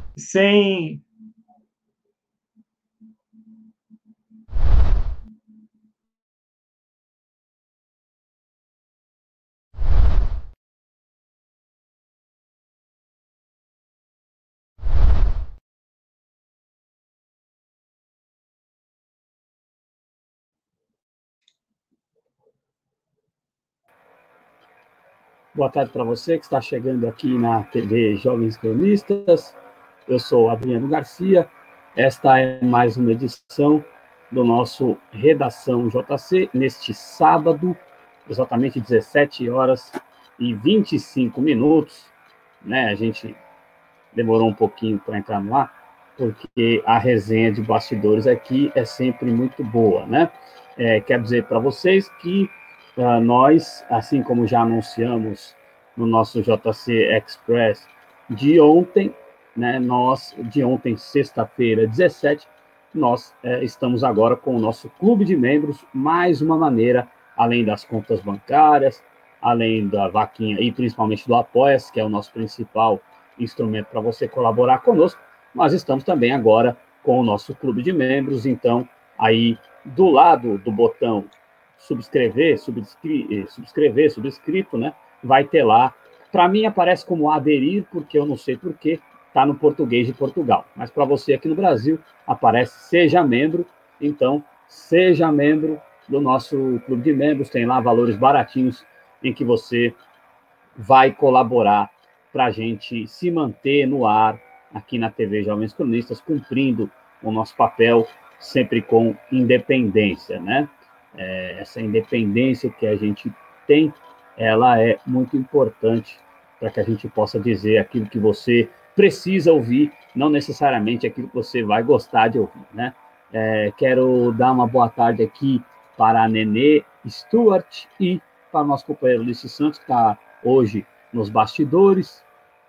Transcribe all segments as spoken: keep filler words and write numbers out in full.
sem... Boa tarde para você que está chegando aqui na T V Jovens Cronistas. Eu sou Adriano Garcia. Esta é mais uma edição do nosso Redação J C, neste sábado, exatamente dezessete horas e vinte e cinco minutos. Né? A gente demorou um pouquinho para entrar no ar, porque a resenha de bastidores aqui é sempre muito boa, né? É, quero dizer para vocês que uh, nós, assim como já anunciamos no nosso J C Express de ontem, né, nós, de ontem, sexta-feira, dezessete, nós é, estamos agora com o nosso clube de membros, mais uma maneira, além das contas bancárias, além da vaquinha e principalmente do Apoia-se, que é o nosso principal instrumento para você colaborar conosco, nós estamos também agora com o nosso clube de membros, então aí do lado do botão subscrever, subscri subscrever, subscrito, né, vai ter lá, para mim aparece como aderir, porque eu não sei porquê, está no português de Portugal, mas para você aqui no Brasil aparece seja membro, então seja membro do nosso clube de membros, tem lá valores baratinhos em que você vai colaborar para a gente se manter no ar aqui na T V Jovens Cronistas, cumprindo o nosso papel sempre com independência, né? É, essa independência que a gente tem, ela é muito importante para que a gente possa dizer aquilo que você precisa ouvir, não necessariamente aquilo que você vai gostar de ouvir, né? É, quero dar uma boa tarde aqui para a Nenê Stuart e para o nosso companheiro Ulisses Santos, que está hoje nos bastidores,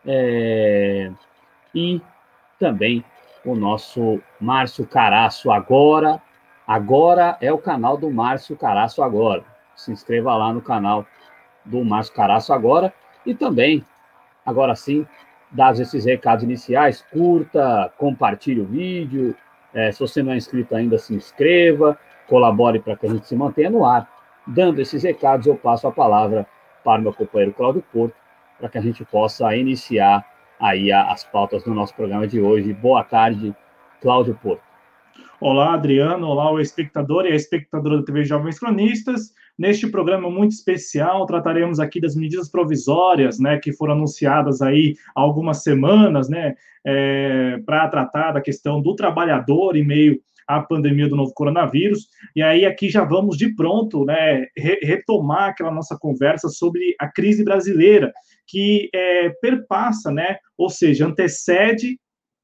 é, e também o nosso Márcio Caraço agora. Agora é o canal do Márcio Caraço agora. Se inscreva lá no canal do Márcio Caraço agora. E também, agora sim, dados esses recados iniciais, curta, compartilhe o vídeo. É, se você não é inscrito ainda, se inscreva, colabore para que a gente se mantenha no ar. Dando esses recados, eu passo a palavra para o meu companheiro Cláudio Porto, para que a gente possa iniciar aí as pautas do nosso programa de hoje. Boa tarde, Cláudio Porto. Olá, Adriano. Olá, o espectador e a espectadora da T V Jovens Cronistas. Neste programa muito especial, trataremos aqui das medidas provisórias, né, que foram anunciadas aí há algumas semanas, né, é, para tratar da questão do trabalhador em meio à pandemia do novo coronavírus. E aí aqui já vamos de pronto, né, re retomar aquela nossa conversa sobre a crise brasileira, que é, perpassa, né, ou seja, antecede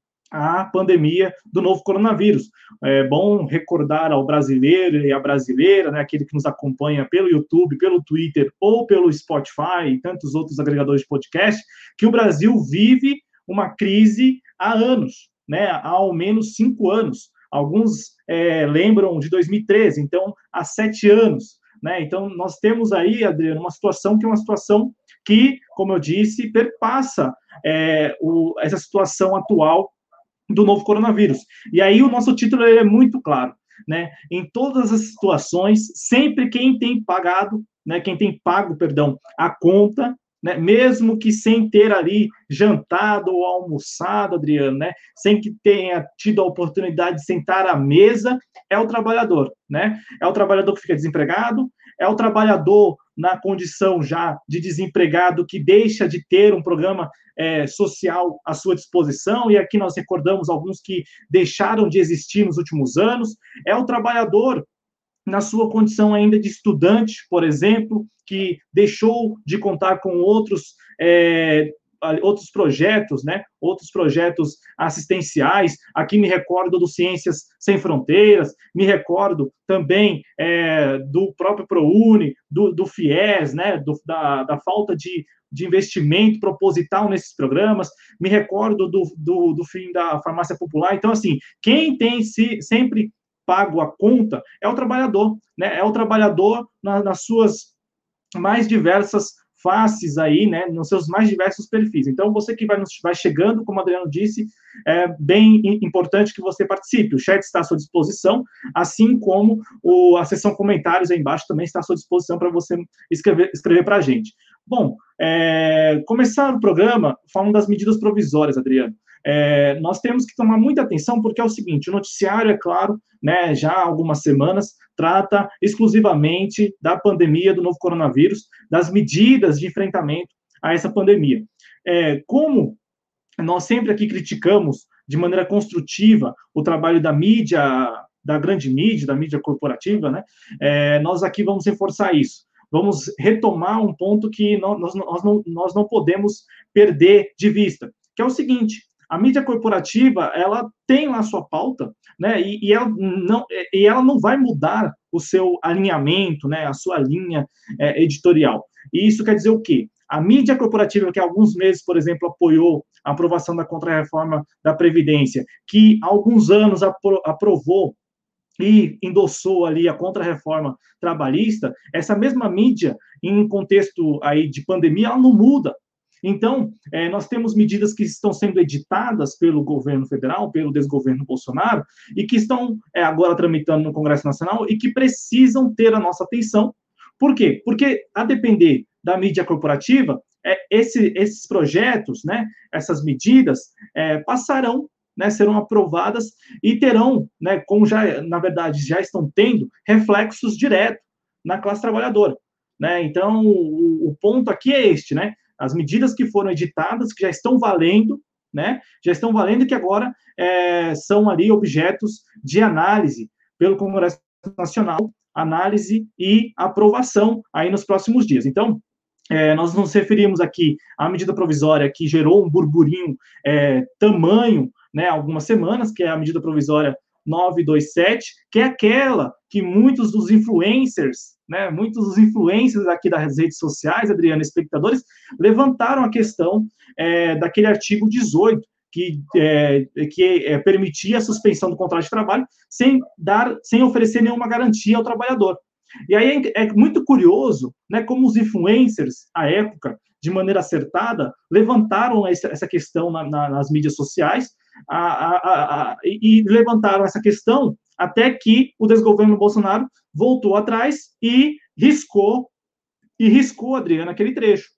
a pandemia do novo coronavírus. É bom recordar ao brasileiro e à brasileira, né, aquele que nos acompanha pelo YouTube, pelo Twitter ou pelo Spotify e tantos outros agregadores de podcast, que o Brasil vive uma crise há anos, né, há ao menos cinco anos. Alguns é, lembram de dois mil e treze, então há sete anos. Né? Então, nós temos aí, Adriano, uma situação que é uma situação que, como eu disse, perpassa é, o, essa situação atual do novo coronavírus. E aí o nosso título é muito claro, né? Em todas as situações, sempre quem tem pagado, né, quem tem pago, perdão, a conta, né, mesmo que sem ter ali jantado ou almoçado, Adriano, né, sem que tenha tido a oportunidade de sentar à mesa, é o trabalhador, né? É o trabalhador que fica desempregado, é o trabalhador na condição já de desempregado que deixa de ter um programa é, social à sua disposição, e aqui nós recordamos alguns que deixaram de existir nos últimos anos, é o trabalhador na sua condição ainda de estudante, por exemplo, que deixou de contar com outros é, outros projetos, né? Outros projetos assistenciais. Aqui me recordo do Ciências Sem Fronteiras, me recordo também é, do próprio ProUni, do, do FIES, né? Do, da, da falta de, de investimento proposital nesses programas, me recordo do, do, do fim da farmácia popular. Então, assim, quem tem se, sempre pago a conta é o trabalhador, né? É o trabalhador na, nas suas mais diversas faces aí, né, nos seus mais diversos perfis. Então, você que vai, nos, vai chegando, como o Adriano disse, é bem importante que você participe. O chat está à sua disposição, assim como o, a seção comentários aí embaixo também está à sua disposição para você escrever, escrever para a gente. Bom, é, começar o programa falando das medidas provisórias, Adriano. É, nós temos que tomar muita atenção, porque é o seguinte, o noticiário, é claro, né, já há algumas semanas, trata exclusivamente da pandemia do novo coronavírus, das medidas de enfrentamento a essa pandemia. É, como nós sempre aqui criticamos de maneira construtiva o trabalho da mídia, da grande mídia, da mídia corporativa, né, é, nós aqui vamos reforçar isso. Vamos retomar um ponto que nós, nós, não, nós não podemos perder de vista, que é o seguinte: a mídia corporativa, ela tem lá a sua pauta, né, e, e, ela não, e ela não vai mudar o seu alinhamento, né, a sua linha é, editorial. E isso quer dizer o quê? A mídia corporativa, que há alguns meses, por exemplo, apoiou a aprovação da Contra-Reforma da Previdência, que há alguns anos apro- aprovou e endossou ali a Contra-Reforma Trabalhista, essa mesma mídia, em um contexto aí de pandemia, ela não muda. Então, é, nós temos medidas que estão sendo editadas pelo governo federal, pelo desgoverno Bolsonaro, e que estão é, agora tramitando no Congresso Nacional e que precisam ter a nossa atenção. Por quê? Porque, a depender da mídia corporativa, é, esse, esses projetos, né, essas medidas, é, passarão, né, serão aprovadas e terão, né, como já, na verdade, já estão tendo, reflexos diretos na classe trabalhadora. Né? Então, o, o ponto aqui é este, né? As medidas que foram editadas, que já estão valendo, né? Já estão valendo e que agora é, são ali objetos de análise pelo Congresso Nacional, análise e aprovação aí nos próximos dias. Então, é, nós nos referimos aqui à medida provisória que gerou um burburinho é, tamanho, né, algumas semanas, que é a medida provisória novecentos e vinte e sete, que é aquela que muitos dos influencers, né, muitos dos influencers aqui das redes sociais, Adriano, espectadores, levantaram a questão é, daquele artigo dezoito, que, é, que é, permitia a suspensão do contrato de trabalho sem, dar, sem oferecer nenhuma garantia ao trabalhador. E aí é, é muito curioso, né, como os influencers, à época, de maneira acertada, levantaram essa, essa questão na, na, nas mídias sociais, A, a, a, a, e levantaram essa questão até que o desgoverno Bolsonaro voltou atrás e riscou, e riscou, Adriano, aquele trecho.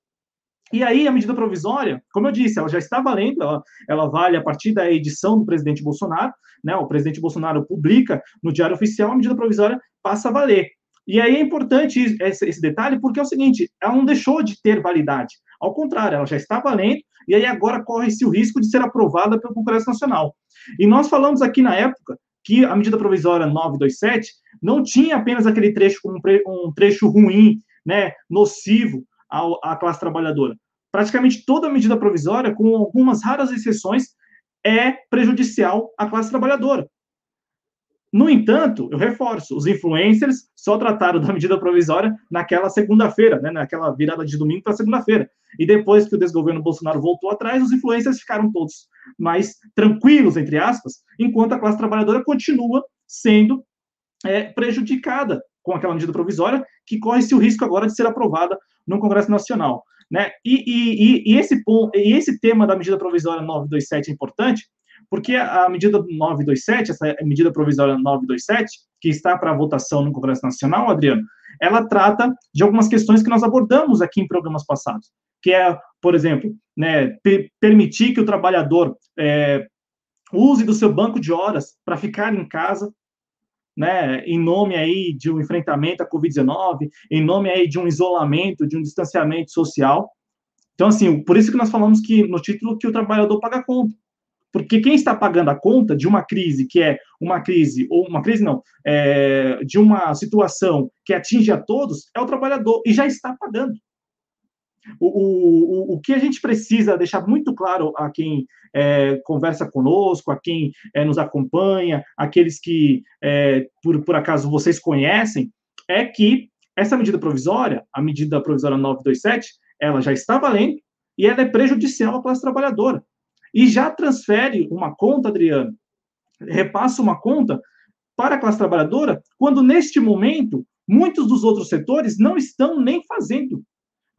E aí a medida provisória, como eu disse, ela já está valendo, ela, ela vale a partir da edição do presidente Bolsonaro, né, o presidente Bolsonaro publica no Diário Oficial, a medida provisória passa a valer. E aí é importante esse, esse detalhe, porque é o seguinte, ela não deixou de ter validade, ao contrário, ela já está valendo, e aí agora corre-se o risco de ser aprovada pelo Congresso Nacional. E nós falamos aqui na época que a medida provisória novecentos e vinte e sete não tinha apenas aquele trecho como um trecho ruim, né, nocivo ao, à classe trabalhadora. Praticamente toda a medida provisória, com algumas raras exceções, é prejudicial à classe trabalhadora. No entanto, eu reforço, os influencers só trataram da medida provisória naquela segunda-feira, né, naquela virada de domingo para segunda-feira. E depois que o desgoverno Bolsonaro voltou atrás, os influencers ficaram todos mais tranquilos, entre aspas, enquanto a classe trabalhadora continua sendo é, prejudicada com aquela medida provisória, que corre-se o risco agora de ser aprovada no Congresso Nacional. Né? E, e, e, esse, ponto, e esse tema da medida provisória novecentos e vinte e sete é importante, porque a medida novecentos e vinte e sete, essa medida provisória novecentos e vinte e sete, que está para votação no Congresso Nacional, Adriano, ela trata de algumas questões que nós abordamos aqui em programas passados, que é, por exemplo, né, permitir que o trabalhador é, use do seu banco de horas para ficar em casa, né, em nome aí de um enfrentamento à covid dezenove, em nome aí de um isolamento, de um distanciamento social. Então, assim, por isso que nós falamos que, no título, que o trabalhador paga a conta. Porque quem está pagando a conta de uma crise que é uma crise, ou uma crise não, é, de uma situação que atinge a todos, é o trabalhador, e já está pagando. O, o, o que a gente precisa deixar muito claro a quem é, conversa conosco, a quem é, nos acompanha, aqueles que, é, por, por acaso, vocês conhecem, é que essa medida provisória, a medida provisória novecentos e vinte e sete, ela já está valendo e ela é prejudicial à classe trabalhadora. E já transfere uma conta, Adriano, repassa uma conta para a classe trabalhadora, quando, neste momento, muitos dos outros setores não estão nem fazendo,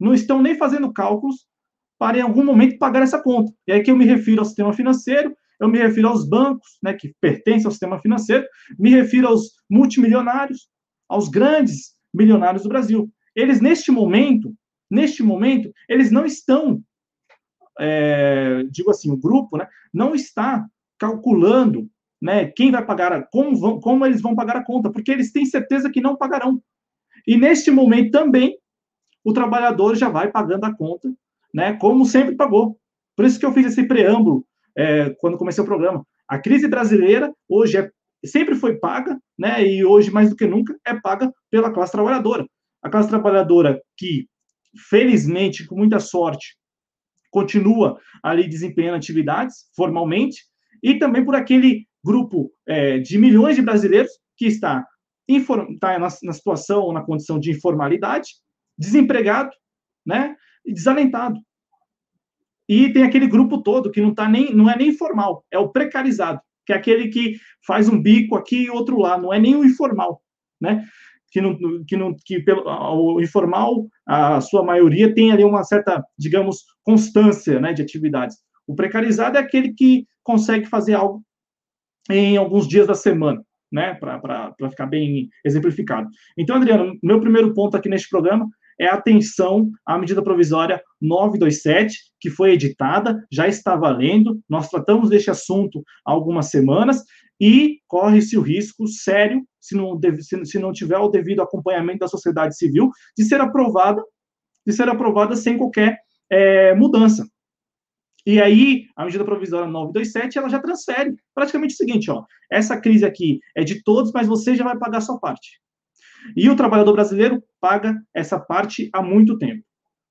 não estão nem fazendo cálculos para, em algum momento, pagar essa conta. E aí que eu me refiro ao sistema financeiro, eu me refiro aos bancos, né, que pertencem ao sistema financeiro, me refiro aos multimilionários, aos grandes milionários do Brasil. Eles, neste momento, neste momento, eles não estão, é, digo assim, o grupo, né, não está calculando, né, quem vai pagar, como, vão, como eles vão pagar a conta, porque eles têm certeza que não pagarão. E, neste momento, também, o trabalhador já vai pagando a conta, né, como sempre pagou. Por isso que eu fiz esse preâmbulo é, quando comecei o programa. A crise brasileira hoje é, sempre foi paga, né, e hoje, mais do que nunca, é paga pela classe trabalhadora. A classe trabalhadora que, felizmente, com muita sorte, continua ali desempenhando atividades formalmente, e também por aquele grupo é, de milhões de brasileiros que está, está na, na situação, na condição de informalidade, desempregado, né, e desalentado. E tem aquele grupo todo que não, tá nem, não é nem informal, é o precarizado, que é aquele que faz um bico aqui e outro lá, não é nem o informal, né? Que, não, que, não, que pelo, o informal, a sua maioria, tem ali uma certa, digamos, constância, né, de atividades. O precarizado é aquele que consegue fazer algo em alguns dias da semana, né, para ficar bem exemplificado. Então, Adriano, meu primeiro ponto aqui neste programa é a atenção à medida provisória novecentos e vinte e sete, que foi editada, já está valendo, nós tratamos deste assunto há algumas semanas, e corre-se o risco sério, se não, deve, se, se não tiver o devido acompanhamento da sociedade civil, de ser aprovada, de ser aprovada sem qualquer é, mudança. E aí, a medida provisória novecentos e vinte e sete, ela já transfere praticamente o seguinte, ó, essa crise aqui é de todos, mas você já vai pagar a sua parte. E o trabalhador brasileiro paga essa parte há muito tempo.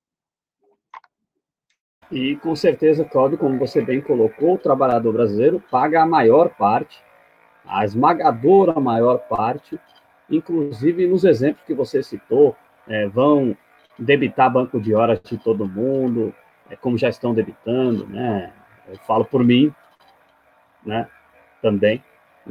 E, com certeza, Cláudio, como você bem colocou, o trabalhador brasileiro paga a maior parte, a esmagadora maior parte, inclusive nos exemplos que você citou, é, vão debitar banco de horas de todo mundo, é, como já estão debitando, né? Eu falo por mim, né? Também.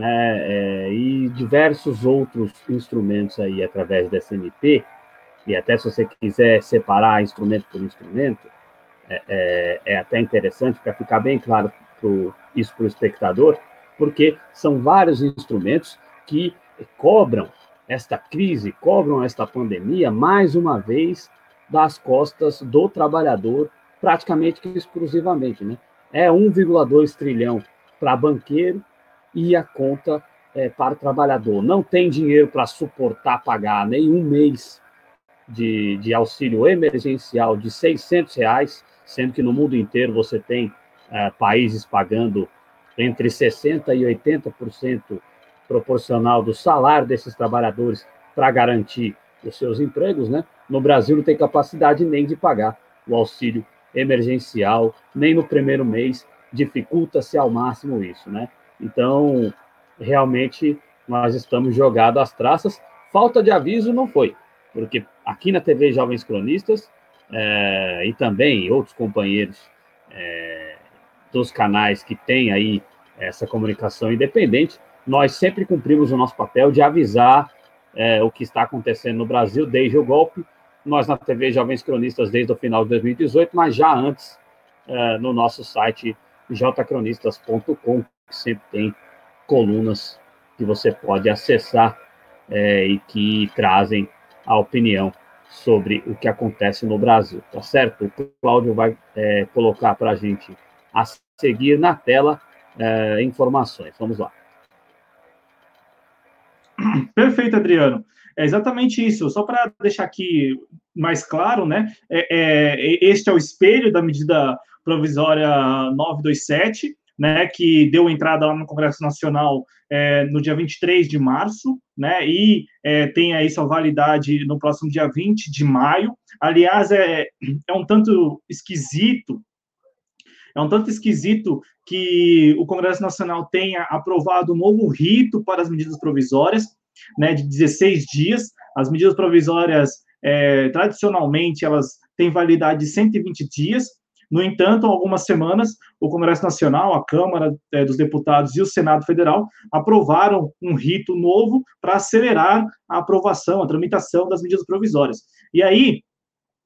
Né, é, e diversos outros instrumentos aí através da S M P, e até se você quiser separar instrumento por instrumento, é, é, é até interessante para ficar bem claro pro, isso para o espectador, porque são vários instrumentos que cobram esta crise, cobram esta pandemia, mais uma vez, das costas do trabalhador, praticamente exclusivamente. Né? É um vírgula dois trilhão para banqueiro, e a conta é, para o trabalhador. Não tem dinheiro para suportar pagar nem um mês de, de auxílio emergencial de seiscentos reais, sendo que no mundo inteiro você tem é, países pagando entre sessenta por cento e oitenta por cento proporcional do salário desses trabalhadores para garantir os seus empregos. Né? No Brasil não tem capacidade nem de pagar o auxílio emergencial, nem no primeiro mês, dificulta-se ao máximo isso, né? Então, realmente, nós estamos jogados às traças. Falta de aviso não foi, porque aqui na T V Jovens Cronistas, é, e também outros companheiros é, dos canais que têm aí essa comunicação independente, nós sempre cumprimos o nosso papel de avisar é, o que está acontecendo no Brasil desde o golpe. Nós na T V Jovens Cronistas desde o final de dois mil e dezoito, mas já antes é, no nosso site j cronistas ponto com, que sempre tem colunas que você pode acessar é, e que trazem a opinião sobre o que acontece no Brasil, tá certo? O Cláudio vai é, colocar para a gente a seguir na tela é, informações. Vamos lá. Perfeito, Adriano. É exatamente isso. Só para deixar aqui mais claro, né? É, é, este é o espelho da medida provisória novecentos e vinte e sete, né? Que deu entrada lá no Congresso Nacional é, no dia vinte e três de março, né? E é, tem aí sua validade no próximo dia vinte de maio. Aliás, é, é um tanto esquisito. É um tanto esquisito que o Congresso Nacional tenha aprovado um novo rito para as medidas provisórias, né, de dezesseis dias. As medidas provisórias, é, tradicionalmente, elas têm validade de cento e vinte dias. No entanto, há algumas semanas, o Congresso Nacional, a Câmara é, dos Deputados e o Senado Federal aprovaram um rito novo para acelerar a aprovação, a tramitação das medidas provisórias. E aí,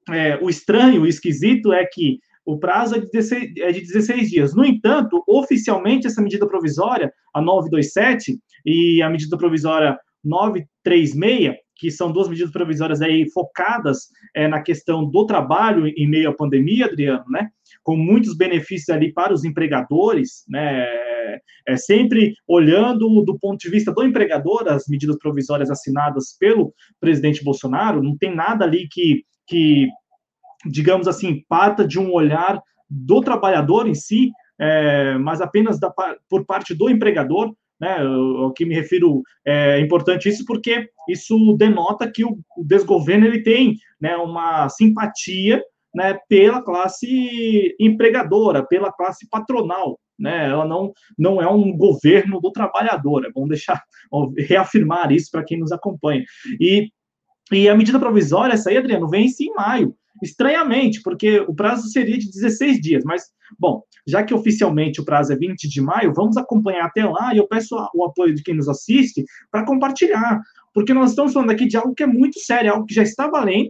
é, o estranho, o esquisito é que o prazo é de, dezesseis, é de dezesseis dias. No entanto, oficialmente, essa medida provisória, a novecentos e vinte e sete, e a medida provisória novecentos e trinta e seis, que são duas medidas provisórias aí focadas é, na questão do trabalho em meio à pandemia, Adriano, né? Com muitos benefícios ali para os empregadores, né? É, sempre olhando do ponto de vista do empregador, as medidas provisórias assinadas pelo presidente Bolsonaro, não tem nada ali que, que digamos assim, parta de um olhar do trabalhador em si, é, mas apenas da, por parte do empregador, né, o que me refiro, é importante isso porque isso denota que o, o desgoverno ele tem, né, uma simpatia, né, pela classe empregadora, pela classe patronal, né, ela não, não é um governo do trabalhador, é bom deixar, reafirmar isso para quem nos acompanha. E, e a medida provisória, essa aí, Adriano, vence em maio, estranhamente, porque o prazo seria de dezesseis dias, mas, bom, já que oficialmente o prazo é vinte de maio, vamos acompanhar até lá, e eu peço o apoio de quem nos assiste para compartilhar, porque nós estamos falando aqui de algo que é muito sério, algo que já está valendo,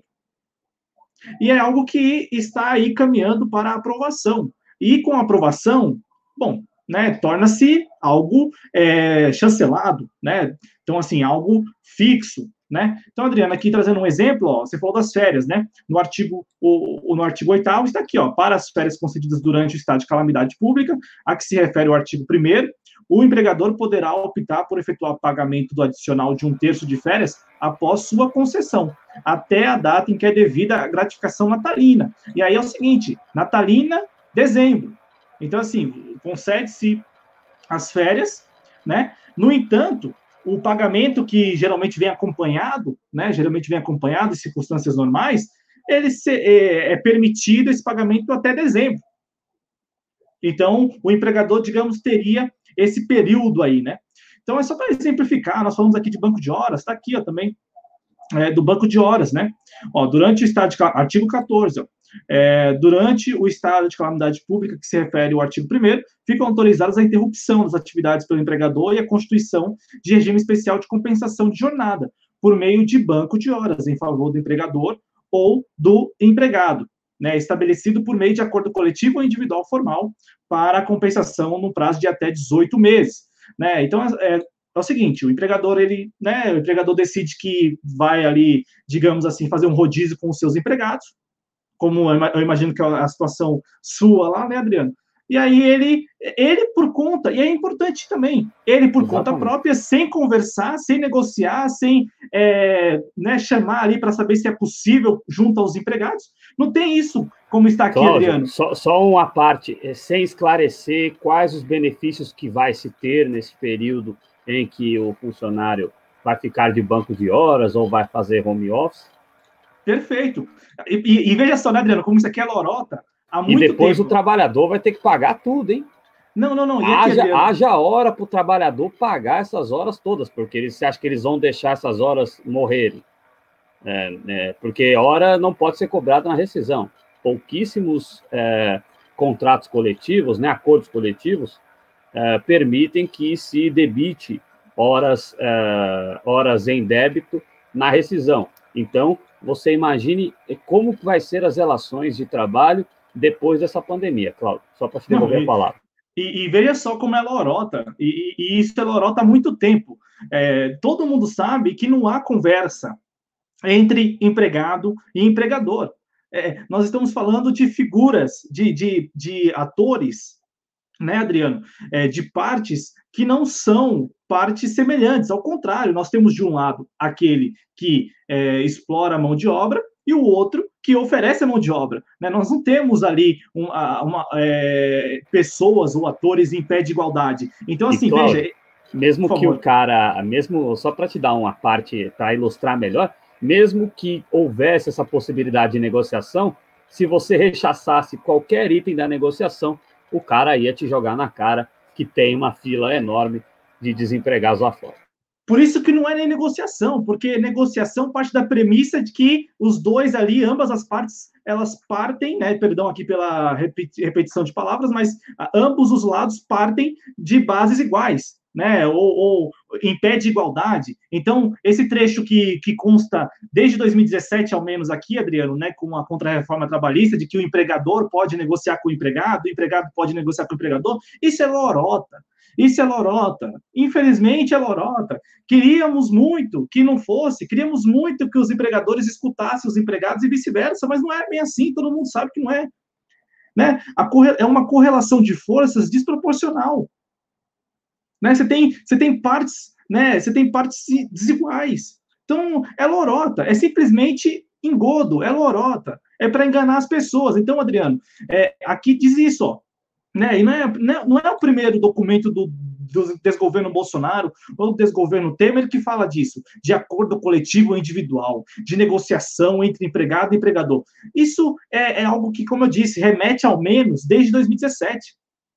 e é algo que está aí caminhando para a aprovação. E com a aprovação, bom, né, torna-se algo é, chancelado, né? Então, assim, algo fixo, né? Então, Adriana, aqui trazendo um exemplo, ó, você falou das férias, né? No artigo, o, no artigo oitavo está aqui, ó, para as férias concedidas durante o estado de calamidade pública, a que se refere o artigo primeiro, o empregador poderá optar por efetuar o pagamento do adicional de um terço de férias após sua concessão, até a data em que é devida a gratificação natalina. E aí é o seguinte, natalina, dezembro. Então, assim, concede-se as férias, né? No entanto, o pagamento que geralmente vem acompanhado, né, geralmente vem acompanhado em circunstâncias normais, ele se, é, é permitido esse pagamento até dezembro. Então, o empregador, digamos, teria esse período aí, né? Então, é só para exemplificar, nós falamos aqui de banco de horas, está aqui, ó, também, é, do banco de horas, né? Ó, durante o estado de, artigo quatorze, ó, é, durante o estado de calamidade pública, que se refere ao artigo primeiro, ficam autorizadas a interrupção das atividades pelo empregador e a constituição de regime especial de compensação de jornada, por meio de banco de horas, em favor do empregador ou do empregado, né, estabelecido por meio de acordo coletivo ou individual formal para a compensação no prazo de até dezoito meses. Né? Então, é, é o seguinte, o empregador, ele, né, o empregador decide que vai ali, digamos assim, fazer um rodízio com os seus empregados, como eu imagino que é a situação sua lá, né, Adriano? E aí ele, ele por conta, e é importante também, ele por Exatamente. Conta própria, sem conversar, sem negociar, sem é, né, chamar ali para saber se é possível junto aos empregados, não tem isso como está aqui, Cláudio, Adriano. Só, só uma parte, sem esclarecer quais os benefícios que vai se ter nesse período em que o funcionário vai ficar de banco de horas ou vai fazer home office. Perfeito. E, e, e veja só, né, Adriano, como isso aqui é lorota há muito tempo. E depois tempo. O trabalhador vai ter que pagar tudo, hein? Não, não, não. E haja, aqui, haja hora para o trabalhador pagar essas horas todas, porque eles acham que eles vão deixar essas horas morrerem. É, é, porque hora não pode ser cobrada na rescisão. Pouquíssimos é, contratos coletivos, né, acordos coletivos, é, permitem que se debite horas, é, horas em débito na rescisão. Então, você imagine como vai ser as relações de trabalho depois dessa pandemia, Cláudio, só para te devolver Não, e, a palavra. E, e veja só como é lorota, e, e isso é lorota há muito tempo. É, todo mundo sabe que não há conversa entre empregado e empregador. É, nós estamos falando de figuras, de, de, de atores, né, Adriano, é, de partes que não são partes semelhantes. Ao contrário, nós temos de um lado aquele que é, explora a mão de obra e o outro que oferece a mão de obra. Né? Nós não temos ali uma, uma, é, pessoas ou atores em pé de igualdade. Então, assim, e, Cláudio, veja... Mesmo que o cara, mesmo só para te dar uma parte, para ilustrar melhor, mesmo que houvesse essa possibilidade de negociação, se você rechaçasse qualquer item da negociação, o cara ia te jogar na cara que tem uma fila enorme de desempregados lá fora. Por isso que não é nem negociação, porque negociação parte da premissa de que os dois ali, ambas as partes, elas partem, né, perdão aqui pela repetição de palavras, mas ambos os lados partem de bases iguais, né, ou, ou impede igualdade. Então, esse trecho que, que consta desde dois mil e dezessete, ao menos aqui, Adriano, né, com a contra-reforma trabalhista, de que o empregador pode negociar com o empregado, o empregado pode negociar com o empregador, isso é lorota. Isso é lorota. Infelizmente, é lorota. Queríamos muito que não fosse, queríamos muito que os empregadores escutassem os empregados e vice-versa, mas não é bem assim, todo mundo sabe que não é. Né? A corre... É uma correlação de forças desproporcional. Né? Você tem, você tem partes, né? Você tem partes desiguais. Então, é lorota, é simplesmente engodo, é lorota, é para enganar as pessoas. Então, Adriano, é, aqui diz isso, ó, né? E não é, não é o primeiro documento do, do desgoverno Bolsonaro ou do desgoverno Temer que fala disso, de acordo coletivo ou individual, de negociação entre empregado e empregador. Isso é, é algo que, como eu disse, remete ao menos desde dois mil e dezessete.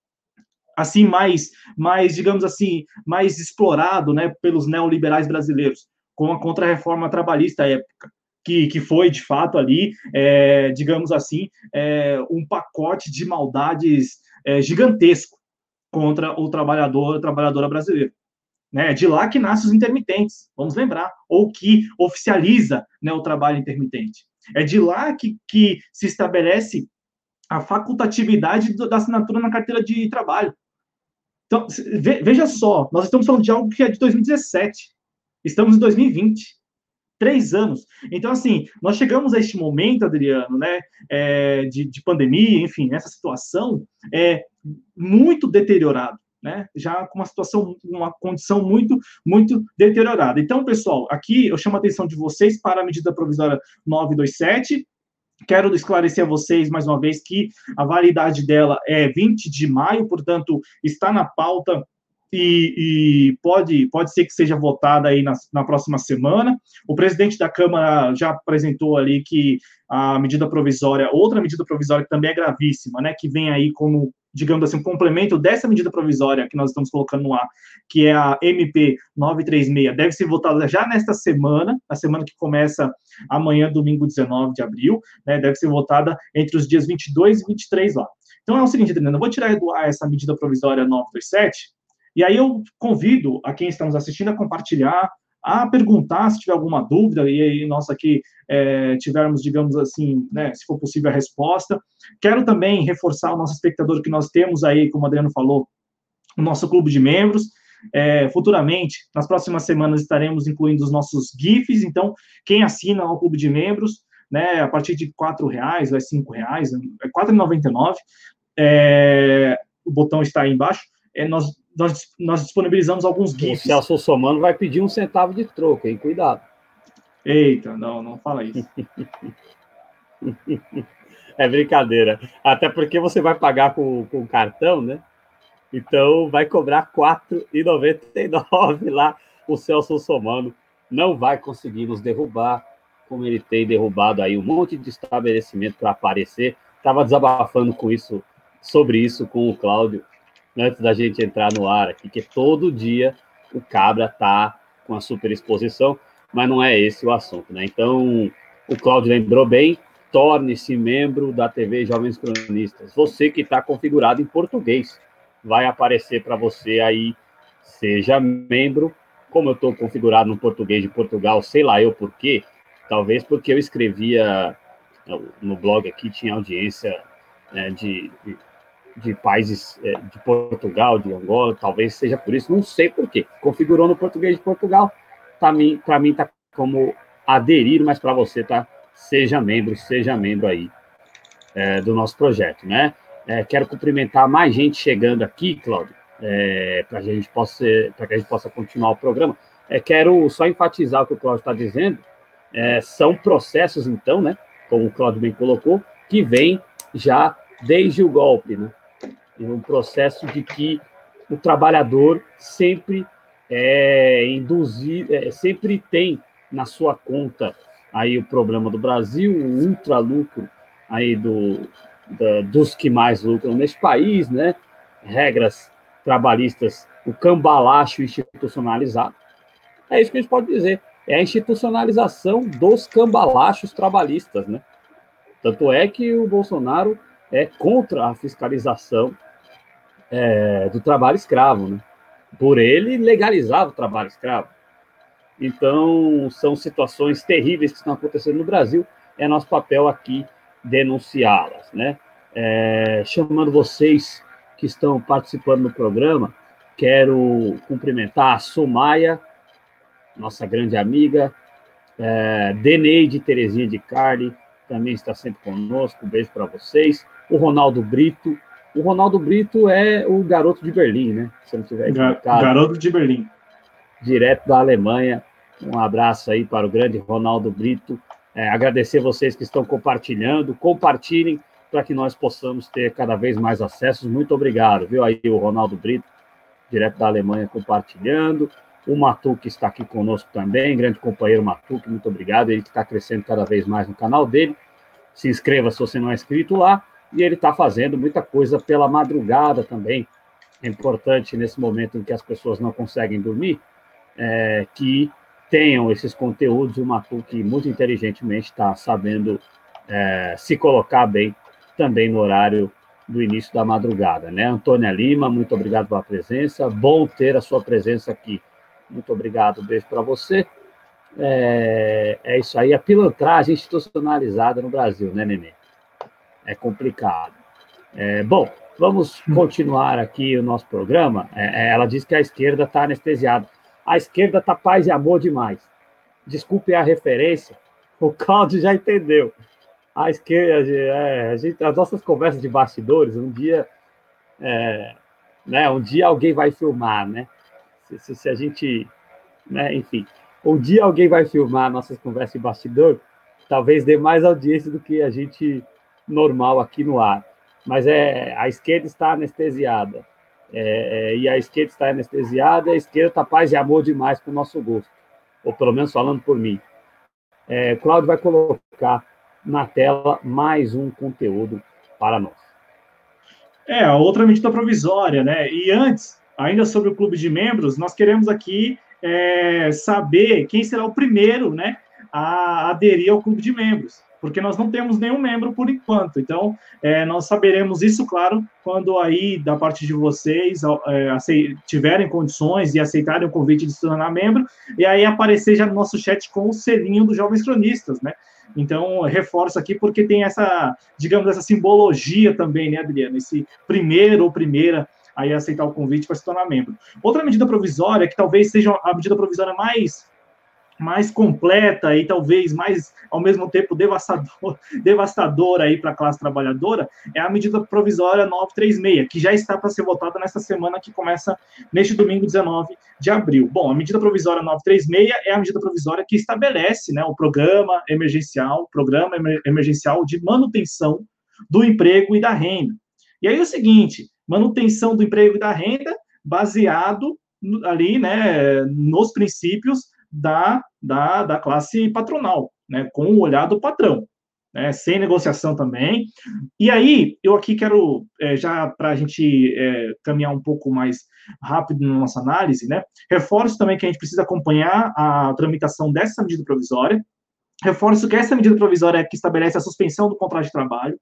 Assim, mais, mais, digamos assim, mais explorado, né, pelos neoliberais brasileiros, com a contra-reforma trabalhista à época, que, que foi, de fato, ali, é, digamos assim, é, um pacote de maldades é, gigantesco contra o trabalhador, a trabalhadora brasileira. Né? É de lá que nascem os intermitentes, vamos lembrar, ou que oficializa, né, o trabalho intermitente. É de lá que, que se estabelece a facultatividade do, da assinatura na carteira de trabalho. Então, veja só, nós estamos falando de algo que é de dois mil e dezessete, estamos em dois mil e vinte, três anos. Então, assim, nós chegamos a este momento, Adriano, né, é, de, de pandemia, enfim, essa situação é muito deteriorada, né, já com uma situação, uma condição muito, muito deteriorada. Então, pessoal, aqui eu chamo a atenção de vocês para a medida provisória novecentos e vinte e sete. Quero esclarecer a vocês, mais uma vez, que a validade dela é vinte de maio, portanto, está na pauta e, e pode, pode ser que seja votada aí na, na próxima semana. O presidente da Câmara já apresentou ali que a medida provisória, outra medida provisória que também é gravíssima, né, que vem aí como, digamos assim, um complemento dessa medida provisória que nós estamos colocando no ar, que é a M P novecentos e trinta e seis, deve ser votada já nesta semana, na semana que começa amanhã, domingo dezenove de abril, né, deve ser votada entre os dias vinte e dois e vinte e três lá. Então é o seguinte, Adriano, eu vou tirar do ar essa medida provisória novecentos e vinte e sete, e aí eu convido a quem está nos assistindo a compartilhar, a perguntar se tiver alguma dúvida, e aí nós aqui é, tivermos, digamos assim, né, se for possível a resposta. Quero também reforçar o nosso espectador que nós temos aí, como o Adriano falou, o nosso clube de membros. É, futuramente, nas próximas semanas, estaremos incluindo os nossos GIFs, então, quem assina ao clube de membros, né, a partir de quatro reais, vai cinco reais, é quatro reais e noventa e nove centavos, é, o botão está aí embaixo, é, nós, nós, nós disponibilizamos alguns GIFs. O Celso Russomano vai pedir um centavo de troco, hein? Cuidado. Eita, não, não fala isso. É brincadeira. Até porque você vai pagar com o cartão, né? Então vai cobrar quatro reais e noventa e nove centavos lá. O Celso Russomano não vai conseguir nos derrubar, como ele tem derrubado aí um monte de estabelecimento para aparecer. Estava desabafando com isso, sobre isso com o Cláudio, antes da gente entrar no ar aqui, que todo dia o Cabra está com a superexposição, mas não é esse o assunto, né? Então, o Cláudio lembrou bem, torne-se membro da T V Jovens Cronistas. Você que está configurado em português, vai aparecer para você aí, seja membro. Como eu estou configurado no português de Portugal, sei lá eu por quê, talvez porque eu escrevia no blog aqui, tinha audiência, né, de, de, de países é, de Portugal, de Angola, talvez seja por isso, não sei por quê. Configurou no português de Portugal, para mim, para mim tá como aderir, mas para você tá, seja membro, seja membro aí é, do nosso projeto, né? É, quero cumprimentar mais gente chegando aqui, Cláudio, é, para que a gente possa, para que a gente possa continuar o programa. É, quero só enfatizar o que o Cláudio está dizendo. É, são processos, então, né? Como o Cláudio bem colocou, que vem já desde o golpe, né? Um processo de que o trabalhador sempre é induzir, é, sempre tem na sua conta aí o problema do Brasil, o ultralucro aí do Da, dos que mais lucram neste país, né? Regras trabalhistas, o cambalacho institucionalizado. É isso que a gente pode dizer. É a institucionalização dos cambalachos trabalhistas, né? Tanto é que o Bolsonaro é contra a fiscalização é, do trabalho escravo, né? por ele, legalizava o trabalho escravo. Então, são situações terríveis que estão acontecendo no Brasil, é nosso papel aqui denunciá-las, né? É, chamando vocês que estão participando do programa, quero cumprimentar a Somaia, nossa grande amiga, é, Deneide Terezinha de Carli, também está sempre conosco, um beijo para vocês, o Ronaldo Brito, o Ronaldo Brito é o garoto de Berlim, né? Se eu não tiver equivocado. Garoto de Berlim. Direto da Alemanha. Um abraço aí para o grande Ronaldo Brito. É, agradecer vocês que estão compartilhando. Compartilhem para que nós possamos ter cada vez mais acessos. Muito obrigado, viu? Aí o Ronaldo Brito, direto da Alemanha, compartilhando. O Matuque está aqui conosco também, grande companheiro Matuque, muito obrigado. Ele que está crescendo cada vez mais no canal dele. Se inscreva se você não é inscrito lá. E ele está fazendo muita coisa pela madrugada também. É importante nesse momento em que as pessoas não conseguem dormir, é, que tenham esses conteúdos. O Matuque, muito inteligentemente, está sabendo é, se colocar bem também no horário do início da madrugada, né? Antônia Lima, muito obrigado pela presença. Bom ter a sua presença aqui. Muito obrigado, beijo para você. É, é isso aí, a pilantragem institucionalizada no Brasil, né, Nenê? É complicado. É, bom, vamos continuar aqui o nosso programa. É, ela diz que a esquerda está anestesiada. A esquerda está paz e amor demais. Desculpe a referência, o Cláudio já entendeu. A esquerda, é, a gente, as nossas conversas de bastidores, um dia, é, né, um dia alguém vai filmar, né? Se, se, se a gente, né, enfim, um dia alguém vai filmar nossas conversas de bastidor, talvez dê mais audiência do que a gente normal aqui no ar. Mas é, a esquerda está anestesiada. É, é, e a esquerda está anestesiada, a esquerda está paz e amor demais para o nosso gosto. Ou pelo menos falando por mim. É, Cláudio vai colocar na tela mais um conteúdo para nós. É, a outra medida provisória, né? E antes, ainda sobre o clube de membros, nós queremos aqui é, saber quem será o primeiro, né, a aderir ao clube de membros, porque nós não temos nenhum membro por enquanto. Então, é, nós saberemos isso, claro, quando aí, da parte de vocês, é, tiverem condições e aceitarem o convite de se tornar membro, e aí aparecer já no nosso chat com o selinho dos Jovens Cronistas, né? Então, reforço aqui porque tem essa, digamos, essa simbologia também, né, Adriano? Esse primeiro ou primeira aí aceitar o convite para se tornar membro. Outra medida provisória, que talvez seja a medida provisória mais, mais completa e talvez mais, ao mesmo tempo, devastador, devastadora aí para a classe trabalhadora, é a medida provisória novecentos e trinta e seis, que já está para ser votada nessa semana, que começa neste domingo, dezenove de abril. Bom, a medida provisória novecentos e trinta e seis é a medida provisória que estabelece, né, o programa emergencial, programa emergencial de manutenção do emprego e da renda. E aí é o seguinte, manutenção do emprego e da renda baseado ali, né, nos princípios da, da, da classe patronal, né, com o olhar do patrão, né, sem negociação também. E aí, eu aqui quero, é, já para a gente é, caminhar um pouco mais rápido na nossa análise, né, reforço também que a gente precisa acompanhar a tramitação dessa medida provisória, reforço que essa medida provisória é que estabelece a suspensão do contrato de trabalho,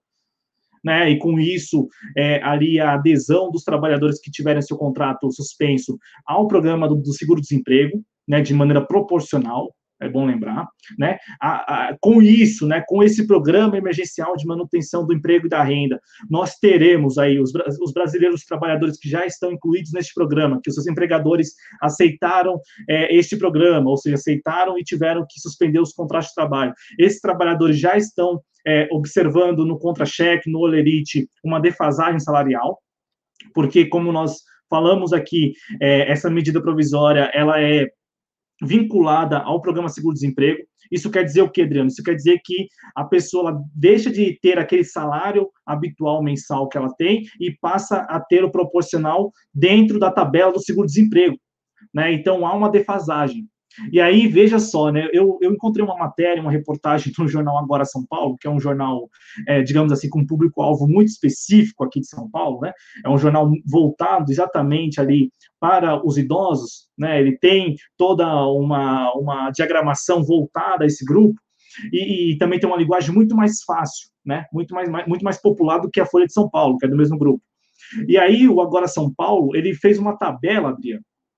né, e com isso, é, ali a adesão dos trabalhadores que tiverem seu contrato suspenso ao programa do, do seguro-desemprego, né, de maneira proporcional, é bom lembrar, né, a, a, com isso, né, com esse programa emergencial de manutenção do emprego e da renda, nós teremos aí os, os brasileiros os trabalhadores que já estão incluídos neste programa, que os seus empregadores aceitaram é, este programa, ou seja, aceitaram e tiveram que suspender os contratos de trabalho. Esses trabalhadores já estão É, observando no contra-cheque, no olerite, uma defasagem salarial, porque, como nós falamos aqui, é, essa medida provisória, ela é vinculada ao programa seguro-desemprego. Isso quer dizer o quê, Adriano? Isso quer dizer que a pessoa ela deixa de ter aquele salário habitual mensal que ela tem e passa a ter o proporcional dentro da tabela do seguro-desemprego, né? Então, há uma defasagem. E aí, veja só, né, eu, eu encontrei uma matéria, uma reportagem no jornal Agora São Paulo, que é um jornal, é, digamos assim, com um público-alvo muito específico aqui de São Paulo, né, é um jornal voltado exatamente ali para os idosos, né, ele tem toda uma, uma diagramação voltada a esse grupo, e, e também tem uma linguagem muito mais fácil, né, muito mais, muito mais popular do que a Folha de São Paulo, que é do mesmo grupo. E aí, o Agora São Paulo, ele fez uma tabela, Adriano,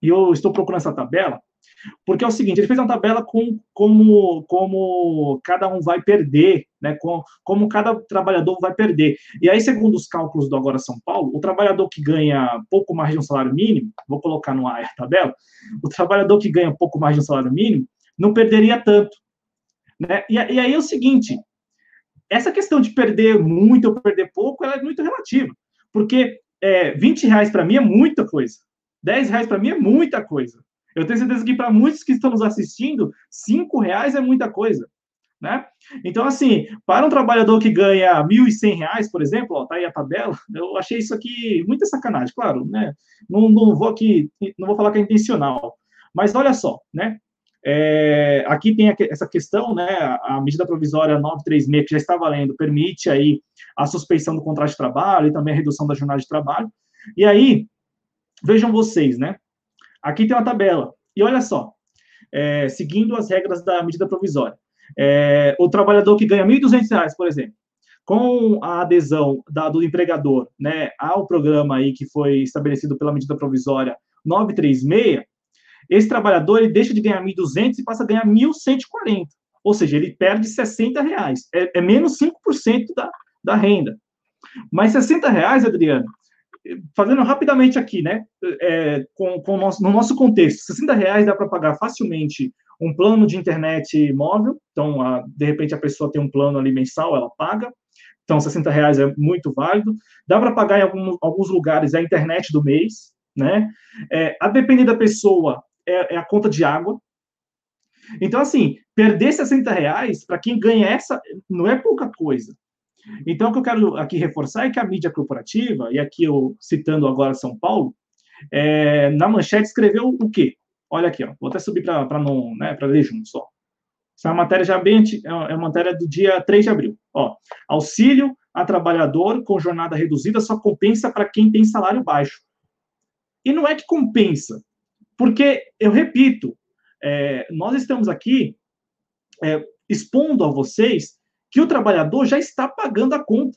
e eu estou procurando essa tabela, porque é o seguinte, ele fez uma tabela com como, como cada um vai perder, né, com, como cada trabalhador vai perder. E aí, segundo os cálculos do Agora São Paulo, o trabalhador que ganha pouco mais de um salário mínimo, vou colocar no ar a tabela, o trabalhador que ganha pouco mais de um salário mínimo não perderia tanto. Né? E, e aí é o seguinte, essa questão de perder muito ou perder pouco, ela é muito relativa, porque é, vinte reais para mim é muita coisa, dez reais para mim é muita coisa. Eu tenho certeza que para muitos que estão nos assistindo, cinco reais é muita coisa, né? Então, assim, para um trabalhador que ganha mil e cem reais, por exemplo, ó, tá aí a tabela, eu achei isso aqui muita sacanagem, claro, né? Não, não vou aqui, não vou falar que é intencional, mas olha só, né? É, aqui tem essa questão, né? A medida provisória novecentos e trinta e seis, que já está valendo, permite aí a suspensão do contrato de trabalho e também a redução da jornada de trabalho. E aí, vejam vocês, né? Aqui tem uma tabela. E olha só, é, seguindo as regras da medida provisória, é, o trabalhador que ganha mil e duzentos reais, por exemplo, com a adesão da, do empregador, né, ao programa aí que foi estabelecido pela medida provisória novecentos e trinta e seis, esse trabalhador ele deixa de ganhar mil e duzentos e passa a ganhar mil cento e quarenta. Ou seja, ele perde sessenta reais. É, é menos cinco por cento da, da renda. Mas sessenta reais, Adriano, fazendo rapidamente aqui, né, é, com, com o nosso, no nosso contexto, sessenta reais dá para pagar facilmente um plano de internet móvel, então, a, de repente, a pessoa tem um plano ali mensal, ela paga, então, sessenta reais é muito válido, dá para pagar em algum, alguns lugares a internet do mês, né, é, a depender da pessoa, é, é a conta de água. Então, assim, perder sessenta reais, para quem ganha essa, não é pouca coisa. Então, o que eu quero aqui reforçar é que a mídia corporativa, e aqui eu citando agora São Paulo, é, na manchete escreveu o quê? Olha aqui, ó, vou até subir para não, né, para ler junto só. Essa é uma matéria já bem, é uma matéria do dia três de abril. Ó, auxílio a trabalhador com jornada reduzida só compensa para quem tem salário baixo. E não é que compensa, porque, eu repito, é, nós estamos aqui é, expondo a vocês que o trabalhador já está pagando a conta.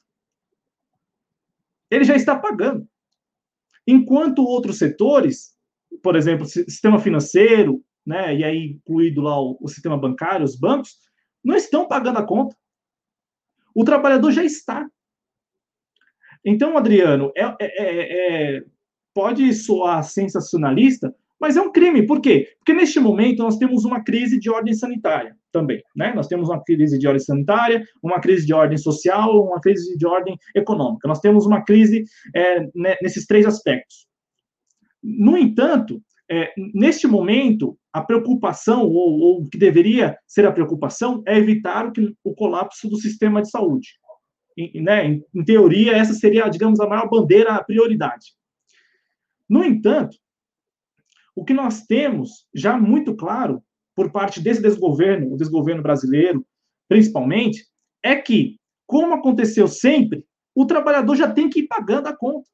Ele já está pagando. Enquanto outros setores, por exemplo, sistema financeiro, né, e aí incluído lá o, o sistema bancário, os bancos, não estão pagando a conta. O trabalhador já está. Então, Adriano, é, é, é, pode soar sensacionalista, mas é um crime. Por quê? Porque neste momento nós temos uma crise de ordem sanitária também, né? Nós temos uma crise de ordem sanitária, uma crise de ordem social, uma crise de ordem econômica. Nós temos uma crise é, né, nesses três aspectos. No entanto, é, neste momento, a preocupação, ou o que deveria ser a preocupação, é evitar o, que, o colapso do sistema de saúde. E, né, em, em teoria, essa seria, digamos, a maior bandeira, a prioridade. No entanto, o que nós temos já muito claro, por parte desse desgoverno, o desgoverno brasileiro, principalmente, é que, como aconteceu sempre, o trabalhador já tem que ir pagando a conta.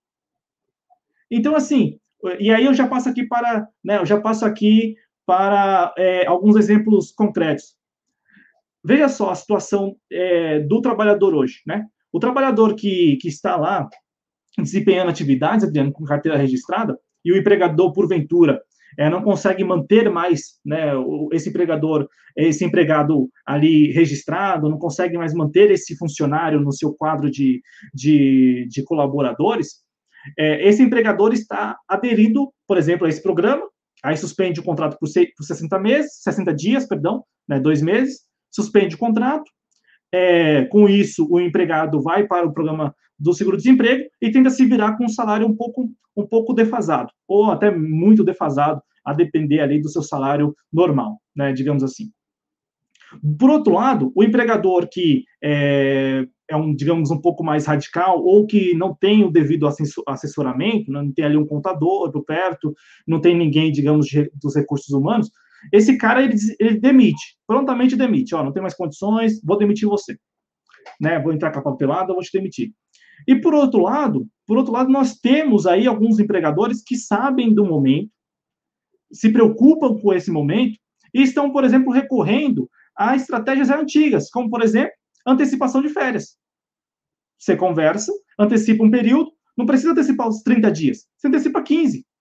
Então, assim, e aí eu já passo aqui para, né, eu já passo aqui para é, alguns exemplos concretos. Veja só a situação é, do trabalhador hoje, né? O trabalhador que, que está lá desempenhando atividades, Adriano, com carteira registrada, e o empregador, porventura, é, não consegue manter mais, né, esse empregador, esse empregado ali registrado, não consegue mais manter esse funcionário no seu quadro de, de, de colaboradores, é, esse empregador está aderindo, por exemplo, a esse programa, aí suspende o contrato por, por sessenta meses, sessenta dias, perdão, né, dois meses, suspende o contrato, é, com isso o empregado vai para o programa do seguro-desemprego e tenta se virar com um salário um pouco, um pouco defasado, ou até muito defasado, a depender ali do seu salário normal, né, digamos assim. Por outro lado, o empregador que é, é um, digamos, um pouco mais radical, ou que não tem o devido assessoramento, não tem ali um contador por perto, não tem ninguém, digamos, de, dos recursos humanos, esse cara, ele, ele demite, prontamente demite, ó, não tem mais condições, vou demitir você, né, vou entrar com a papelada, vou te demitir. E por outro lado, por outro lado, nós temos aí alguns empregadores que sabem do momento, se preocupam com esse momento, e estão, por exemplo, recorrendo a estratégias antigas, como, por exemplo, antecipação de férias. Você conversa, antecipa um período, não precisa antecipar os trinta dias, você antecipa quinze,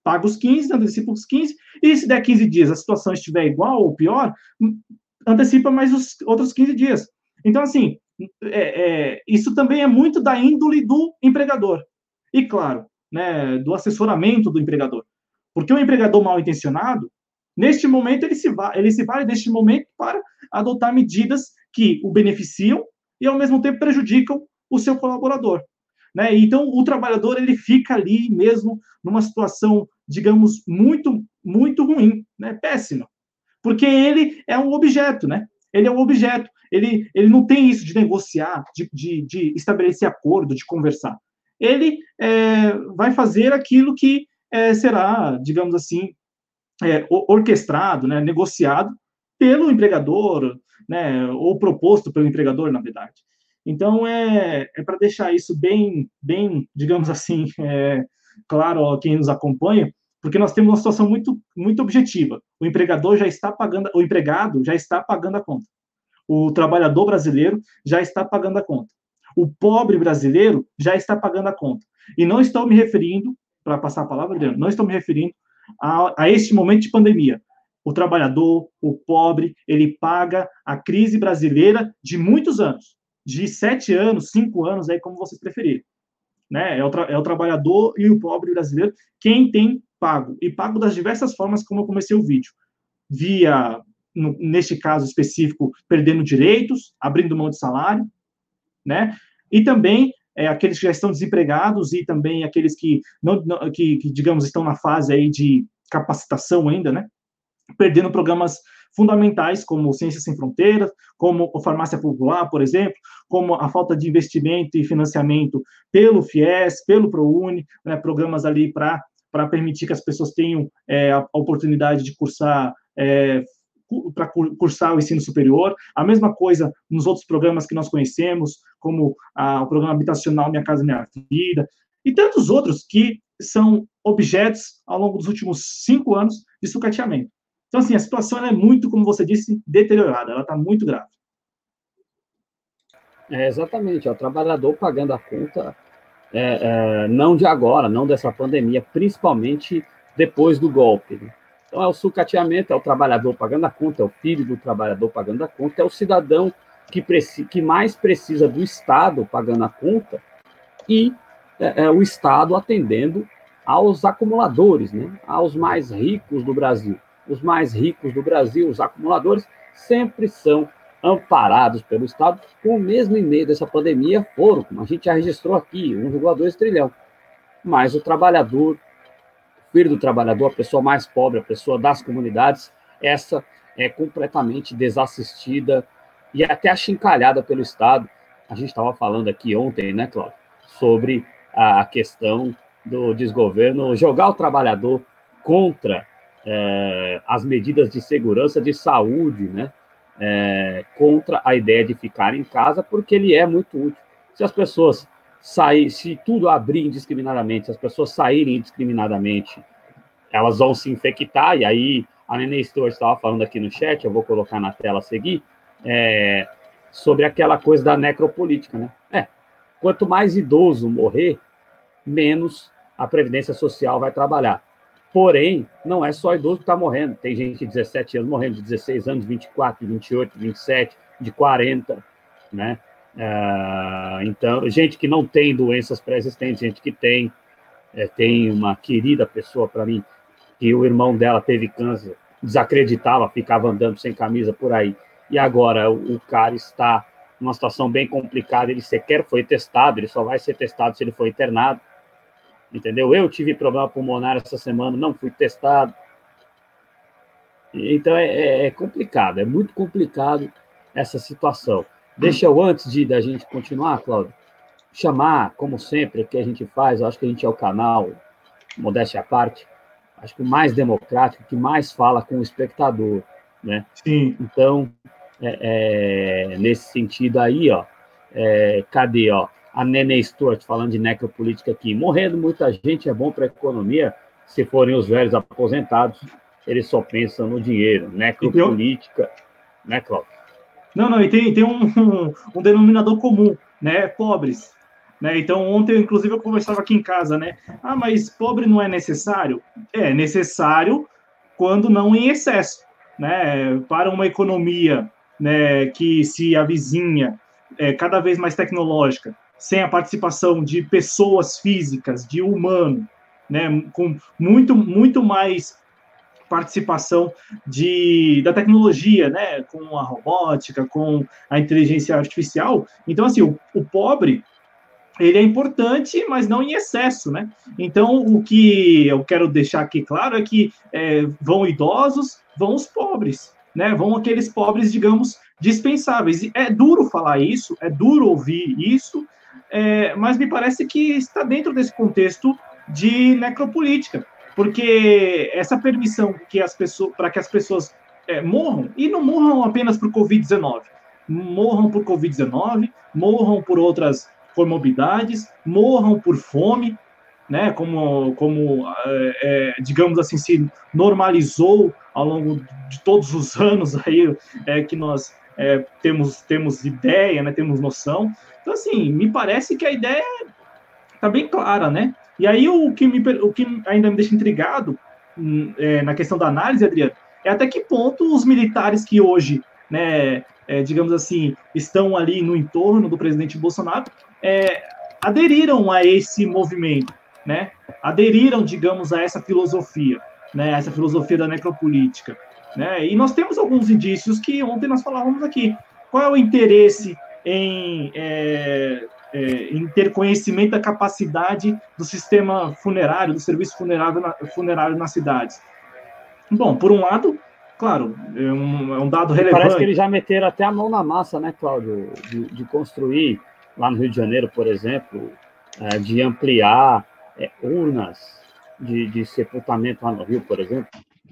paga os quinze, antecipa os quinze, e se der quinze dias a situação estiver igual ou pior, antecipa mais os outros quinze dias. Então, assim, é, é, isso também é muito da índole do empregador. E, claro, né, do assessoramento do empregador. Porque o empregador mal intencionado, neste momento, ele se, va ele se vale deste momento para adotar medidas que o beneficiam e, ao mesmo tempo, prejudicam o seu colaborador. Né? Então, o trabalhador ele fica ali mesmo numa situação, digamos, muito, muito ruim, né? Péssima. Porque ele é um objeto, né? Ele é um objeto. Ele, ele não tem isso de negociar, de, de, de estabelecer acordo, de conversar. Ele é, vai fazer aquilo que é, será, digamos assim, é, orquestrado, né, negociado pelo empregador, né, ou proposto pelo empregador, na verdade. Então, é, é para deixar isso bem, bem, digamos assim, é, claro a quem nos acompanha, porque nós temos uma situação muito, muito objetiva. O empregador já está pagando, o empregado já está pagando a conta. O trabalhador brasileiro já está pagando a conta. O pobre brasileiro já está pagando a conta. E não estou me referindo, para passar a palavra, Adriano, não estou me referindo a, a este momento de pandemia. O trabalhador, o pobre, ele paga a crise brasileira de muitos anos, de sete anos, cinco anos, aí como vocês preferirem. Né? É, o é o trabalhador e o pobre brasileiro quem tem pago. E pago das diversas formas, como eu comecei o vídeo. Via, no, neste caso específico, perdendo direitos, abrindo mão de salário, né? E também é, aqueles que já estão desempregados e também aqueles que, não, não, que, que, digamos, estão na fase aí de capacitação ainda, né? Perdendo programas fundamentais como Ciências Sem Fronteiras, como a Farmácia Popular, por exemplo, como a falta de investimento e financiamento pelo FIES, pelo ProUni, né, programas ali para para permitir que as pessoas tenham é, a oportunidade de cursar é, para cursar o ensino superior. A mesma coisa nos outros programas que nós conhecemos, como a, o programa habitacional Minha Casa Minha Vida, e tantos outros que são objetos, ao longo dos últimos cinco anos, de sucateamento. Então, assim, a situação é muito, como você disse, deteriorada, ela está muito grave. É, exatamente, é o trabalhador pagando a conta, é, é, não de agora, não dessa pandemia, principalmente depois do golpe, né? Então, é o sucateamento, é o trabalhador pagando a conta, é o filho do trabalhador pagando a conta, é o cidadão que, preci- que mais precisa do Estado pagando a conta e é, é, o Estado atendendo aos acumuladores, né? Aos mais ricos do Brasil. Os mais ricos do Brasil, os acumuladores, sempre são amparados pelo Estado, como mesmo em meio dessa pandemia foram, como a gente já registrou aqui, um vírgula dois trilhão. Mas o trabalhador, filho do trabalhador, a pessoa mais pobre, a pessoa das comunidades, essa é completamente desassistida e até achincalhada pelo Estado. A gente estava falando aqui ontem, né, Cláudio, sobre a questão do desgoverno jogar o trabalhador contra é, as medidas de segurança, de saúde, né, é, contra a ideia de ficar em casa, porque ele é muito útil. Se as pessoas sair, se tudo abrir indiscriminadamente, se as pessoas saírem indiscriminadamente, elas vão se infectar, e aí a Nenê Stewart estava falando aqui no chat, eu vou colocar na tela a seguir, é, sobre aquela coisa da necropolítica, né? É, quanto mais idoso morrer, menos a Previdência Social vai trabalhar. Porém, não é só idoso que está morrendo, tem gente de dezessete anos morrendo, de dezesseis anos, vinte e quatro, de vinte e oito, de vinte e sete, de quarenta, né? Uh, então, gente que não tem doenças pré-existentes, gente que tem, é, tem uma querida pessoa para mim, que o irmão dela teve câncer, desacreditava, ficava andando sem camisa por aí, e agora o, o cara está numa situação bem complicada, ele sequer foi testado, ele só vai ser testado se ele for internado, entendeu? Eu tive problema pulmonar essa semana, não fui testado, então é, é, é complicado, é muito complicado essa situação. Deixa eu, antes de da gente continuar, Cláudio, chamar, como sempre, o que a gente faz, eu acho que a gente é o canal, modéstia à parte, acho que o mais democrático, que mais fala com o espectador, né? Sim. Então, é, é, nesse sentido aí, ó, é, cadê, ó, a Nenê Stewart falando de necropolítica aqui, morrendo muita gente é bom para a economia, se forem os velhos aposentados, eles só pensam no dinheiro, necropolítica, né, Cláudio? Não, não, e tem, tem um, um, um denominador comum, né? Pobres. Né? Então, ontem, inclusive, eu conversava aqui em casa, né? Ah, mas pobre não é necessário? É necessário quando não em excesso, né? Para uma economia, né, que se avizinha é, cada vez mais tecnológica, sem a participação de pessoas físicas, de humano, né, com muito, muito mais participação de, da tecnologia, né, com a robótica, com a inteligência artificial. Então, assim, o, o pobre, ele é importante, mas não em excesso, né? Então, o que eu quero deixar aqui claro é que é, vão idosos, vão os pobres, né? Vão aqueles pobres, digamos, dispensáveis. E é duro falar isso, é duro ouvir isso, é, mas me parece que está dentro desse contexto de necropolítica, porque essa permissão que as pessoas, para que as pessoas é, morram, e não morram apenas por covid dezenove, morram por covid dezenove, morram por outras comorbidades, morram por fome, né? Como, como é, é, digamos assim, se normalizou ao longo de todos os anos aí é, que nós é, temos, temos ideia, né? Temos noção. Então, assim, me parece que a ideia está bem clara, né? E aí o que, me, o que ainda me deixa intrigado é, na questão da análise, Adriano, é até que ponto os militares que hoje, né, é, digamos assim, estão ali no entorno do presidente Bolsonaro, é, aderiram a esse movimento, né? Aderiram, digamos, a essa filosofia, né? Essa filosofia da necropolítica, né? E nós temos alguns indícios que ontem nós falávamos aqui. Qual é o interesse em é, é, em ter conhecimento da capacidade do sistema funerário, do serviço funerário, na, funerário nas cidades? Bom, por um lado, claro, é um, é um dado relevante. Parece que eles já meteram até a mão na massa, né, Cláudio, de, de construir, lá no Rio de Janeiro, por exemplo, é, de ampliar é, urnas de, de sepultamento lá no Rio, por exemplo.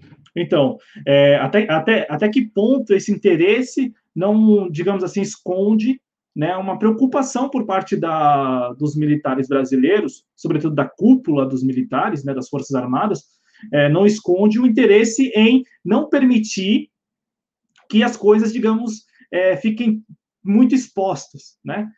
Então, é, até, até, até que ponto esse interesse não, digamos assim, esconde, né, uma preocupação por parte da, dos militares brasileiros, sobretudo da cúpula dos militares, né, das Forças Armadas, é, não esconde o interesse em não permitir que as coisas, digamos, é, fiquem muito expostas, né?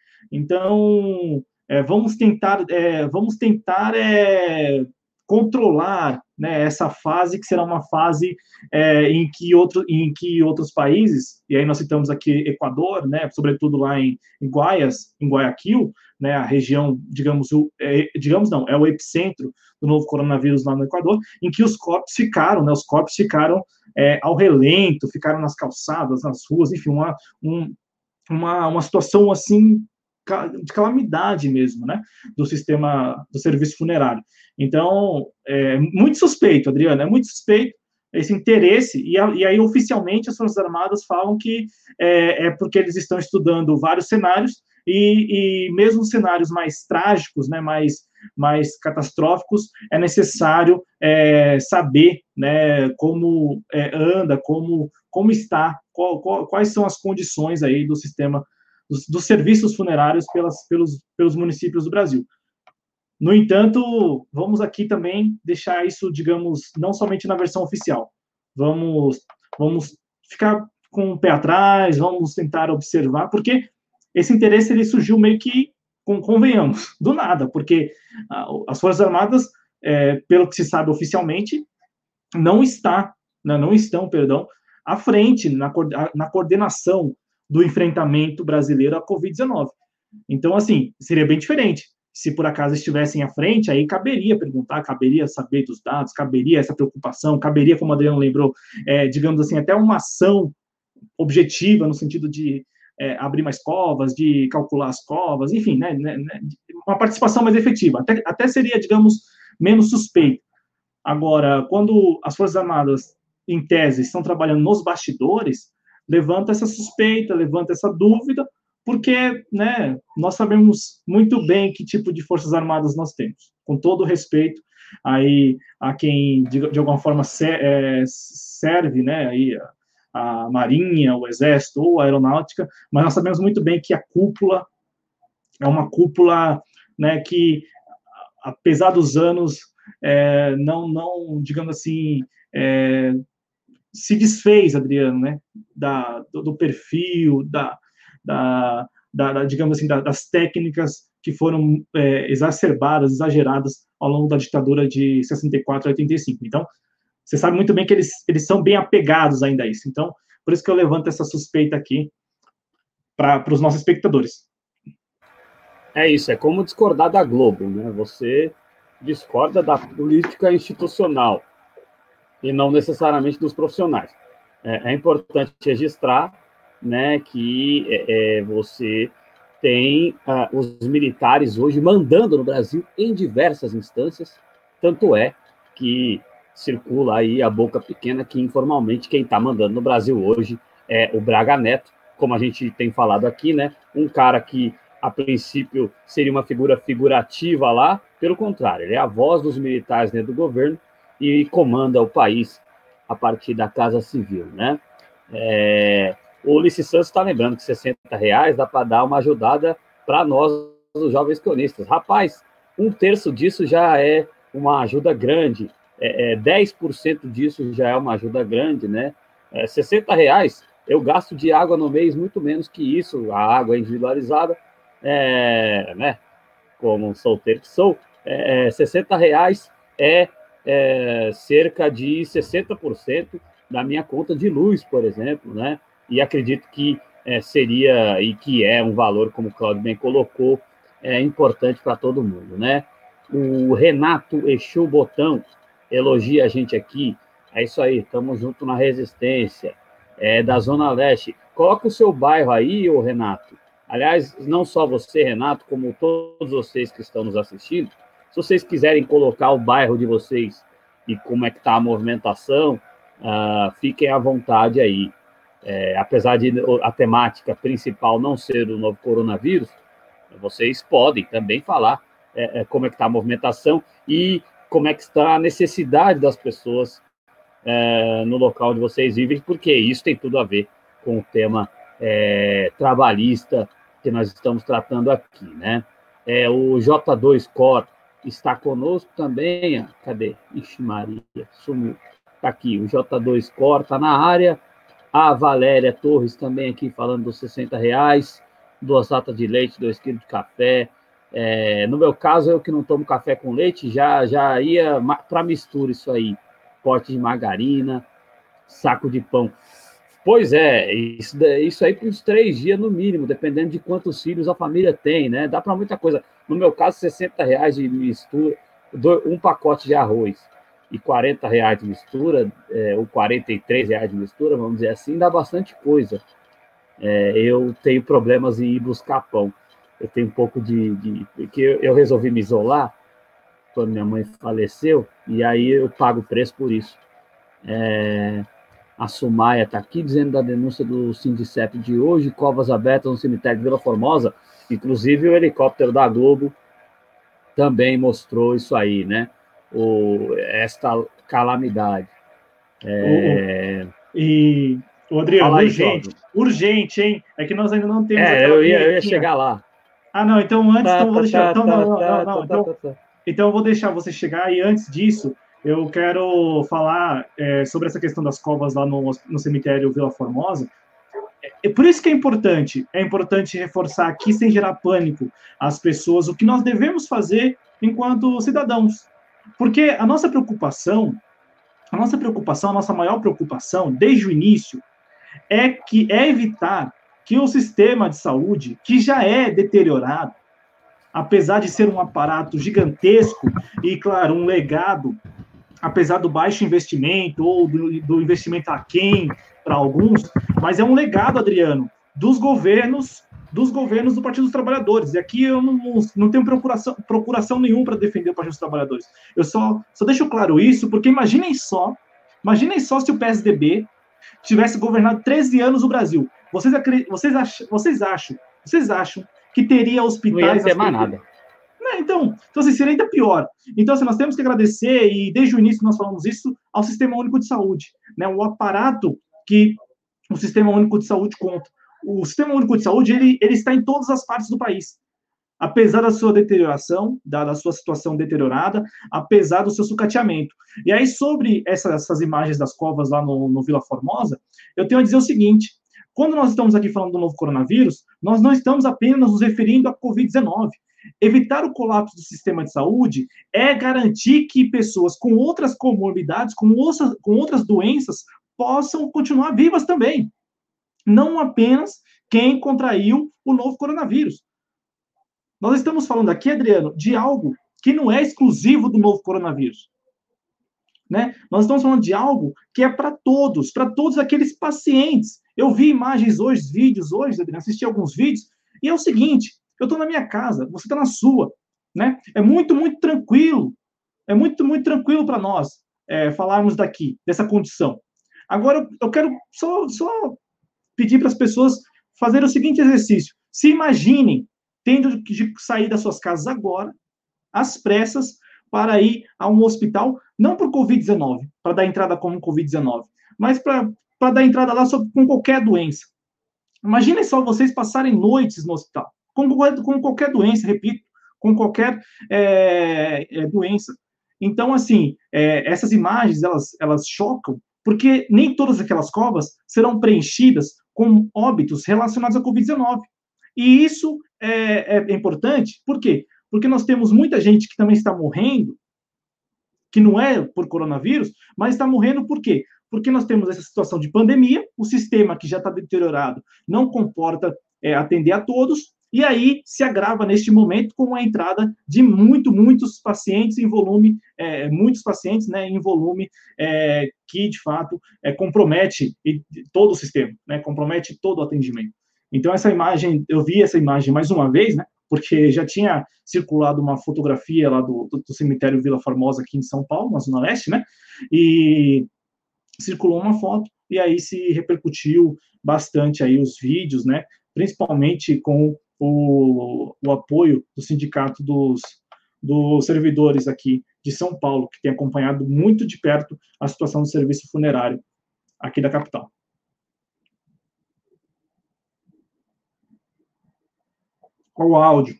Então, é, vamos tentar, é, vamos tentar é, controlar, né, essa fase que será uma fase é, em, que outro, em que outros países, e aí nós citamos aqui Equador, né, sobretudo lá em, em Guaias, em Guayaquil, né, a região, digamos, o, é, digamos não, é o epicentro do novo coronavírus lá no Equador, em que os corpos ficaram, né, os corpos ficaram é, ao relento, ficaram nas calçadas, nas ruas, enfim, uma, um, uma, uma situação assim de calamidade mesmo, né, do sistema, do serviço funerário. Então, é muito suspeito, Adriano, é muito suspeito esse interesse, e, a, e aí oficialmente as Forças Armadas falam que é, é porque eles estão estudando vários cenários, e, e mesmo cenários mais trágicos, né, mais, mais catastróficos, é necessário é, saber, né, como é, anda, como, como está, qual, qual, quais são as condições aí do sistema Dos, dos serviços funerários pelas, pelos, pelos municípios do Brasil. No entanto, vamos aqui também deixar isso, digamos, não somente na versão oficial. Vamos, vamos ficar com o pé atrás, vamos tentar observar, porque esse interesse ele surgiu meio que, convenhamos, do nada, porque as Forças Armadas, é, pelo que se sabe oficialmente, não está, não estão, perdão, à frente na, na coordenação do enfrentamento brasileiro à covid dezenove. Então, assim, seria bem diferente. Se por acaso estivessem à frente, aí caberia perguntar, caberia saber dos dados, caberia essa preocupação, caberia, como o Adriano lembrou, é, digamos assim, até uma ação objetiva, no sentido de é, abrir mais covas, de calcular as covas, enfim, né, né, uma participação mais efetiva. Até, até seria, digamos, menos suspeito. Agora, quando as Forças Armadas, em tese, estão trabalhando nos bastidores, levanta essa suspeita, levanta essa dúvida, porque, né, nós sabemos muito bem que tipo de forças armadas nós temos, com todo o respeito aí a quem de, de alguma forma ser, é, serve, né, aí a, a Marinha, o Exército ou a Aeronáutica, mas nós sabemos muito bem que a cúpula é uma cúpula, né, que apesar dos anos é, não, não, digamos assim, é, se desfez, Adriano, né, da, do, do perfil, da, da, da, da, digamos assim, da, das técnicas que foram é, exacerbadas, exageradas ao longo da ditadura de sessenta e quatro a oitenta e cinco. Então, você sabe muito bem que eles, eles são bem apegados ainda a isso. Então, por isso que eu levanto essa suspeita aqui para os nossos espectadores. É isso, é como discordar da Globo, né? Você discorda da política institucional e não necessariamente dos profissionais. É, é importante registrar, né, que é, você tem uh, os militares hoje mandando no Brasil em diversas instâncias, tanto é que circula aí a boca pequena que informalmente quem está mandando no Brasil hoje é o Braga Neto, como a gente tem falado aqui, né, um cara que a princípio seria uma figura figurativa lá, pelo contrário, ele é a voz dos militares dentro do governo e comanda o país a partir da Casa Civil, né? É, o Ulisses Santos está lembrando que sessenta reais dá para dar uma ajudada para nós, os jovens cronistas. Rapaz, um terço disso já é uma ajuda grande, é, é, dez por cento disso já é uma ajuda grande, né? É, sessenta reais, eu gasto de água no mês muito menos que isso, a água é individualizada, é, né? Como solteiro que sou, é, sessenta reais é, é cerca de sessenta por cento da minha conta de luz, por exemplo, né? E acredito que é, seria, e que é um valor, como o Cláudio bem colocou, é importante para todo mundo, né? O Renato Exu Botão elogia a gente aqui, é isso aí, estamos junto na resistência, é da Zona Leste. Coloca o seu bairro aí, ô Renato. Aliás, não só você, Renato, como todos vocês que estão nos assistindo, se vocês quiserem colocar o bairro de vocês e como é que está a movimentação, uh, fiquem à vontade aí. É, apesar de a temática principal não ser o novo coronavírus, vocês podem também falar é, é, como é que está a movimentação e como é que está a necessidade das pessoas é, no local onde vocês vivem, porque isso tem tudo a ver com o tema é, trabalhista que nós estamos tratando aqui, né? É, o J dois Core está conosco também. Cadê? Ixi, Maria, sumiu. Está aqui, o J dois Core está na área. A Valéria Torres também aqui falando dos sessenta reais, duas latas de leite, dois quilos de café. É, no meu caso, eu que não tomo café com leite, já, já ia para mistura isso aí. Pote de margarina, saco de pão. Pois é, isso, isso aí para uns três dias no mínimo, dependendo de quantos filhos a família tem, né? Dá para muita coisa. No meu caso, sessenta reais de mistura, um pacote de arroz e quarenta reais de mistura, é, ou quarenta e três reais de mistura, vamos dizer assim, dá bastante coisa. É, eu tenho problemas em ir buscar pão. Eu tenho um pouco de... de porque eu resolvi me isolar quando minha mãe faleceu, e aí eu pago o preço por isso. É... A Sumaia está aqui dizendo da denúncia do Sindicep de hoje, covas abertas no cemitério de Vila Formosa, inclusive o helicóptero da Globo também mostrou isso aí, né? O, esta calamidade. É... O, o, e, o Adriano, aí, urgente, Cláudio. urgente, hein? É que nós ainda não temos é, aquela eu ia, eu ia chegar lá. Ah, não, então antes, tá, então vou deixar... Tá, então, não, não, não, não, então, então eu vou deixar você chegar, e antes disso, eu quero falar é, sobre essa questão das covas lá no, no cemitério Vila Formosa. É, por isso que é importante, é importante reforçar aqui, sem gerar pânico, às pessoas, o que nós devemos fazer enquanto cidadãos. Porque a nossa preocupação, a nossa preocupação, a nossa maior preocupação, desde o início, é, que, é evitar que o sistema de saúde, que já é deteriorado, apesar de ser um aparato gigantesco e, claro, um legado, apesar do baixo investimento ou do, do investimento aquém para alguns, mas é um legado, Adriano, dos governos, dos governos do Partido dos Trabalhadores. E aqui eu não, não tenho procuração, procuração nenhuma para defender o Partido dos Trabalhadores. Eu só, só deixo claro isso, porque imaginem só, imaginem só se o P S D B tivesse governado treze anos o Brasil. Vocês, vocês, acham, vocês, acham, vocês acham que teria hospitais... Não ia ter mais nada. Então, então assim, seria ainda pior. Então, assim, nós temos que agradecer, e desde o início nós falamos isso, ao Sistema Único de Saúde, né? O aparato que o Sistema Único de Saúde conta. O Sistema Único de Saúde, ele, ele está em todas as partes do país. Apesar da sua deterioração, da, da sua situação deteriorada, apesar do seu sucateamento. E aí, sobre essa, essas imagens das covas lá no, no Vila Formosa, eu tenho a dizer o seguinte: quando nós estamos aqui falando do novo coronavírus, nós não estamos apenas nos referindo à covid dezenove. Evitar o colapso do sistema de saúde é garantir que pessoas com outras comorbidades, com outras, com outras doenças, possam continuar vivas também. Não apenas quem contraiu o novo coronavírus. Nós estamos falando aqui, Adriano, de algo que não é exclusivo do novo coronavírus. Né? Nós estamos falando de algo que é para todos, para todos aqueles pacientes. Eu vi imagens hoje, vídeos hoje, Adriano, assisti alguns vídeos, e é o seguinte, eu estou na minha casa, você está na sua, né? É muito, muito tranquilo, é muito, muito tranquilo para nós é, falarmos daqui, dessa condição. Agora, eu quero só, só pedir para as pessoas fazerem o seguinte exercício. Se imaginem tendo de sair das suas casas agora, às pressas, para ir a um hospital, não por covid dezenove, para dar entrada como covid dezenove, mas para dar entrada lá só, com qualquer doença. Imaginem só vocês passarem noites no hospital, com, com qualquer doença, repito, com qualquer é, é, doença. Então, assim, é, essas imagens, elas, elas chocam, porque nem todas aquelas covas serão preenchidas com óbitos relacionados à covid dezenove. E isso é, é importante, por quê? Porque nós temos muita gente que também está morrendo, que não é por coronavírus, mas está morrendo por quê? Porque nós temos essa situação de pandemia, o sistema que já está deteriorado não comporta é, atender a todos, e aí se agrava neste momento com a entrada de muito, muitos pacientes em volume, é, muitos pacientes né, em volume é, que, de fato, é, compromete todo o sistema, né, compromete todo o atendimento. Então, essa imagem, eu vi essa imagem mais uma vez, né, porque já tinha circulado uma fotografia lá do, do, do cemitério Vila Formosa aqui em São Paulo, na Zona Leste, né, e circulou uma foto, e aí se repercutiu bastante aí os vídeos, né, principalmente com o, o apoio do Sindicato dos, dos Servidores aqui de São Paulo, que tem acompanhado muito de perto a situação do serviço funerário aqui da capital. Qual o áudio?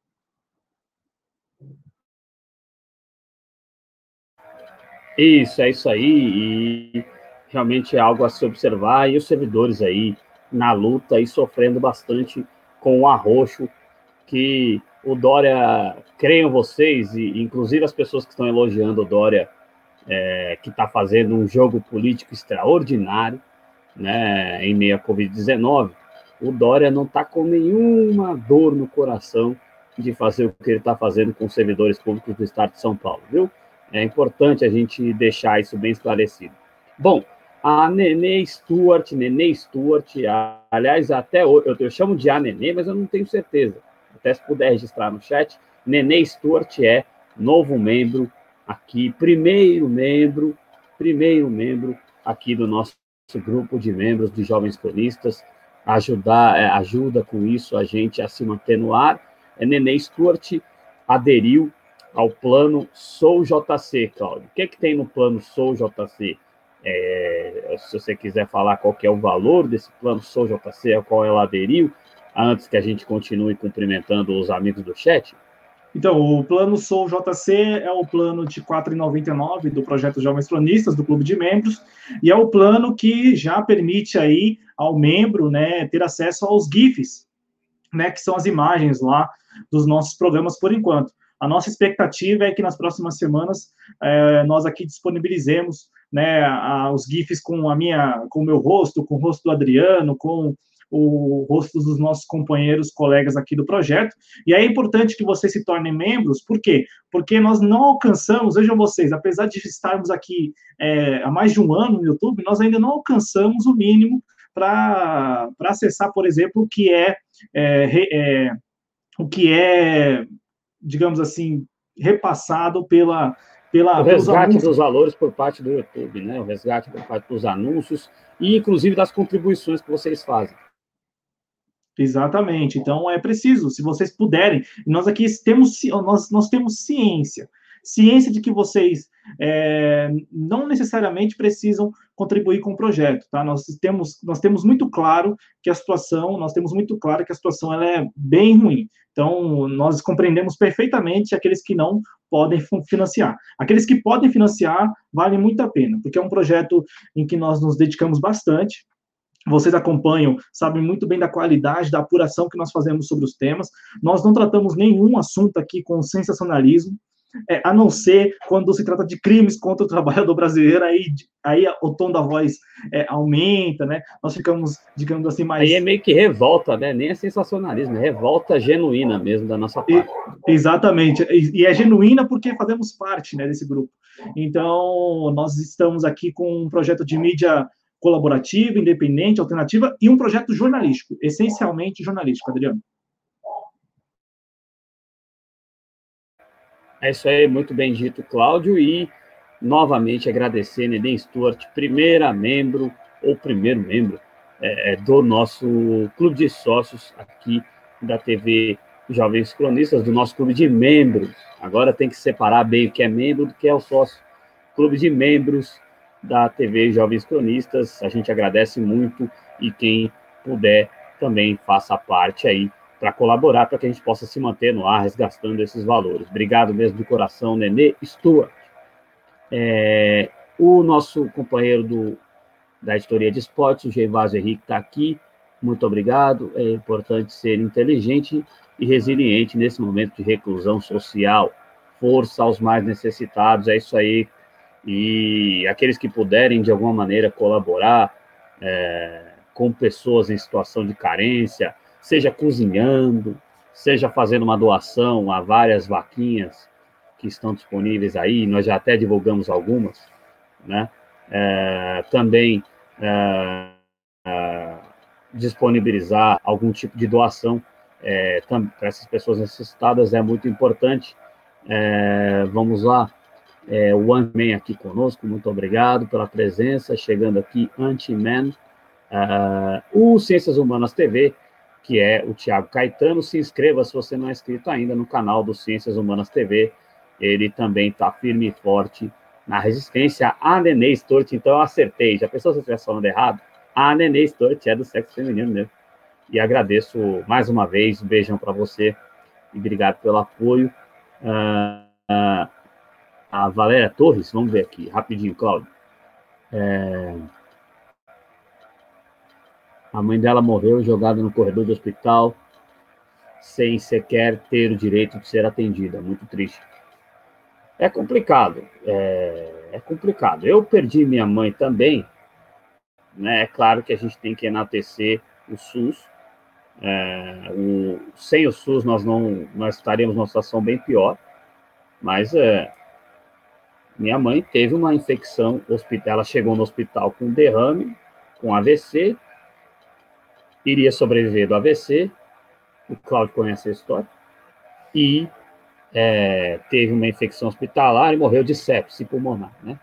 Isso, é isso aí, e realmente é algo a se observar, e os servidores aí na luta e sofrendo bastante com o arroxo que o Dória, creiam vocês, e inclusive as pessoas que estão elogiando o Dória, é, que está fazendo um jogo político extraordinário, né, em meio à covid dezenove, o Dória não está com nenhuma dor no coração de fazer o que ele está fazendo com os servidores públicos do estado de São Paulo, viu? É importante a gente deixar isso bem esclarecido. Bom, a Nenê Stuart, Nenê Stuart, aliás, até eu, eu chamo de a Nenê, mas eu não tenho certeza. Até se puder registrar no chat, Nenê Stuart é novo membro aqui, primeiro membro, primeiro membro aqui do nosso grupo de membros de Jovens Cronistas, ajudar, é, ajuda com isso a gente a se manter no ar. É, Nenê Stuart aderiu ao plano Sou J C, Cláudio. O que, é que tem no plano Sou J C? É, se você quiser falar qual que é o valor desse plano Sou J C, ao qual ela aderiu, antes que a gente continue cumprimentando os amigos do chat. Então, o plano Sou J C é o plano de quatro reais e noventa e nove centavos do projeto Jovens Cronistas, do Clube de Membros, e é o plano que já permite aí ao membro, né, ter acesso aos GIFs, né, que são as imagens lá dos nossos programas por enquanto. A nossa expectativa é que nas próximas semanas é, nós aqui disponibilizemos, né, a, os GIFs com a minha, com o meu rosto, com o rosto do Adriano, com o rosto dos nossos companheiros, colegas aqui do projeto, e é importante que vocês se tornem membros, por quê? Porque nós não alcançamos, vejam vocês, apesar de estarmos aqui é, há mais de um ano no YouTube, nós ainda não alcançamos o mínimo para acessar, por exemplo, o que é, é, é, o que é, digamos assim, repassado pela... pela o resgate dos valores por parte do YouTube, né? O resgate por parte dos anúncios e, inclusive, das contribuições que vocês fazem. Exatamente. Então, é preciso, se vocês puderem, nós aqui temos, nós, nós temos ciência, ciência de que vocês é, não necessariamente precisam contribuir com o projeto, tá? Nós temos, nós temos muito claro que a situação, nós temos muito claro que a situação ela é bem ruim. Então, nós compreendemos perfeitamente aqueles que não podem financiar. Aqueles que podem financiar, vale muito a pena, porque é um projeto em que nós nos dedicamos bastante, vocês acompanham, sabem muito bem da qualidade, da apuração que nós fazemos sobre os temas. Nós não tratamos nenhum assunto aqui com sensacionalismo, é, a não ser quando se trata de crimes contra o trabalhador brasileiro, aí, aí o tom da voz é, aumenta, né? Nós ficamos, digamos assim, mais... Aí é meio que revolta, né? Nem é sensacionalismo, é revolta genuína mesmo da nossa parte. E, exatamente, e, e é genuína porque fazemos parte, né, desse grupo. Então, nós estamos aqui com um projeto de mídia colaborativa, independente, alternativa, e um projeto jornalístico, essencialmente jornalístico, Adriano. É isso aí, muito bem dito, Cláudio, e novamente agradecer Neném Stuart, primeira membro, ou primeiro membro, é, do nosso clube de sócios aqui da T V Jovens Cronistas, do nosso clube de membros. Agora tem que separar bem o que é membro do que é o sócio. Clube de membros da T V Jovens Cronistas, a gente agradece muito, e quem puder também faça parte aí para colaborar, para que a gente possa se manter no ar, resgatando esses valores. Obrigado mesmo de coração, Nenê Stuart. É, o nosso companheiro do, da editoria de esportes, o Gervásio Henrique, está aqui. Muito obrigado. É importante ser inteligente e resiliente nesse momento de reclusão social. Força aos mais necessitados, é isso aí. E aqueles que puderem, de alguma maneira, colaborar é, com pessoas em situação de carência, seja cozinhando, seja fazendo uma doação a várias vaquinhas que estão disponíveis aí, nós já até divulgamos algumas, né? É, também é, é, disponibilizar algum tipo de doação é, para essas pessoas necessitadas é muito importante. É, vamos lá, é, o Ant-Man aqui conosco, muito obrigado pela presença, chegando aqui, Ant-Man. Uh, o Ciências Humanas T V, que é o Thiago Caetano. Se inscreva se você não é inscrito ainda no canal do Ciências Humanas T V. Ele também está firme e forte na resistência. A Nenê Stuart, então eu acertei. Já pensou se eu estivesse falando errado? A Nenê Stuart é do sexo feminino mesmo. E agradeço mais uma vez. Um beijão para você e obrigado pelo apoio. Uh, uh, a Valéria Torres, vamos ver aqui, rapidinho, Cláudio. É... A mãe dela morreu jogada no corredor do hospital, sem sequer ter o direito de ser atendida. Muito triste. É complicado. É, é complicado. Eu perdi minha mãe também. Né? É claro que a gente tem que enaltecer o SUS. É, o, sem o SUS, nós, não, nós estaríamos numa situação bem pior. Mas é, minha mãe teve uma infecção hospitalar. Ela chegou no hospital com derrame, com A V C, iria sobreviver do A V C, o Cláudio conhece a história, e é, teve uma infecção hospitalar e morreu de sepse pulmonar, né?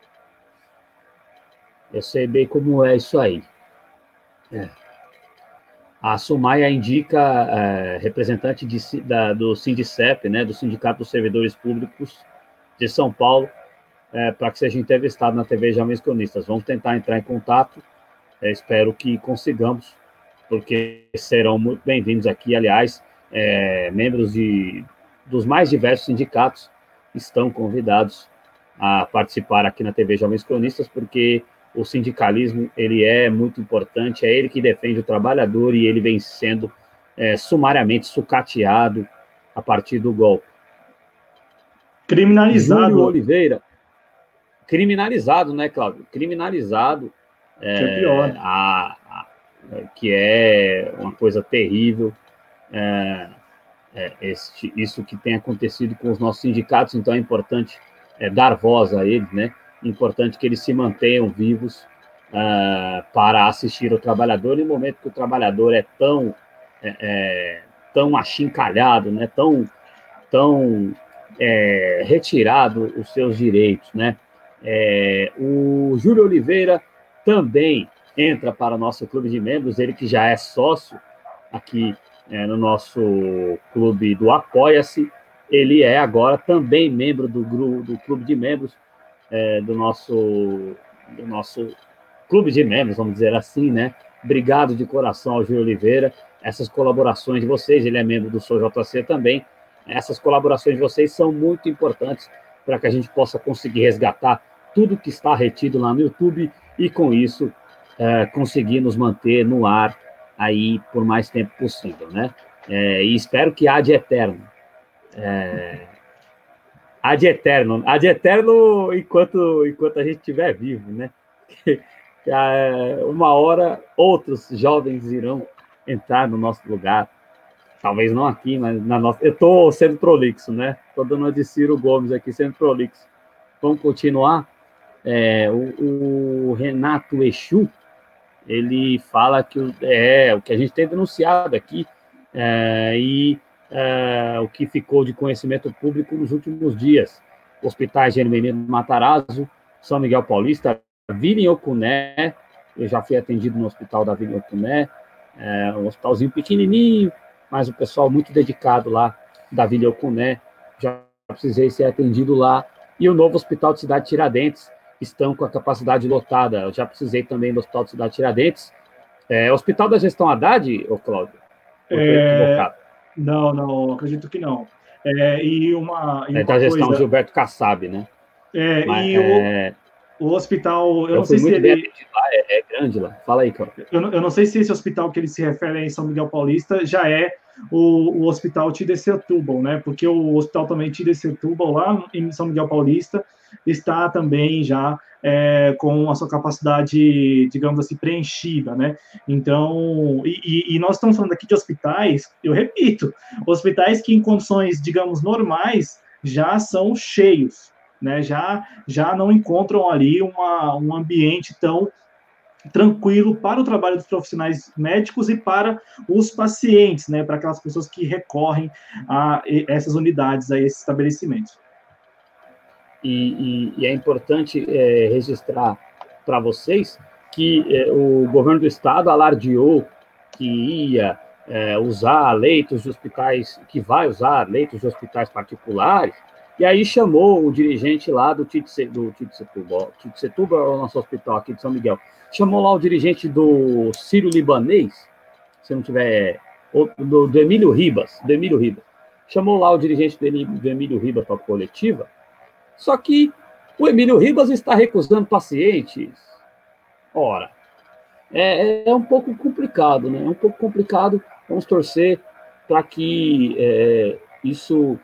Eu sei bem como é isso aí. É. A Sumaia indica é, representante de, da, do Sindicep, né, do Sindicato dos Servidores Públicos de São Paulo, é, para que seja entrevistado na T V Jovens Cronistas. Vamos tentar entrar em contato, é, espero que consigamos, porque serão muito bem-vindos aqui. Aliás, é, membros de, dos mais diversos sindicatos estão convidados a participar aqui na T V Jovens Cronistas, porque o sindicalismo ele é muito importante, é ele que defende o trabalhador e ele vem sendo é, sumariamente sucateado a partir do golpe. Criminalizado. Júlio Oliveira, criminalizado, né, Cláudio? Criminalizado. É, que é pior. A, a, que é uma coisa terrível, é, é, este, isso que tem acontecido com os nossos sindicatos, então é importante é, dar voz a eles, né? Importante que eles se mantenham vivos uh, para assistir o trabalhador, no momento que o trabalhador é tão, é, é, tão achincalhado, né? tão, tão é, retirado os seus direitos, né? É, o Júlio Oliveira também entra para o nosso clube de membros, ele que já é sócio aqui é, no nosso clube do Apoia-se, ele é agora também membro do, grupo, do clube de membros, é, do, nosso, do nosso clube de membros, vamos dizer assim, né? Obrigado de coração ao Júlio Oliveira, essas colaborações de vocês, ele é membro do S O J C também, essas colaborações de vocês são muito importantes para que a gente possa conseguir resgatar tudo que está retido lá no YouTube e, com isso, é, conseguir nos manter no ar aí por mais tempo possível, né? É, e espero que há de eterno. É, há de eterno, há de eterno enquanto, enquanto a gente estiver vivo, né? Uma hora outros jovens irão entrar no nosso lugar, talvez não aqui, mas na nossa... Eu estou sendo prolixo, né? Estou dando uma de Ciro Gomes aqui, sendo prolixo. Vamos continuar? É, o, o Renato Exu, ele fala que o, é, o que a gente tem denunciado aqui é, e é, o que ficou de conhecimento público nos últimos dias. Hospitais Germelino Matarazzo, São Miguel Paulista, Vila Ocuné, eu já fui atendido no hospital da Vila Ocuné, é, um hospitalzinho pequenininho, mas o pessoal muito dedicado lá da Vila Ocuné, já precisei ser atendido lá, e o novo Hospital de Cidade Tiradentes, estão com a capacidade lotada. Eu já precisei também do Hospital de Cidade Tiradentes. É, Hospital da Gestão Haddad, ô Cláudio? Ou estou equivocado? Não, não, acredito que não. É, e uma, e É uma da gestão coisa... Gilberto Kassab, né? É, Mas, e é, o, o hospital, eu, eu não fui sei se muito bem ele... atendido lá, é, é grande lá. Fala aí, Cláudio. Eu, não- eu não sei se esse hospital que ele se refere em São Miguel Paulista já é o, o hospital Tide Setúbal, né? Porque o hospital também Tide Setúbal, lá em São Miguel Paulista, está também já é, com a sua capacidade, digamos assim, preenchida, né? Então, e, e nós estamos falando aqui de hospitais, eu repito, hospitais que em condições, digamos, normais, já são cheios, né? Já, já não encontram ali uma, um ambiente tão tranquilo para o trabalho dos profissionais médicos e para os pacientes, né, para aquelas pessoas que recorrem a essas unidades, a esses estabelecimentos. E, e, e é importante é, registrar para vocês que é, o governo do estado alardeou que ia é, usar leitos de hospitais, que vai usar leitos de hospitais particulares, e aí chamou o dirigente lá do Tite Setúbal, Tite Setúbal é o nosso hospital aqui de São Miguel, chamou lá o dirigente do Sírio-Libanês, se não tiver, do, do Emílio Ribas, do Emílio Ribas, chamou lá o dirigente do Emílio Ribas para a coletiva. Só que o Emílio Ribas está recusando pacientes. Ora, é, é um pouco complicado, né? É um pouco complicado. Vamos torcer para que é, isso,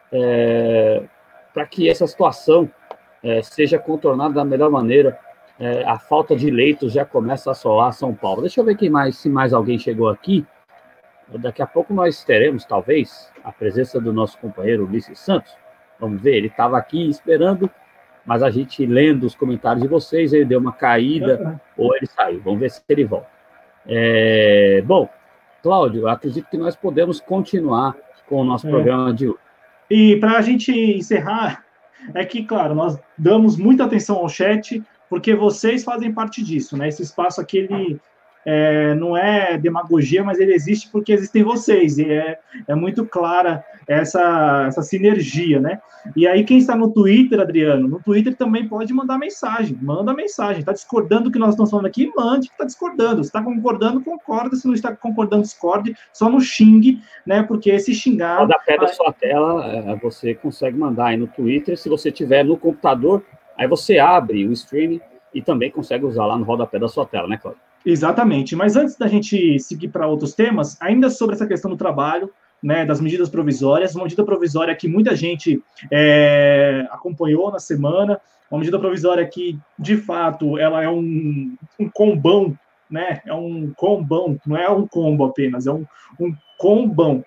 é, para que essa situação é, seja contornada da melhor maneira. É, a falta de leitos já começa a assolar São Paulo. Deixa eu ver quem mais, se mais alguém chegou aqui. Daqui a pouco nós teremos, talvez, a presença do nosso companheiro Ulisses Santos. Vamos ver, ele estava aqui esperando, mas a gente lendo os comentários de vocês, ele deu uma caída, uhum. ou ele saiu. Vamos ver se ele volta. É, bom, Cláudio, acredito que nós podemos continuar com o nosso é. programa de hoje. E para a gente encerrar, é que, claro, nós damos muita atenção ao chat, porque vocês fazem parte disso, né? Esse espaço aqui, ele... É, não é demagogia, mas ele existe porque existem vocês, e é, é muito clara essa, essa sinergia, né? E aí, quem está no Twitter, Adriano, no Twitter também pode mandar mensagem, manda mensagem, está discordando do que nós estamos falando aqui, mande que está discordando, se está concordando, concorda, se não está concordando, discorde, só não xingue, né? Porque esse xingar... Rodapé da sua tela, você consegue mandar aí no Twitter, se você tiver no computador, aí você abre o streaming e também consegue usar lá no rodapé da sua tela, né, Cláudio? Exatamente, mas antes da gente seguir para outros temas, ainda sobre essa questão do trabalho, né, das medidas provisórias, uma medida provisória que muita gente é, acompanhou na semana, uma medida provisória que, de fato, ela é um, um combão, né, é um combão, não é um combo apenas, é um, um combão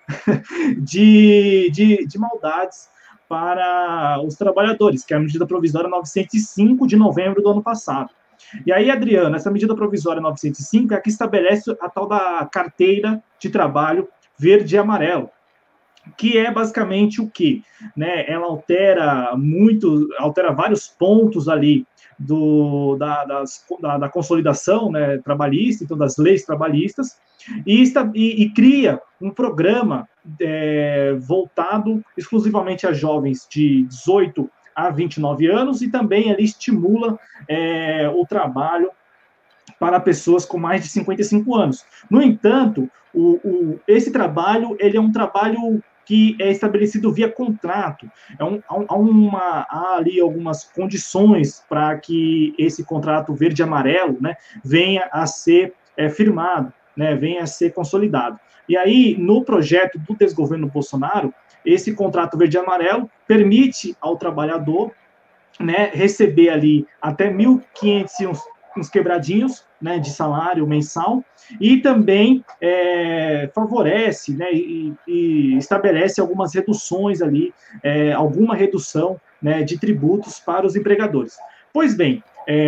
de, de, de maldades para os trabalhadores, que é a medida provisória novecentos e cinco de novembro do ano passado. E aí, Adriano, essa medida provisória novecentos e cinco é a que estabelece a tal da carteira de trabalho verde e amarelo, que é basicamente o quê? Né? Ela altera muito, altera vários pontos ali do, da, das, da, da consolidação, né, trabalhista, então das leis trabalhistas, e, está, e, e cria um programa é, voltado exclusivamente a jovens de dezoito a vinte e nove anos, e também ele estimula é, o trabalho para pessoas com mais de cinquenta e cinco anos. No entanto, o, o, esse trabalho ele é um trabalho que é estabelecido via contrato. É um, há, uma, há ali algumas condições para que esse contrato verde-amarelo, né, venha a ser é, firmado, né, venha a ser consolidado. E aí, no projeto do desgoverno Bolsonaro, esse contrato verde-amarelo permite ao trabalhador, né, receber ali até mil e quinhentos e uns, uns quebradinhos, né, de salário mensal, e também é, favorece, né, e, e estabelece algumas reduções ali, é, alguma redução, né, de tributos para os empregadores. Pois bem,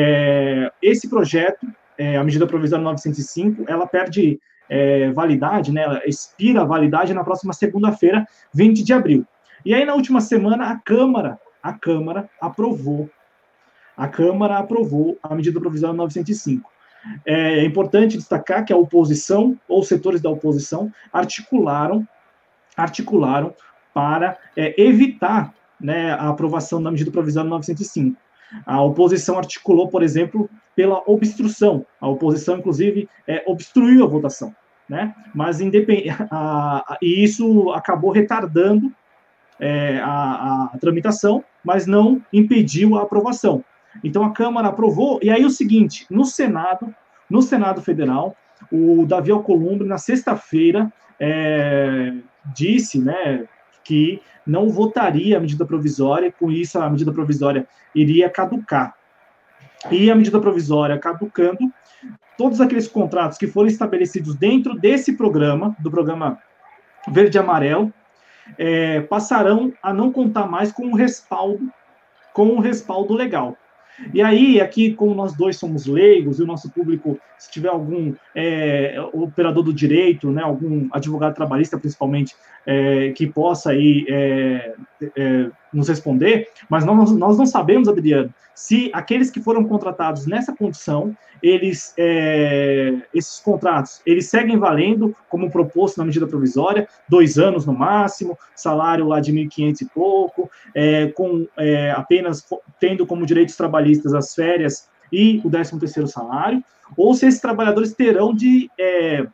é, esse projeto, é, a medida provisória novecentos e cinco, ela perde é, validade, né, ela expira a validade na próxima segunda-feira, vinte de abril. E aí, na última semana, a Câmara, a Câmara aprovou, a Câmara aprovou a medida provisória novecentos e cinco. É importante destacar que a oposição, ou setores da oposição, articularam, articularam para é, evitar, né, a aprovação da medida provisória novecentos e cinco. A oposição articulou, por exemplo, pela obstrução. A oposição, inclusive, é, obstruiu a votação, né? Mas independ... a, a, e isso acabou retardando é, a, a tramitação, mas não impediu a aprovação. Então a Câmara aprovou, e aí o seguinte, no Senado, no Senado Federal, o Davi Alcolumbre, na sexta-feira, é, disse, né, que não votaria a medida provisória, e com isso a medida provisória iria caducar. E a medida provisória caducando, todos aqueles contratos que foram estabelecidos dentro desse programa, do programa Verde e Amarelo, é, passarão a não contar mais com o respaldo, com o respaldo legal. E aí, aqui, como nós dois somos leigos, e o nosso público, se tiver algum é, operador do direito, né, algum advogado trabalhista, principalmente, é, que possa aí, é, é, nos responder, mas nós, nós não sabemos, Adriano, se aqueles que foram contratados nessa condição, eles, é, esses contratos, eles seguem valendo, como proposto na medida provisória, dois anos no máximo, salário lá de mil e quinhentos e pouco, é, com é, apenas tendo como direitos trabalhistas as férias e o décimo terceiro salário, ou se esses trabalhadores terão de, é,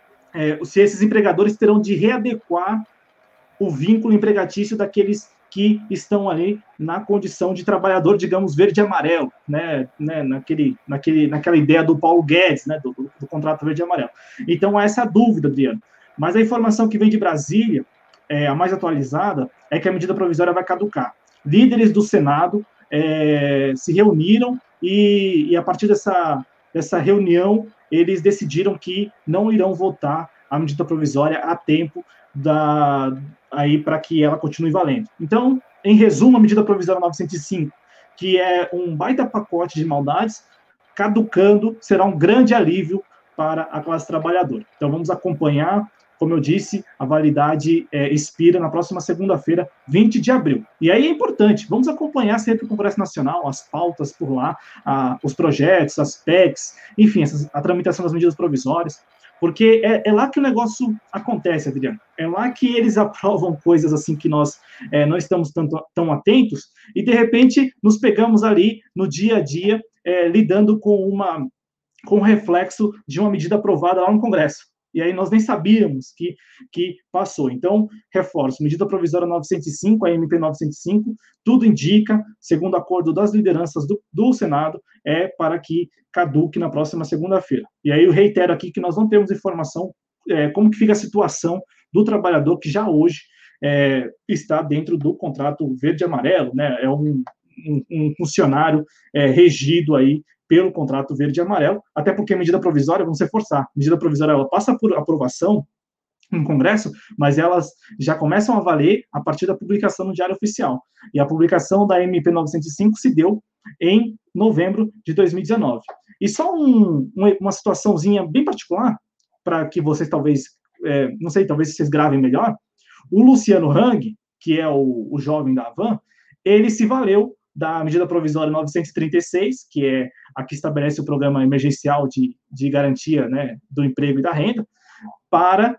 é, se esses empregadores terão de readequar o vínculo empregatício daqueles que estão ali na condição de trabalhador, digamos, verde e amarelo, né, né naquele, naquele, naquela ideia do Paulo Guedes, né, do, do, do contrato verde e amarelo. Então, há essa dúvida, Adriano. Mas a informação que vem de Brasília, é, a mais atualizada, é que a medida provisória vai caducar. Líderes do Senado é, se reuniram e, e, a partir dessa, dessa reunião, eles decidiram que não irão votar a medida provisória a tempo da, aí para que ela continue valendo. Então, em resumo, a medida provisória novecentos e cinco, que é um baita pacote de maldades, caducando, será um grande alívio para a classe trabalhadora. Então, vamos acompanhar. Como eu disse, a validade é, expira na próxima segunda-feira, vinte de abril. E aí é importante, vamos acompanhar sempre o Congresso Nacional, as pautas por lá, a, os projetos, as P E Cs, enfim, essas, a tramitação das medidas provisórias, porque é, é lá que o negócio acontece, Adriano. É lá que eles aprovam coisas assim que nós é, não estamos tanto, tão atentos, e de repente nos pegamos ali no dia a dia, é, lidando com, uma, com um reflexo de uma medida aprovada lá no Congresso. E aí nós nem sabíamos que, que passou. Então, reforço, medida provisória novecentos e cinco, a M P novecentos e cinco, tudo indica, segundo acordo das lideranças do, do Senado, é para que caduque na próxima segunda-feira. E aí eu reitero aqui que nós não temos informação é, como que fica a situação do trabalhador que já hoje é, está dentro do contrato verde e amarelo, né? É um, um, um funcionário é, regido aí pelo contrato verde e amarelo, até porque a medida provisória, vamos reforçar, a medida provisória ela passa por aprovação no Congresso, mas elas já começam a valer a partir da publicação no Diário Oficial. E a publicação da M P novecentos e cinco se deu em novembro de dois mil e dezenove. E só um, uma situaçãozinha bem particular, para que vocês talvez, é, não sei, talvez vocês gravem melhor, o Luciano Hang, que é o, o jovem da Havan, ele se valeu da medida provisória novecentos e trinta e seis, que é a que estabelece o programa emergencial de, de garantia, né, do emprego e da renda, para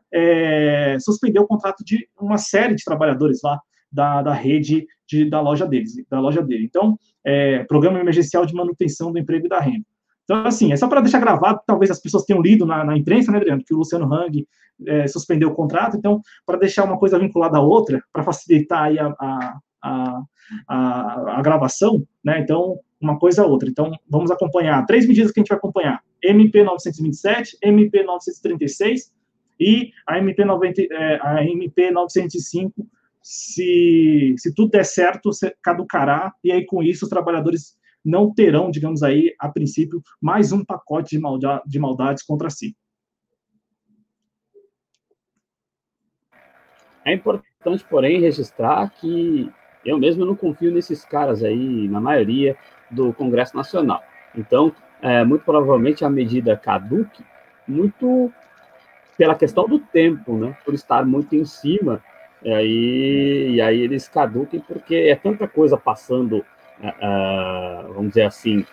é, suspender o contrato de uma série de trabalhadores lá da, da rede de, da loja deles, da loja dele. Então, é, programa emergencial de manutenção do emprego e da renda. Então, assim, é só para deixar gravado, talvez as pessoas tenham lido na, na imprensa, né, Adriano, que o Luciano Hang é, suspendeu o contrato, então, para deixar uma coisa vinculada à outra, para facilitar aí a, a, a, a, a gravação, né, então, uma coisa a outra. Então, vamos acompanhar, três medidas que a gente vai acompanhar, M P novecentos e vinte e sete, M P novecentos e trinta e seis e a M P, noventa, é, a M P novecentos e cinco, se, se tudo der certo, caducará, e aí, com isso, os trabalhadores não terão, digamos aí, a princípio, mais um pacote de, malda de maldades contra si. É importante, porém, registrar que eu mesmo não confio nesses caras aí, na maioria do Congresso Nacional. Então, é, muito provavelmente a medida caduque muito pela questão do tempo, né? Por estar muito em cima, e aí, e aí eles caduquem porque é tanta coisa passando, uh, vamos dizer assim,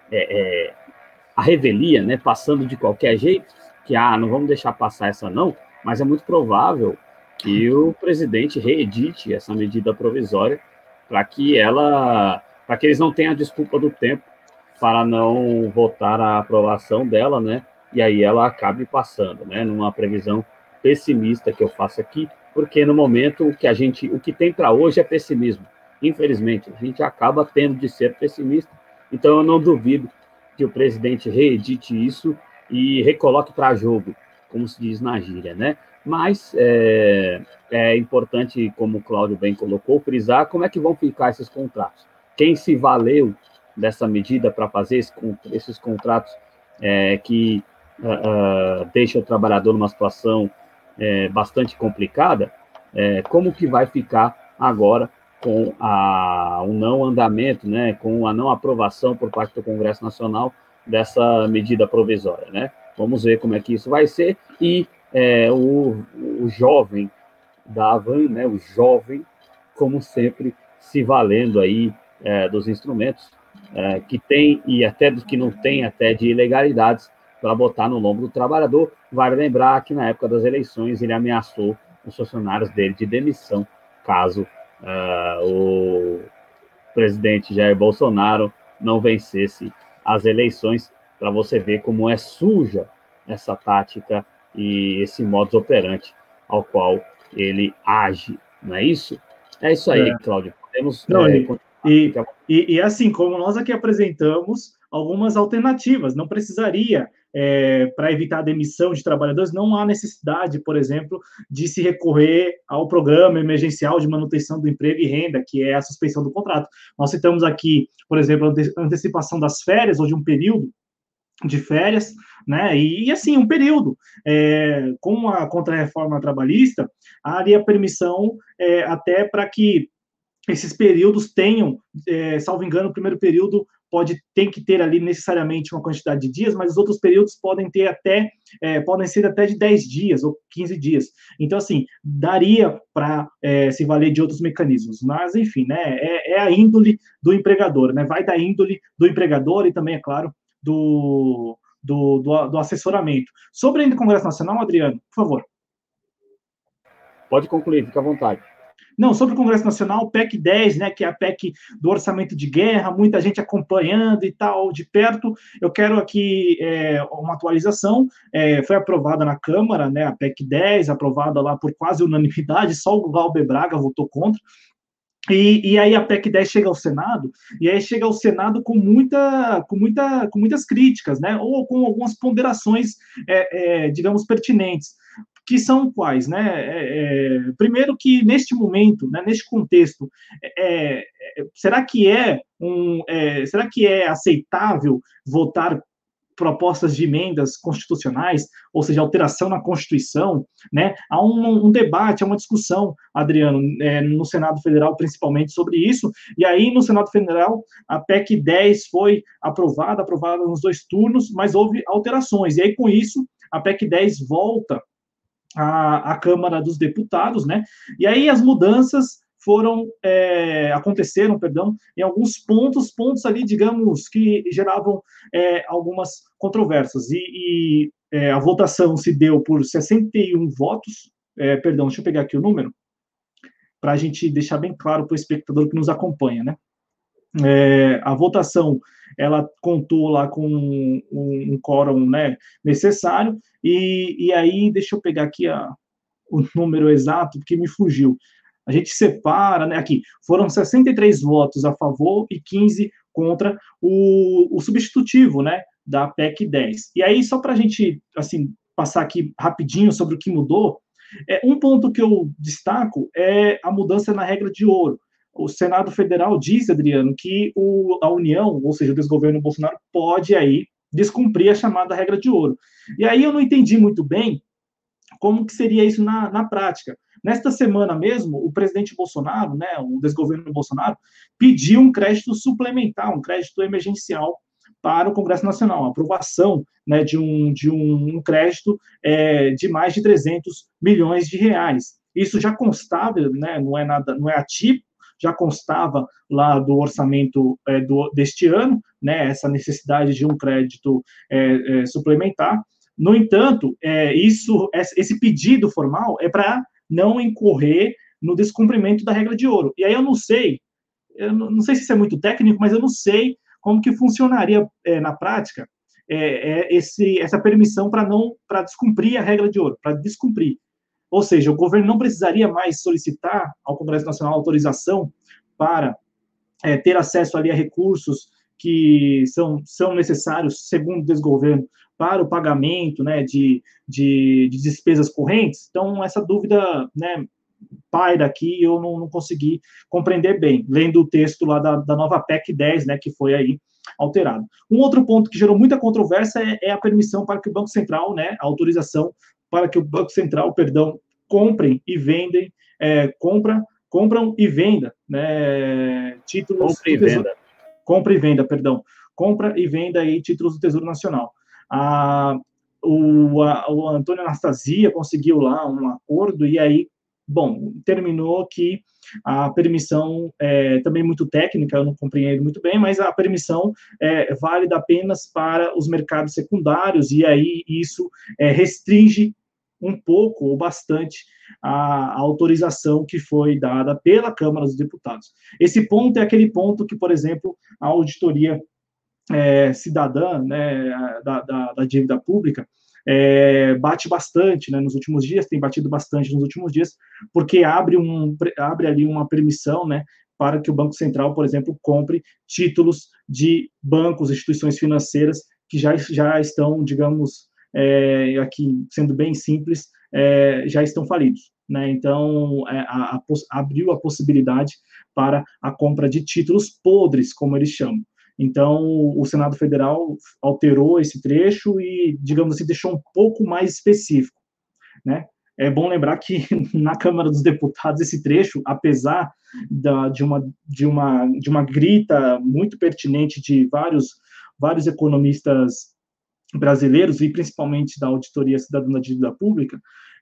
é, é, a revelia, né? Passando de qualquer jeito, que, ah, não vamos deixar passar essa não, mas é muito provável que o presidente reedite essa medida provisória para que ela, para que eles não tenham a desculpa do tempo para não votar a aprovação dela, né? E aí ela acabe passando, né? Numa previsão pessimista que eu faço aqui, porque no momento o que a gente, o que tem para hoje é pessimismo. Infelizmente, a gente acaba tendo de ser pessimista. Então eu não duvido que o presidente reedite isso e recoloque para jogo, como se diz na gíria, né? Mas é, é importante, como o Cláudio bem colocou, frisar como é que vão ficar esses contratos. Quem se valeu dessa medida para fazer esse, esses contratos é, que uh, uh, deixam o trabalhador numa situação é, bastante complicada, é, como que vai ficar agora com a, o não andamento, né, com a não aprovação por parte do Congresso Nacional dessa medida provisória, né? Vamos ver como é que isso vai ser. E é, o, o jovem da Avan, né, o jovem, como sempre, se valendo aí é, dos instrumentos é, que tem e até dos que não tem, até de ilegalidades, para botar no lombo do trabalhador. Vale lembrar que na época das eleições ele ameaçou os funcionários dele de demissão, caso uh, o presidente Jair Bolsonaro não vencesse as eleições, para você ver como é suja essa tática e esse modus operandi ao qual ele age, não é isso? É isso aí, é. Cláudio. Podemos não, é, e, e, e assim, como nós aqui apresentamos algumas alternativas, não precisaria, é, para evitar a demissão de trabalhadores, não há necessidade, por exemplo, de se recorrer ao programa emergencial de manutenção do emprego e renda, que é a suspensão do contrato. Nós citamos aqui, por exemplo, a antecipação das férias ou de um período de férias, né, e, e assim, um período, é, com a contra-reforma trabalhista, haveria permissão é, até para que esses períodos tenham, é, salvo engano, o primeiro período pode, tem que ter ali necessariamente uma quantidade de dias, mas os outros períodos podem ter até, é, podem ser até de dez dias ou quinze dias. Então, assim, daria para é, se valer de outros mecanismos, mas, enfim, né, é, é a índole do empregador, né, vai da índole do empregador e também, é claro, do, do, do, do assessoramento. Sobre ainda o Congresso Nacional, Adriano, por favor. Pode concluir, fica à vontade. Não, sobre o Congresso Nacional, P E C dez, né, que é a P E C do orçamento de guerra, muita gente acompanhando e tal, de perto. Eu quero aqui é, uma atualização. É, foi aprovada na Câmara, né, a P E C dez, aprovada lá por quase unanimidade, só o Galber Braga votou contra. E, e aí a P E C dez chega ao Senado, e aí chega ao Senado com, muita, com, muita, com muitas críticas, né, ou com algumas ponderações, é, é, digamos, pertinentes. Que são quais, né? É, é, primeiro que neste momento, né, neste contexto, é, é, será que é um, é, será que é aceitável votar propostas de emendas constitucionais, ou seja, alteração na Constituição, né? Há um, um debate, há uma discussão, Adriano, é, no Senado Federal, principalmente sobre isso, e aí no Senado Federal a P E C dez foi aprovada, aprovada nos dois turnos, mas houve alterações, e aí com isso a P E C dez volta A, a Câmara dos Deputados, né? E aí as mudanças foram, é, aconteceram, perdão, em alguns pontos, pontos ali, digamos, que geravam é, algumas controvérsias. E, e é, a votação se deu por sessenta e um votos, é, perdão, deixa eu pegar aqui o número, para a gente deixar bem claro para o espectador que nos acompanha, né? É, a votação, ela contou lá com um, um quórum, né, necessário, e, e aí, deixa eu pegar aqui a, o número exato, porque me fugiu. A gente separa, né, aqui, foram sessenta e três votos a favor e quinze contra o, o substitutivo, né, da P E C dez. E aí, só para a gente, assim, passar aqui rapidinho sobre o que mudou, é, um ponto que eu destaco é a mudança na regra de ouro. O Senado Federal diz, Adriano, que o, a União, ou seja, o desgoverno Bolsonaro, pode aí descumprir a chamada regra de ouro. E aí eu não entendi muito bem como que seria isso na, na prática. Nesta semana mesmo, o presidente Bolsonaro, né, o desgoverno Bolsonaro, pediu um crédito suplementar, um crédito emergencial para o Congresso Nacional, a aprovação, né, de, um, de um, um crédito é, de mais de trezentos milhões de reais. Isso já constava, né, não é nada, não é atípico, já constava lá do orçamento é, do, deste ano, né, essa necessidade de um crédito é, é, suplementar. No entanto, é, isso, esse pedido formal é para não incorrer no descumprimento da regra de ouro. E aí eu não sei, eu não sei se isso é muito técnico, mas eu não sei como que funcionaria é, na prática é, é esse, essa permissão para não para descumprir a regra de ouro, para descumprir. Ou seja, o governo não precisaria mais solicitar ao Congresso Nacional autorização para é, ter acesso ali a recursos que são, são necessários, segundo o desgoverno, para o pagamento, né, de, de, de despesas correntes. Então, essa dúvida, né, paira aqui, eu não, não consegui compreender bem, lendo o texto lá da, da nova P E C dez, né, que foi aí alterado. Um outro ponto que gerou muita controvérsia é, é a permissão para que o Banco Central, né, a autorização para que o Banco Central, perdão, comprem e vendem, é, compra, compram e venda, né, títulos compra e do Tesouro, venda. compra e venda, perdão, compra e venda aí títulos do Tesouro Nacional. A, o, a, o Antônio Anastasia conseguiu lá um acordo e aí, bom, terminou que a permissão é também muito técnica, eu não compreendo muito bem, mas a permissão é válida apenas para os mercados secundários e aí isso é, restringe um pouco ou bastante a, a autorização que foi dada pela Câmara dos Deputados. Esse ponto é aquele ponto que, por exemplo, a auditoria é, cidadã, né, da, da, da dívida pública, é, bate bastante, né, nos últimos dias, tem batido bastante nos últimos dias, porque abre, um, abre ali uma permissão, né, para que o Banco Central, por exemplo, compre títulos de bancos, instituições financeiras que já, já estão, digamos, é, aqui, sendo bem simples, é, já estão falidos. Né? Então, é, a, a, abriu a possibilidade para a compra de títulos podres, como eles chamam. Então, o Senado Federal alterou esse trecho e, digamos assim, deixou um pouco mais específico, né? É bom lembrar que na Câmara dos Deputados esse trecho, apesar da, de, uma, de, uma, de uma grita muito pertinente de vários, vários economistas brasileiros, e principalmente da Auditoria Cidadã da Dívida Pública,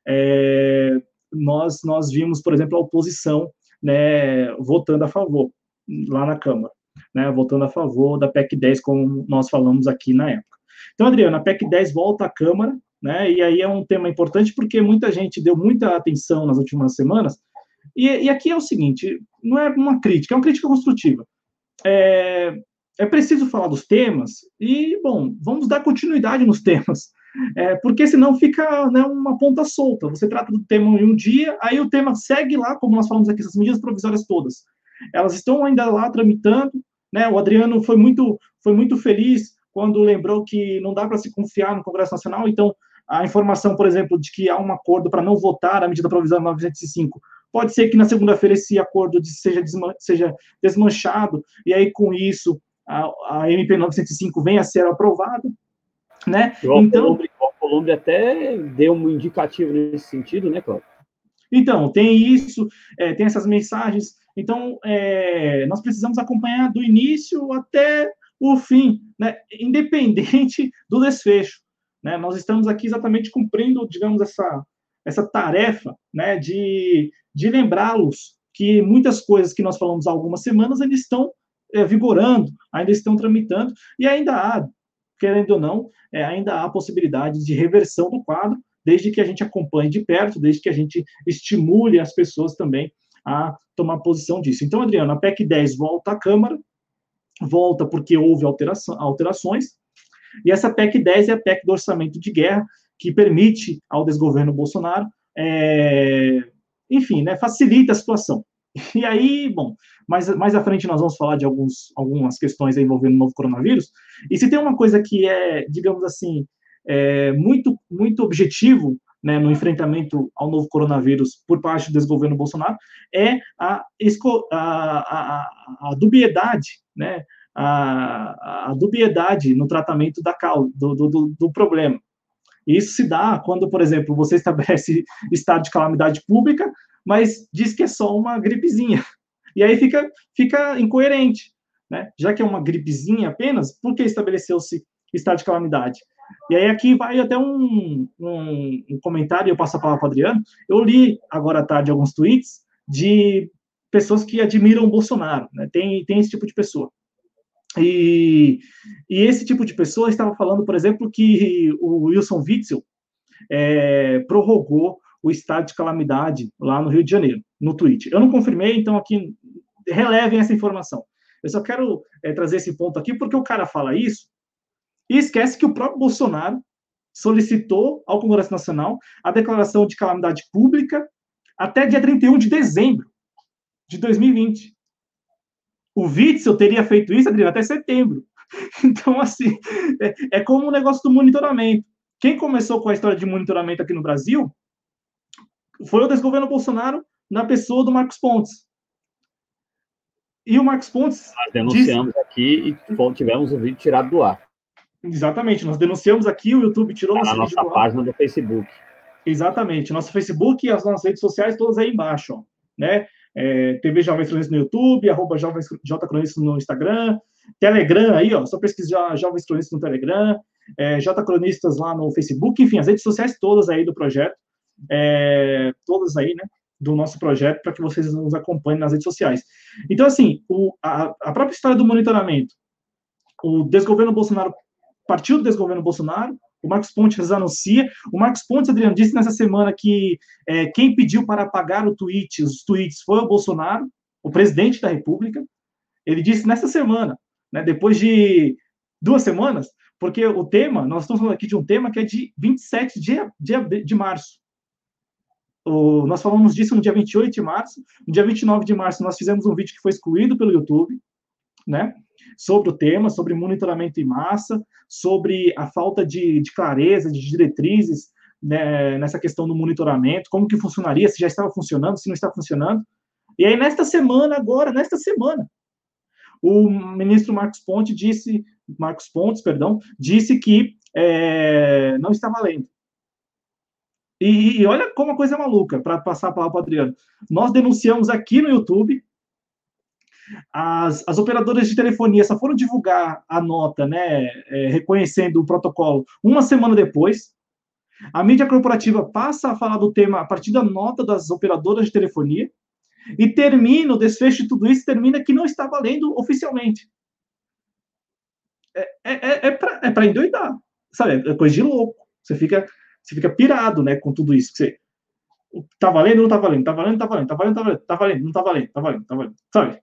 é, nós, nós vimos, por exemplo, a oposição, né, votando a favor, lá na Câmara. Né, votando a favor da P E C dez, como nós falamos aqui na época. Então, Adriano, a P E C dez volta à Câmara, né, e aí é um tema importante porque muita gente deu muita atenção nas últimas semanas, e, e aqui é o seguinte, não é uma crítica, é uma crítica construtiva. É, é preciso falar dos temas e, bom, vamos dar continuidade nos temas, é, porque senão fica, né, uma ponta solta. Você trata do tema em um dia, aí o tema segue lá, como nós falamos aqui, essas medidas provisórias todas. Elas estão ainda lá tramitando, né? O Adriano foi muito, foi muito feliz quando lembrou que não dá para se confiar no Congresso Nacional, então a informação, por exemplo, de que há um acordo para não votar a medida provisória novecentos e cinco, pode ser que na segunda-feira esse acordo seja, desman seja desmanchado, e aí com isso a, a M P novecentos e cinco venha a ser aprovada, né? O então, Alcolumbre até deu um indicativo nesse sentido, né, Cláudio? Então, tem isso, é, tem essas mensagens. Então, é, nós precisamos acompanhar do início até o fim, né, independente do desfecho. Né? Nós estamos aqui exatamente cumprindo, digamos, essa, essa tarefa, né, de, de lembrá-los que muitas coisas que nós falamos há algumas semanas ainda estão é, vigorando, ainda estão tramitando, e ainda há, querendo ou não, é, ainda há possibilidade de reversão do quadro, desde que a gente acompanhe de perto, desde que a gente estimule as pessoas também a tomar posição disso. Então, Adriano, a P E C dez volta à Câmara, volta porque houve alteração, alterações, e essa P E C dez é a P E C do orçamento de guerra, que permite ao desgoverno Bolsonaro, é, enfim, né, facilita a situação. E aí, bom, mais, mais à frente nós vamos falar de alguns, algumas questões envolvendo o novo coronavírus, e se tem uma coisa que é, digamos assim, é, muito, muito objetivo, né, no enfrentamento ao novo coronavírus por parte do desgoverno Bolsonaro, é a, a, a, a dubiedade, né, a, a dubiedade no tratamento da causa, do, do, do problema. Isso se dá quando, por exemplo, você estabelece estado de calamidade pública, mas diz que é só uma gripezinha. E aí fica, fica incoerente, né? Já que é uma gripezinha apenas, por que estabeleceu-se estado de calamidade? E aí aqui vai até um, um, um comentário, eu passo a palavra para o Adriano. Eu li agora à tarde alguns tweets de pessoas que admiram o Bolsonaro, né? Tem, tem esse tipo de pessoa. E, e esse tipo de pessoa estava falando, por exemplo, que o Wilson Witzel é, prorrogou o estado de calamidade lá no Rio de Janeiro, no tweet. Eu não confirmei, então aqui relevem essa informação. Eu só quero é, trazer esse ponto aqui porque o cara fala isso e esquece que o próprio Bolsonaro solicitou ao Congresso Nacional a declaração de calamidade pública até dia trinta e um de dezembro de dois mil e vinte. O Witzel teria feito isso, Adriano, até setembro. Então, assim, é, é como o negócio do monitoramento. Quem começou com a história de monitoramento aqui no Brasil foi o desgoverno Bolsonaro na pessoa do Marcos Pontes. E o Marcos Pontes... Nós denunciamos disse... aqui e tivemos o vídeo tirado do ar. Exatamente, nós denunciamos aqui, o YouTube tirou tá nosso na nossa página do Facebook. Exatamente, nosso Facebook e as nossas redes sociais todas aí embaixo, ó, né? É, T V Jovens Cronistas no YouTube, arroba Jovens J Cronistas no Instagram, Telegram aí, ó, só pesquisar Jovens Cronistas no Telegram, é, J Cronistas lá no Facebook, enfim, as redes sociais todas aí do projeto, é, todas aí, né, do nosso projeto, para que vocês nos acompanhem nas redes sociais. Então, assim, o, a, a própria história do monitoramento, o desgoverno Bolsonaro partiu do desgoverno Bolsonaro, o Marcos Pontes anuncia, o Marcos Pontes, Adriano, disse nessa semana que é, quem pediu para apagar o tweet, os tweets foi o Bolsonaro, o presidente da República. Ele disse nessa semana, né, depois de duas semanas, porque o tema, nós estamos falando aqui de um tema que é de vinte e sete de, de, de março. O, nós falamos disso no dia vinte e oito de março, no dia vinte e nove de março nós fizemos um vídeo que foi excluído pelo YouTube, né, sobre o tema, sobre monitoramento em massa, sobre a falta de, de clareza, de diretrizes, né, nessa questão do monitoramento, como que funcionaria, se já estava funcionando, se não está funcionando. E aí, nesta semana, agora, nesta semana, o ministro Marcos Pontes disse, Marcos Pontes, perdão, disse que é, não está valendo. E, e olha como a coisa é maluca, para passar a palavra para o Adriano. Nós denunciamos aqui no YouTube, As, as operadoras de telefonia só foram divulgar a nota, né, é, reconhecendo o protocolo uma semana depois. A mídia corporativa passa a falar do tema a partir da nota das operadoras de telefonia e termina, o desfecho de tudo isso termina que não está valendo oficialmente. É, é, é para é para endoidar, sabe? É coisa de louco. Você fica, você fica pirado, né, com tudo isso. Você, tá valendo, não tá valendo, tá valendo, tá valendo, tá valendo, tá valendo, tá valendo, não tá valendo, tá valendo, tá valendo, sabe?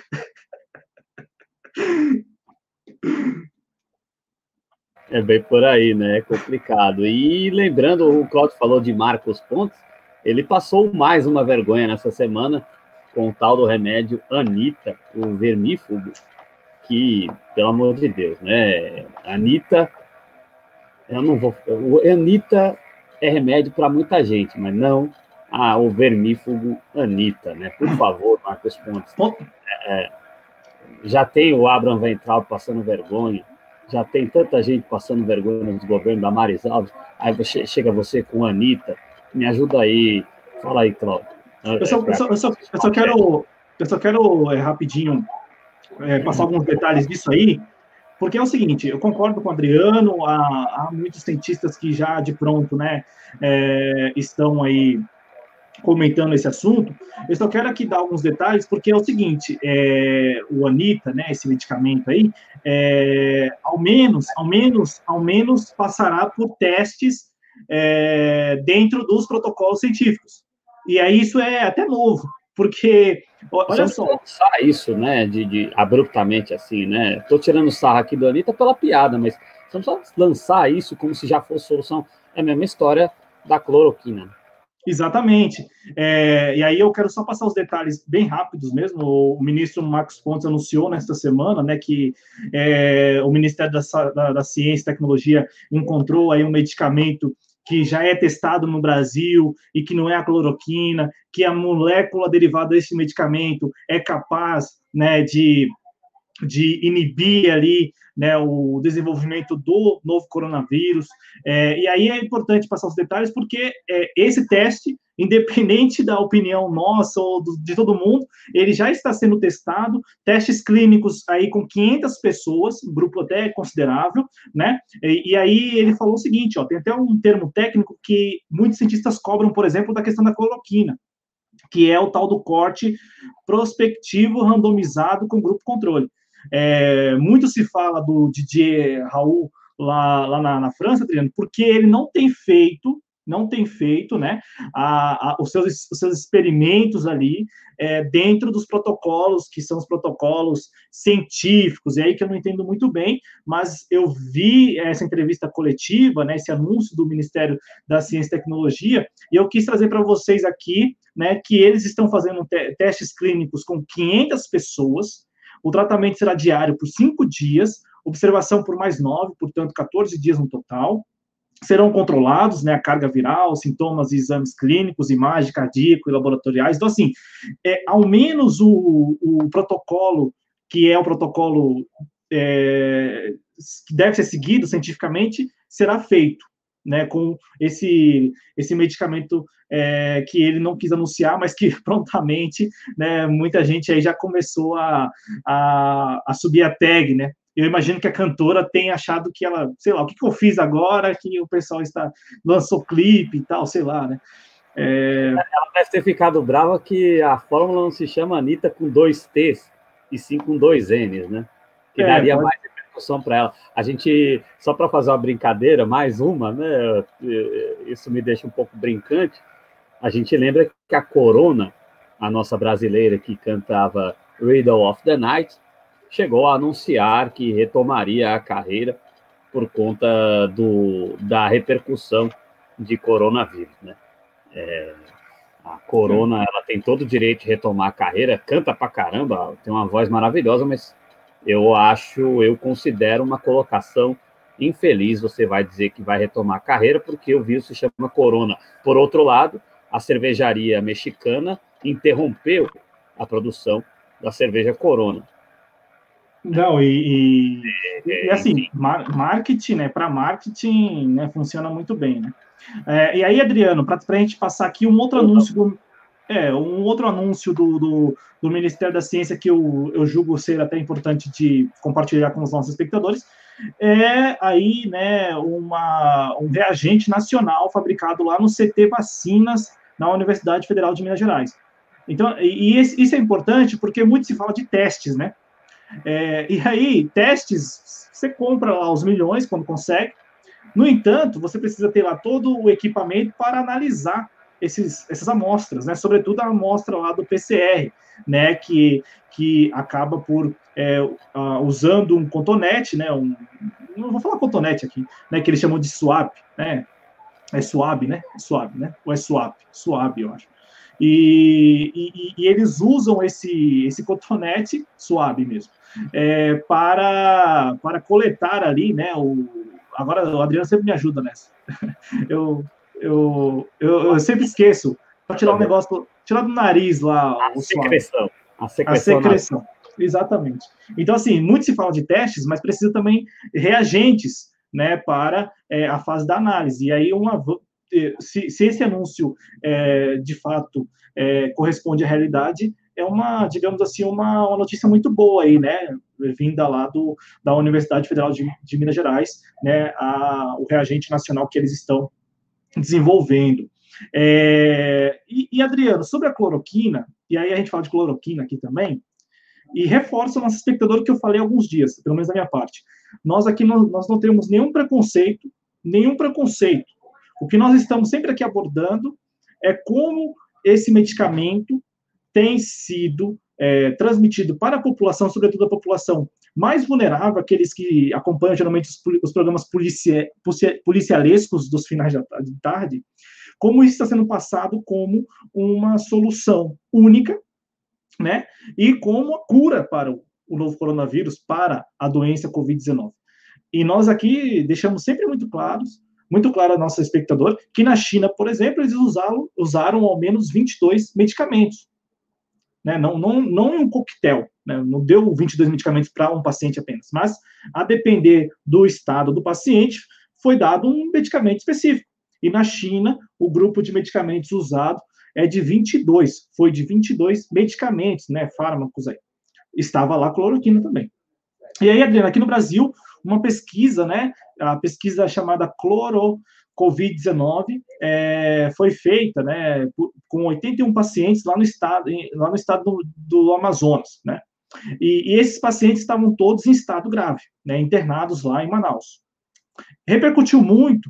É bem por aí, né? É complicado. E lembrando, o Cláudio falou de Marcos Pontes, ele passou mais uma vergonha nessa semana com o tal do remédio Anitta, o vermífugo, que, pelo amor de Deus, né? Anitta, eu não vou... O Anitta é remédio para muita gente, mas não ah, o vermífugo Anitta, né? Por favor, Marcos Pontes. É, já tem o Abraham Weintraub passando vergonha, já tem tanta gente passando vergonha no governo da Maris Alves, aí você, chega você com a Anitta, me ajuda aí, fala aí, Cláudio. Eu só, eu só, eu só, eu só quero, eu só quero é, rapidinho é, passar alguns detalhes disso aí, porque é o seguinte, eu concordo com o Adriano, há, há muitos cientistas que já de pronto, né, é, estão aí comentando esse assunto. Eu só quero aqui dar alguns detalhes, porque é o seguinte, é, o Anitta, né, esse medicamento aí, é, ao menos, ao menos, ao menos passará por testes é, dentro dos protocolos científicos. E aí isso é até novo, porque, olha Você só... não lançar isso, né, de, de, abruptamente assim, né? Estou tirando sarro aqui do Anitta pela piada, mas você não precisa lançar isso como se já fosse solução. É a mesma história da cloroquina. Exatamente. É, e aí eu quero só passar os detalhes bem rápidos mesmo. O ministro Marcos Pontes anunciou nesta semana, né, que é, o Ministério da, da, da Ciência e Tecnologia encontrou aí um medicamento que já é testado no Brasil e que não é a cloroquina, que a molécula derivada desse medicamento é capaz, né, de, de inibir ali, né, o desenvolvimento do novo coronavírus. É, e aí é importante passar os detalhes, porque é, esse teste, independente da opinião nossa ou do, de todo mundo, ele já está sendo testado, testes clínicos aí com quinhentas pessoas, um grupo até considerável, né? E, e aí ele falou o seguinte, ó, tem até um termo técnico que muitos cientistas cobram, por exemplo, da questão da cloroquina, que é o tal do corte prospectivo randomizado com grupo controle. É, muito se fala do Didier Raoult lá, lá na, na França, Adriano, porque ele não tem feito, não tem feito, né, a, a, os, seus, os seus experimentos ali é, dentro dos protocolos, que são os protocolos científicos, e aí que eu não entendo muito bem, mas eu vi essa entrevista coletiva, né, esse anúncio do Ministério da Ciência e Tecnologia, e eu quis trazer para vocês aqui, né, que eles estão fazendo te testes clínicos com quinhentas pessoas. O tratamento será diário por cinco dias, observação por mais nove, portanto, quatorze dias no total. Serão controlados, né, a carga viral, sintomas e exames clínicos, imagem cardíaco e laboratoriais. Então, assim, é, ao menos o, o protocolo, que é o protocolo é, que deve ser seguido cientificamente, será feito, né, com esse, esse medicamento é, que ele não quis anunciar, mas que prontamente, né, muita gente aí já começou a, a, a subir a tag, né? Eu imagino que a cantora tenha achado que ela, sei lá, o que, que eu fiz agora, que o pessoal está lançou clipe e tal, sei lá, né? É... Ela deve ter ficado brava que a fórmula não se chama Anitta com dois T's, e sim com dois N's, né? Que é, daria pode... mais repercussão para ela. A gente, só para fazer uma brincadeira, mais uma, né? Isso me deixa um pouco brincante. A gente lembra que a Corona, a nossa brasileira que cantava Riddle of the Night, chegou a anunciar que retomaria a carreira por conta do, da repercussão de coronavírus, né? É, a Corona, ela tem todo o direito de retomar a carreira, canta pra caramba, tem uma voz maravilhosa, mas eu acho, eu considero uma colocação infeliz. Você vai dizer que vai retomar a carreira porque o vírus se chama Corona. Por outro lado, a cervejaria mexicana interrompeu a produção da cerveja Corona. Não, e, e, e assim, mar, marketing, né, para marketing, né, funciona muito bem, né? É, e aí, Adriano, para a gente passar aqui um outro anúncio do, é, um outro anúncio do, do, do Ministério da Ciência que eu, eu julgo ser até importante de compartilhar com os nossos espectadores, é aí, né, uma, um reagente nacional fabricado lá no C T Vacinas, na Universidade Federal de Minas Gerais. Então, e, e esse, isso é importante porque muito se fala de testes, né? É, e aí, testes, você compra lá os milhões quando consegue. No entanto, você precisa ter lá todo o equipamento para analisar esses, essas amostras, né? Sobretudo a amostra lá do P C R, né? Que, que acaba por, é, uh, usando um cotonete, né? Um, não vou falar cotonete aqui, né? Que eles chamam de swab, né? É swab, né? Swab, né? Ou é swap? Swab, eu acho. E, e, e eles usam esse, esse cotonete, suave mesmo, é, para, para coletar ali, né, o, agora o Adriano sempre me ajuda nessa, eu, eu, eu, eu sempre esqueço, para tirar o um negócio, tirar do nariz lá, a o secreção, a secreção, a secreção, exatamente. Então, assim, muito se fala de testes, mas precisa também reagentes, né, para é, a fase da análise, e aí uma... Se, se esse anúncio, é, de fato, é, corresponde à realidade, é uma, digamos assim, uma, uma notícia muito boa aí, né, vinda lá do, da Universidade Federal de, de Minas Gerais, né, a, o reagente nacional que eles estão desenvolvendo. É, e, e, Adriano, sobre a cloroquina, e aí a gente fala de cloroquina aqui também, e reforça o nosso espectador que eu falei há alguns dias, pelo menos da minha parte. Nós aqui não, nós não temos nenhum preconceito, nenhum preconceito. O que nós estamos sempre aqui abordando é como esse medicamento tem sido é, transmitido para a população, sobretudo a população mais vulnerável, aqueles que acompanham geralmente os, os programas policia, policialescos dos finais de tarde, como isso está sendo passado como uma solução única, né, e como a cura para o, o novo coronavírus, para a doença covid dezenove. E nós aqui deixamos sempre muito claros, muito claro ao nosso espectador, que na China, por exemplo, eles usaram, usaram ao menos vinte e dois medicamentos, né, não, não, não em um coquetel, né, não deu vinte e dois medicamentos para um paciente apenas, mas, a depender do estado do paciente, foi dado um medicamento específico. E na China, o grupo de medicamentos usado é de vinte e dois, foi de vinte e dois medicamentos, né, fármacos aí. Estava lá cloroquina também. E aí, Adriana, aqui no Brasil, uma pesquisa, né, a pesquisa chamada Cloro covid dezenove, é, foi feita, né, com oitenta e um pacientes lá no estado, lá no estado do, do Amazonas, né, e, e esses pacientes estavam todos em estado grave, né, internados lá em Manaus. Repercutiu muito,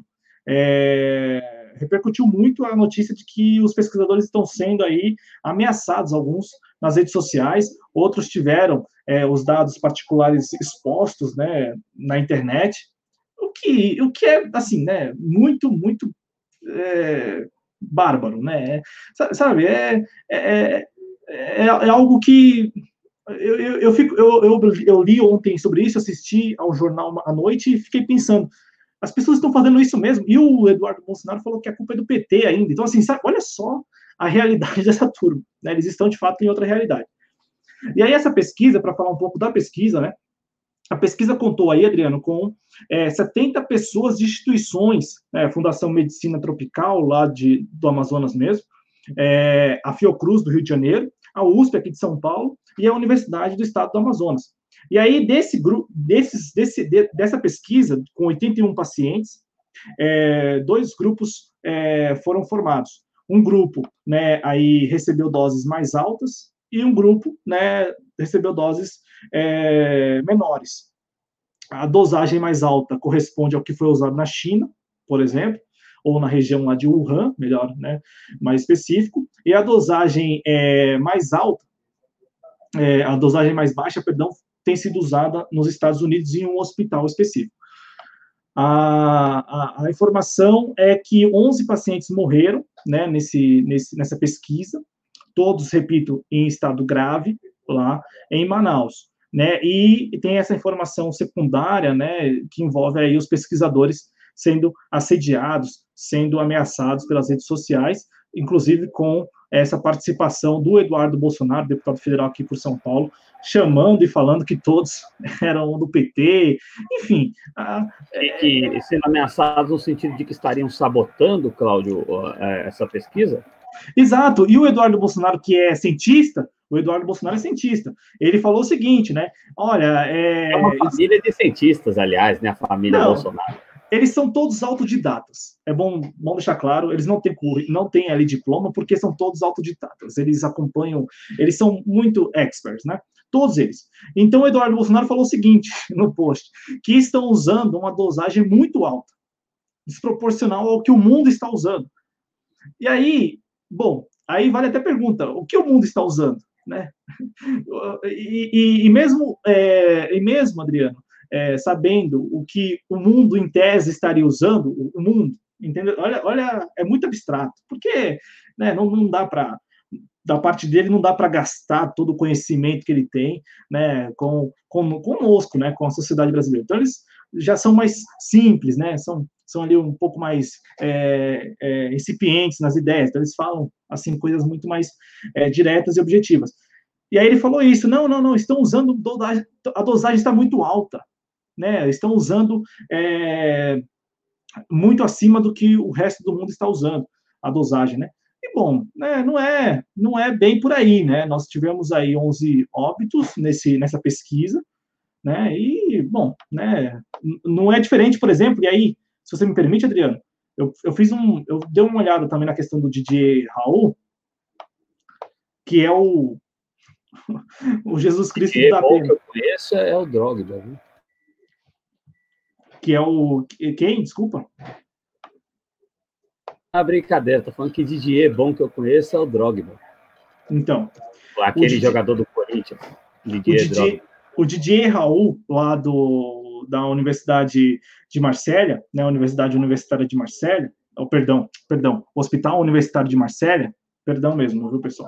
é, repercutiu muito a notícia de que os pesquisadores estão sendo aí ameaçados, alguns nas redes sociais, outros tiveram é, os dados particulares expostos, né, na internet, o que, o que é, assim, né, muito, muito é, bárbaro, né, sabe, é, é, é, é algo que eu, eu, eu, fico, eu, eu, eu li ontem sobre isso, assisti ao jornal à noite e fiquei pensando, as pessoas estão fazendo isso mesmo, e o Eduardo Bolsonaro falou que a culpa é do P T ainda, então assim, sabe, olha só a realidade dessa turma, né, eles estão de fato em outra realidade. E aí essa pesquisa, para falar um pouco da pesquisa, né, a pesquisa contou aí, Adriano, com é, setenta pessoas de instituições, né, Fundação Medicina Tropical, lá de, do Amazonas mesmo, é, a Fiocruz, do Rio de Janeiro, a U S P, aqui de São Paulo, e a Universidade do Estado do Amazonas. E aí, desse grupo, desses, desse, de, dessa pesquisa, com oitenta e um pacientes, é, dois grupos é, foram formados. Um grupo, né, aí recebeu doses mais altas, e um grupo, né, recebeu doses é, menores. A dosagem mais alta corresponde ao que foi usado na China, por exemplo, ou na região lá de Wuhan, melhor, né, mais específico, e a dosagem é, mais alta, é, a dosagem mais baixa, perdão, tem sido usada nos Estados Unidos em um hospital específico. A, a, a informação é que onze pacientes morreram, né, nesse, nesse, nessa pesquisa, todos, repito, em estado grave, lá em Manaus, né, e tem essa informação secundária, né, que envolve aí os pesquisadores sendo assediados, sendo ameaçados pelas redes sociais, inclusive com essa participação do Eduardo Bolsonaro, deputado federal aqui por São Paulo, chamando e falando que todos eram do P T, enfim. A, e, e sendo ameaçados no sentido de que estariam sabotando, Cláudio, essa pesquisa? Exato, e o Eduardo Bolsonaro, que é cientista, o Eduardo Bolsonaro é cientista, ele falou o seguinte, né, olha... É, é uma família de cientistas, aliás, né, a família Não, Bolsonaro. Eles são todos autodidatas, é bom, bom deixar claro, eles não têm, não têm ali diploma, porque são todos autodidatas, eles acompanham, eles são muito experts, né, todos eles. Então, o Eduardo Bolsonaro falou o seguinte no post, que estão usando uma dosagem muito alta, desproporcional ao que o mundo está usando. E aí, bom, aí vale até a pergunta, o que o mundo está usando, né? E, e, e mesmo, é, e mesmo, Adriano, é, sabendo o que o mundo, em tese, estaria usando, o mundo, entendeu? Olha, olha, é muito abstrato, porque, né, não, não dá para, da parte dele, não dá para gastar todo o conhecimento que ele tem, né, com, com, conosco, né, com a sociedade brasileira. Então, eles já são mais simples, né, são, são ali um pouco mais é, é, incipientes nas ideias, então eles falam, assim, coisas muito mais é, diretas e objetivas. E aí ele falou isso, não, não, não, estão usando, dosagem, a dosagem está muito alta, né, estão usando é, muito acima do que o resto do mundo está usando, a dosagem, né. E, bom, né, não, é, não é bem por aí, né, nós tivemos aí onze óbitos nesse, nessa pesquisa, né, e, bom, né, não é diferente, por exemplo, e aí, se você me permite, Adriano, eu, eu fiz um, eu dei uma olhada também na questão do D J Raul, que é o, o Jesus Cristo D J da bom que eu conheço é o Drogba, viu? Que é o, quem? Desculpa. Ah, brincadeira, tô falando que D J bom que eu conheço é o Drogba. Então, aquele Didier, jogador do Corinthians, Didier, o Didier, o Didier Raoult, lá do, da Universidade de Marselha, né, Universidade Universitária de Marselha, oh, perdão, perdão, Hospital Universitário de Marselha, perdão mesmo, viu, pessoal?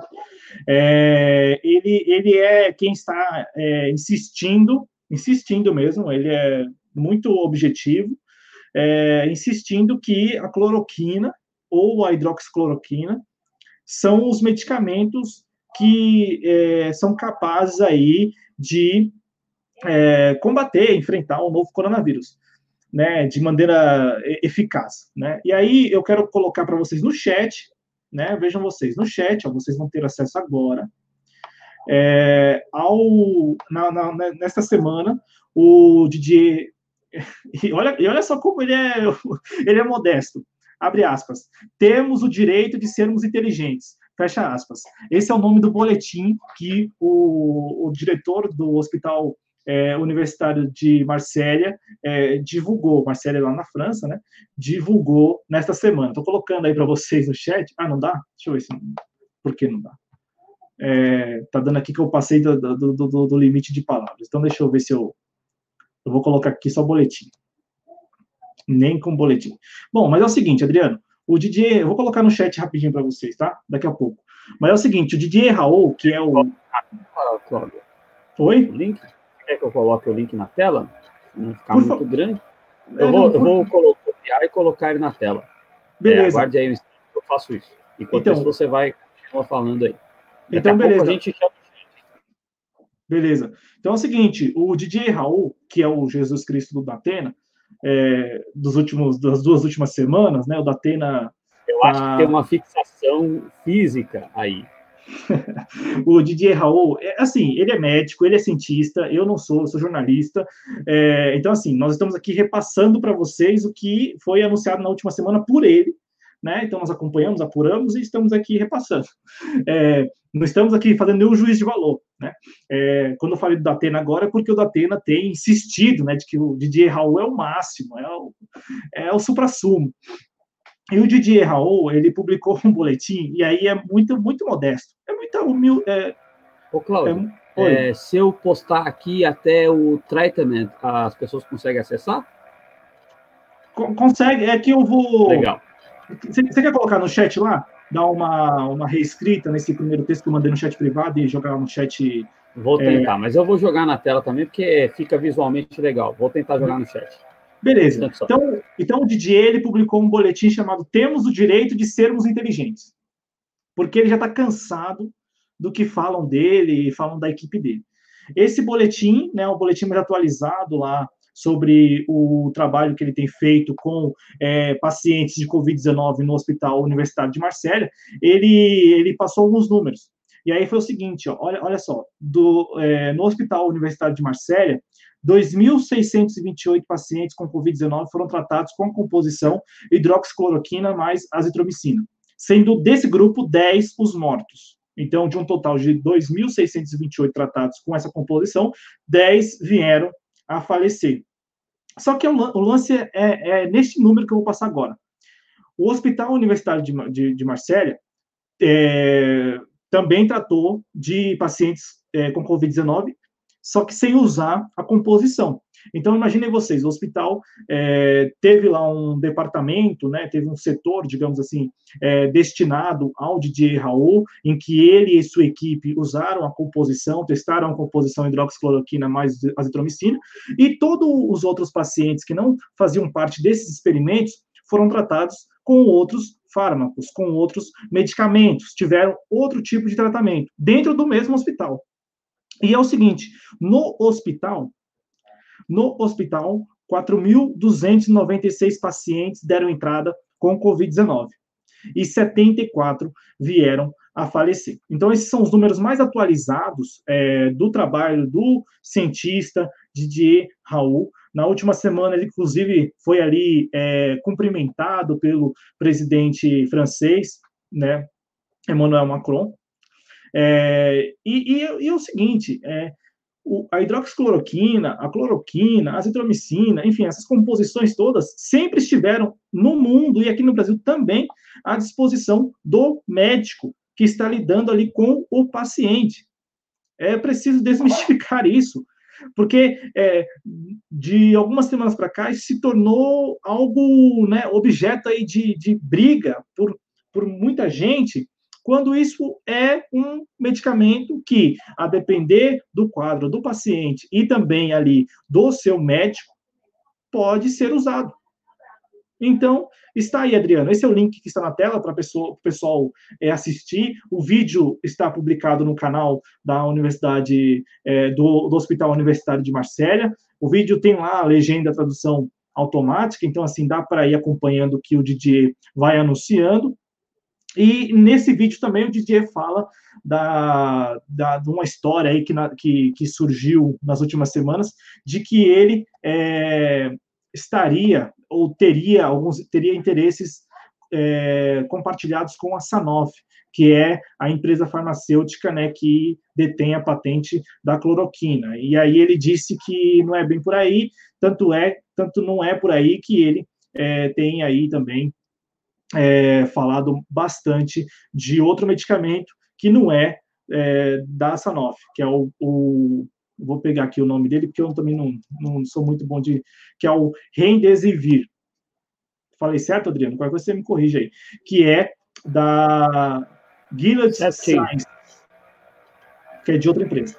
É, ele, ele é quem está é, insistindo, insistindo mesmo, ele é muito objetivo, é, insistindo que a cloroquina ou a hidroxicloroquina são os medicamentos que é, são capazes aí de é, combater, enfrentar o novo coronavírus, né, de maneira eficaz, né? E aí eu quero colocar para vocês no chat, né? Vejam vocês no chat, ó, vocês vão ter acesso agora. É, ao na, na, nesta semana o Didier e olha, e olha só como ele é ele é modesto. Abre aspas. Temos o direito de sermos inteligentes. Fecha aspas. Esse é o nome do boletim que o, o diretor do Hospital é, Universitário de Marselha é, divulgou. Marselha lá na França, né? Divulgou nesta semana. Estou colocando aí para vocês no chat. Ah, não dá? Deixa eu ver se não... Por que não dá? É, tá dando aqui que eu passei do, do, do, do limite de palavras. Então, deixa eu ver se eu... Eu vou colocar aqui só boletim. Nem com boletim. Bom, mas é o seguinte, Adriano, o Didier, eu vou colocar no chat rapidinho para vocês, tá? Daqui a pouco. Mas é o seguinte, o Didier Raoult, que é o... Cláudio. Oi? O link? Quer que eu coloque o link na tela? Não ficar Por muito fa... grande? É, eu vou, não, por... eu vou copiar e colocar ele na tela. Beleza. É, aguarde aí, eu faço isso. Enquanto então, isso, você vai continuar falando aí. Daqui então, a beleza. pouco a gente chama... Beleza. Então é o seguinte, o Didier Raoult, que é o Jesus Cristo do Datena, é, dos últimos, das duas últimas semanas, né? O Datena... Eu tá... acho que tem uma fixação física aí. O Didier Raoult, é, assim, ele é médico, ele é cientista, eu não sou, eu sou jornalista. É, então, assim, nós estamos aqui repassando para vocês o que foi anunciado na última semana por ele, né? Então, nós acompanhamos, apuramos e estamos aqui repassando. É, não estamos aqui fazendo nenhum juízo de valor, né? É, quando eu falei do Datena agora, é porque o Datena tem insistido, né, de que o Didier Raoult é o máximo, é o, é o supra-sumo. E o Didier Raoult, ele publicou um boletim, e aí é muito, muito modesto. É muito humilde. É... Ô, Cláudio, é, é, se eu postar aqui até o tratamento, as pessoas conseguem acessar? Consegue, é que eu vou... Legal. Você, você quer colocar no chat lá? Dar uma, uma reescrita nesse primeiro texto que eu mandei no chat privado e jogar no chat... Vou tentar, é... mas eu vou jogar na tela também, porque fica visualmente legal. Vou tentar jogar no chat. Beleza. Então, então o Didier, ele publicou um boletim chamado Temos o Direito de Sermos Inteligentes. Porque ele já está cansado do que falam dele e falam da equipe dele. Esse boletim, né, um boletim mais atualizado lá sobre o trabalho que ele tem feito com é, pacientes de covid dezenove no Hospital Universitário de Marselha, ele, ele passou alguns números. E aí foi o seguinte, ó, olha, olha só, do, é, no Hospital Universitário de Marselha, dois mil seiscentos e vinte e oito pacientes com covid dezenove foram tratados com a composição hidroxicloroquina mais azitromicina, sendo desse grupo dez os mortos. Então, de um total de dois mil seiscentos e vinte e oito tratados com essa composição, dez vieram a falecer. Só que o lance é, é neste número que eu vou passar agora. O Hospital Universitário de, de, de Marselha é, também tratou de pacientes é, com covid dezenove, só que sem usar a composição. Então, imaginem vocês, o hospital é, teve lá um departamento, né, teve um setor, digamos assim, é, destinado ao Didier Raoult, em que ele e sua equipe usaram a composição, testaram a composição hidroxicloroquina mais azitromicina, e todos os outros pacientes que não faziam parte desses experimentos foram tratados com outros fármacos, com outros medicamentos, tiveram outro tipo de tratamento, dentro do mesmo hospital. E é o seguinte, no hospital, no hospital, quatro mil duzentos e noventa e seis pacientes deram entrada com covid dezenove e setenta e quatro vieram a falecer. Então, esses são os números mais atualizados é, do trabalho do cientista Didier Raoult. Na última semana, ele, inclusive, foi ali é, cumprimentado pelo presidente francês, né, Emmanuel Macron. É, e, e, e é o seguinte, é, o, a hidroxicloroquina, a cloroquina, a azitromicina, enfim, essas composições todas sempre estiveram no mundo e aqui no Brasil também à disposição do médico que está lidando ali com o paciente. É preciso desmistificar isso, porque é, de algumas semanas para cá isso se tornou algo, né, objeto aí de, de briga por, por muita gente, quando isso é um medicamento que, a depender do quadro do paciente e também ali do seu médico, pode ser usado. Então, está aí, Adriano. Esse é o link que está na tela para o pessoal é, assistir. O vídeo está publicado no canal da Universidade, é, do, do Hospital Universitário de Marsella. O vídeo tem lá a legenda, a tradução automática, então, assim, dá para ir acompanhando o que o Didier vai anunciando. E nesse vídeo também o Didier fala da, da, de uma história aí que, na, que, que surgiu nas últimas semanas, de que ele é, estaria ou teria alguns teria interesses é, compartilhados com a Sanofi, que é a empresa farmacêutica, né, que detém a patente da cloroquina. E aí ele disse que não é bem por aí, tanto é, tanto não é por aí que ele é, tem aí também é, falado bastante de outro medicamento que não é, é da Sanofi, que é o, o vou pegar aqui o nome dele, porque eu também não, não sou muito bom de... que é o Remdesivir. Falei certo, Adriano? Qualquer coisa você me corrige aí. Que é da Gilead Sciences, que é de outra empresa.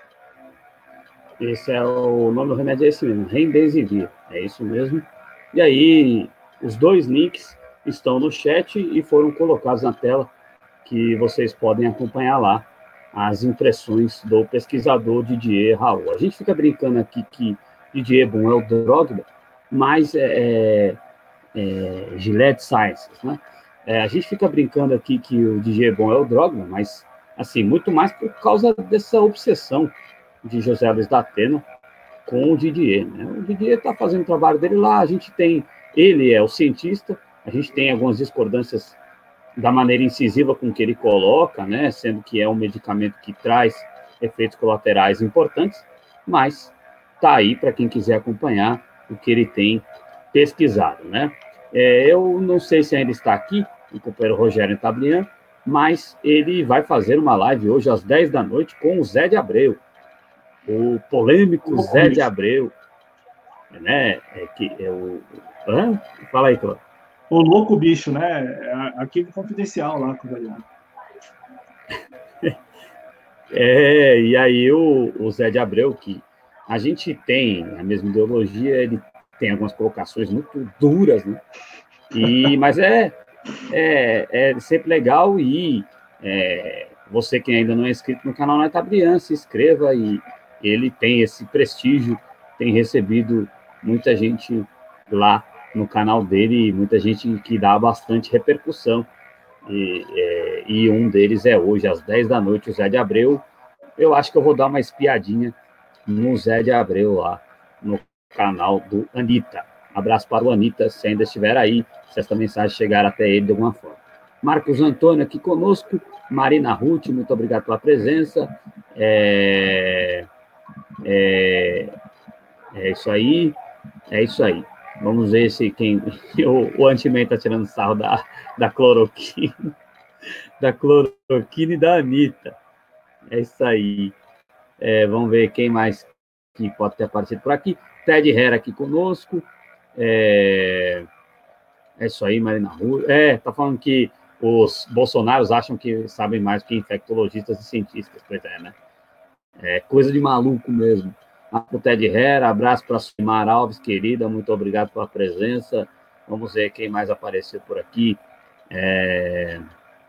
Esse é o nome do remédio, é esse mesmo, Remdesivir. É isso mesmo. E aí, os dois links estão no chat e foram colocados na tela, que vocês podem acompanhar lá as impressões do pesquisador Didier Raoult. A gente fica brincando aqui que Didier Bon é o Drogba, mas é, é Gilead Sciences, né? É, a gente fica brincando aqui que o Didier Bon é o Drogba, mas, assim, muito mais por causa dessa obsessão de José Luiz da Atena com o Didier, né? O Didier está fazendo o trabalho dele lá, a gente tem, ele é o cientista, a gente tem algumas discordâncias da maneira incisiva com que ele coloca, né, sendo que é um medicamento que traz efeitos colaterais importantes, mas está aí para quem quiser acompanhar o que ele tem pesquisado, né? É, eu não sei se ainda está aqui, o companheiro Rogério Tablian, mas ele vai fazer uma live hoje às dez da noite com o Zé de Abreu, o polêmico o Zé bicho. de Abreu, né? É que é o... Hã? Fala aí, Cláudio. O louco bicho, né? Arquivo confidencial lá com o Daniel. É, e aí o, o Zé de Abreu, que a gente tem a mesma ideologia, ele tem algumas colocações muito duras, né? E, mas é, é, é sempre legal e é, você que ainda não é inscrito no canal Neto Tablian, se inscreva, e ele tem esse prestígio, tem recebido muita gente lá no canal dele, muita gente que dá bastante repercussão, e, é, e um deles é hoje, às dez da noite, o Zé de Abreu. Eu acho que eu vou dar uma espiadinha no Zé de Abreu lá, no canal do Anitta. Abraço para o Anitta, se ainda estiver aí, se essa mensagem chegar até ele de alguma forma. Marcos Antônio aqui conosco, Marina Ruth, muito obrigado pela presença. É, é, é isso aí, é isso aí. Vamos ver se quem... O, o Antiman está tirando sarro da, da cloroquina, da cloroquina e da Anitta. É isso aí. É, vamos ver quem mais que pode ter aparecido por aqui. Ted Hera aqui conosco. É, é isso aí, Marina Rua. É, tá falando que os bolsonaros acham que sabem mais que infectologistas e cientistas. Pois é, né? É coisa de maluco mesmo. O Ted Hera, abraço para a Sumar Alves, querida, muito obrigado pela presença. Vamos ver quem mais apareceu por aqui. É,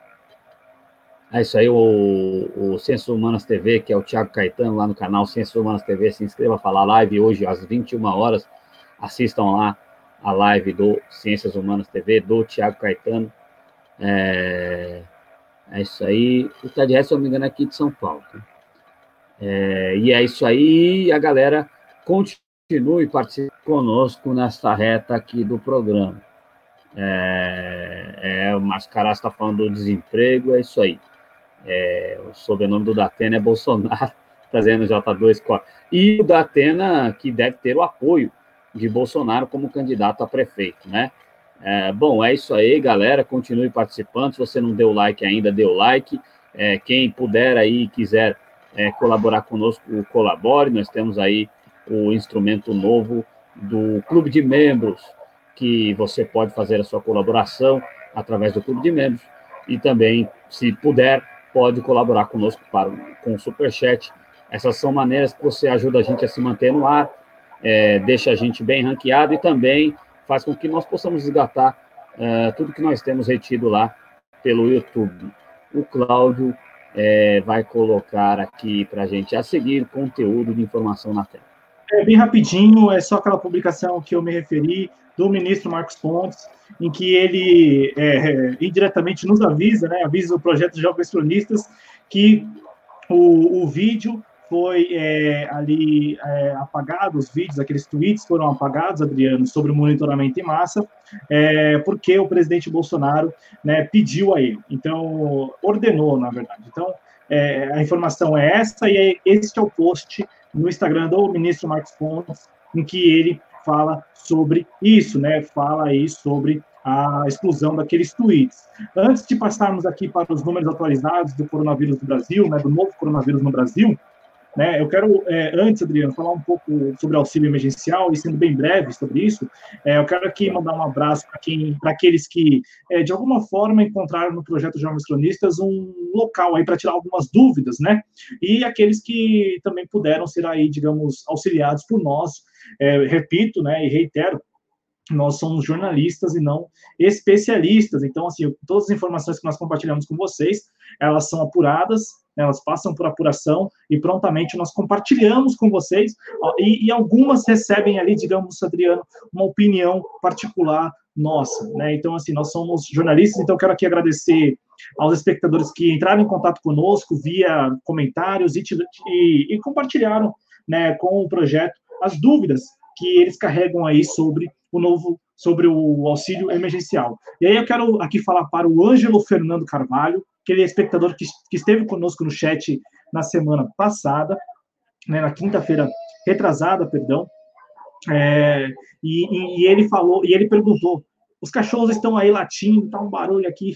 é isso aí, o, o Ciências Humanas T V, que é o Thiago Caetano, lá no canal Ciências Humanas T V, se inscreva para a live hoje às vinte e uma horas, assistam lá a live do Ciências Humanas T V, do Thiago Caetano. É, é isso aí, o Ted Hera, se eu não me engano, é aqui de São Paulo, tá? É, e é isso aí, a galera continue participando conosco nesta reta aqui do programa. É, é, o Mascaras está falando do desemprego, é isso aí. É, o sobrenome do Datena é Bolsonaro, trazendo J dois Core. E o Datena, que deve ter o apoio de Bolsonaro como candidato a prefeito, né? É, bom, é isso aí, galera, continue participando. Se você não deu like ainda, dê o like. É, quem puder aí, quiser é, colaborar conosco, colabore. Nós temos aí o instrumento novo do Clube de Membros, que você pode fazer a sua colaboração através do Clube de Membros. E também, se puder, pode colaborar conosco para, com o Superchat. Essas são maneiras que você ajuda a gente a se manter no ar, é, deixa a gente bem ranqueado e também faz com que nós possamos resgatar uh, tudo que nós temos retido lá pelo YouTube. O Cláudio é, vai colocar aqui para a gente a seguir conteúdo de informação na tela. É bem rapidinho, é só aquela publicação que eu me referi do ministro Marcos Pontes, em que ele é, indiretamente nos avisa, né, avisa o projeto de Jovens Cronistas, que o, o vídeo foi é, ali é, apagado, os vídeos, aqueles tweets foram apagados, Adriano, sobre o monitoramento em massa, é, porque o presidente Bolsonaro, né, pediu a ele, então, ordenou, na verdade. Então, é, a informação é essa, e é, este é o post no Instagram do ministro Marcos Pontes, em que ele fala sobre isso, né, fala aí sobre a exclusão daqueles tweets. Antes de passarmos aqui para os números atualizados do coronavírus no Brasil, né, do novo coronavírus no Brasil, né, eu quero, é, antes, Adriano, falar um pouco sobre auxílio emergencial, e sendo bem breve sobre isso, é, eu quero aqui mandar um abraço para quem, para aqueles que, é, de alguma forma, encontraram no projeto Jovens Cronistas um local aí para tirar algumas dúvidas, né, e aqueles que também puderam ser aí, digamos, auxiliados por nós, é, repito, né, e reitero, nós somos jornalistas e não especialistas, então, assim, todas as informações que nós compartilhamos com vocês, elas são apuradas, elas passam por apuração e prontamente nós compartilhamos com vocês, e, e algumas recebem ali, digamos, Adriano, uma opinião particular nossa, né? Então, assim, nós somos jornalistas, então eu quero aqui agradecer aos espectadores que entraram em contato conosco via comentários e, e, e compartilharam, né, com o projeto as dúvidas que eles carregam aí sobre o novo, sobre o auxílio emergencial. E aí eu quero aqui falar para o Ângelo Fernando Carvalho, que ele é espectador que, que esteve conosco no chat na semana passada, né, na quinta-feira retrasada, perdão, é, e, e ele falou, e ele perguntou, os cachorros estão aí latindo, tá um barulho aqui,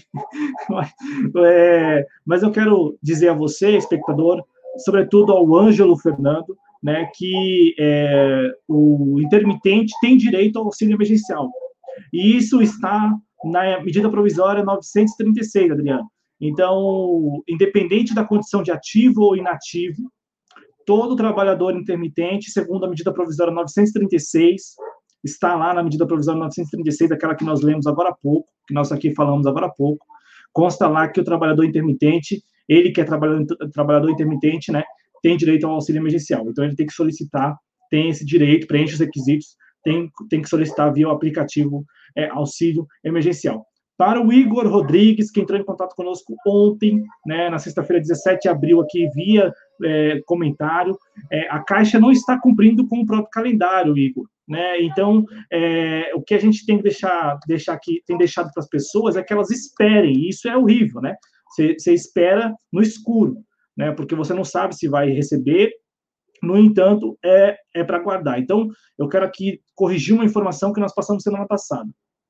é, mas eu quero dizer a você, espectador, sobretudo ao Ângelo Fernando, né, que é, o intermitente tem direito ao auxílio emergencial. E isso está na medida provisória novecentos e trinta e seis, Adriano. Então, independente da condição de ativo ou inativo, todo trabalhador intermitente, segundo a medida provisória novecentos e trinta e seis, está lá na medida provisória novecentos e trinta e seis, aquela que nós lemos agora há pouco, que nós aqui falamos agora há pouco, consta lá que o trabalhador intermitente, ele que é trabalhador, trabalhador intermitente, né, tem direito ao auxílio emergencial. Então, ele tem que solicitar, tem esse direito, preenche os requisitos, tem, tem que solicitar via o aplicativo é, auxílio emergencial. Para o Igor Rodrigues, que entrou em contato conosco ontem, né, na sexta-feira, dezessete de abril, aqui via é, comentário, é, a Caixa não está cumprindo com o próprio calendário, Igor. Né? Então, é, o que a gente tem que deixar, deixar aqui, tem deixado para as pessoas é que elas esperem, e isso é horrível, né? Você, você espera no escuro, né? Porque você não sabe se vai receber, no entanto, é, é para aguardar. Então, eu quero aqui corrigir uma informação que nós passamos semana passada.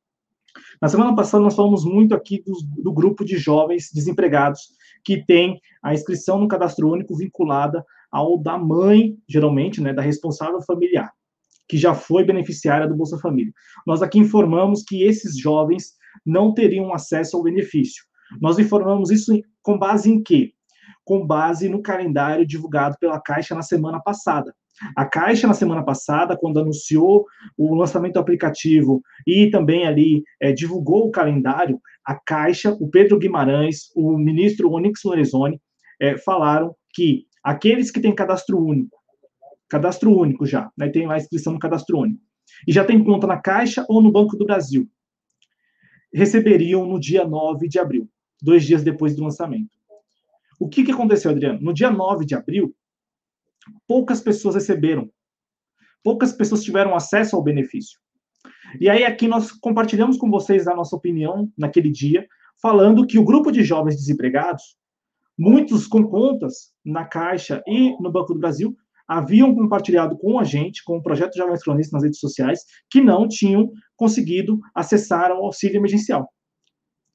Na semana passada, nós falamos muito aqui do, do grupo de jovens desempregados que tem a inscrição no cadastro único vinculada ao da mãe, geralmente, né, da responsável familiar, que já foi beneficiária do Bolsa Família. Nós aqui informamos que esses jovens não teriam acesso ao benefício. Nós informamos isso com base em quê? Com base no calendário divulgado pela Caixa na semana passada. A Caixa, na semana passada, quando anunciou o lançamento do aplicativo e também ali é, divulgou o calendário, a Caixa, o Pedro Guimarães, o ministro Onyx Lorenzoni, é, falaram que aqueles que têm cadastro único, cadastro único já, né, tem lá a inscrição no cadastro único, e já tem conta na Caixa ou no Banco do Brasil, receberiam no dia nove de abril, dois dias depois do lançamento. O que, que aconteceu, Adriano? No dia nove de abril, poucas pessoas receberam, poucas pessoas tiveram acesso ao benefício. E aí aqui nós compartilhamos com vocês a nossa opinião naquele dia, falando que o grupo de jovens desempregados, muitos com contas na Caixa e no Banco do Brasil, haviam compartilhado com a gente, com o Projeto Jovens Cronistas nas redes sociais, que não tinham conseguido acessar ao auxílio emergencial.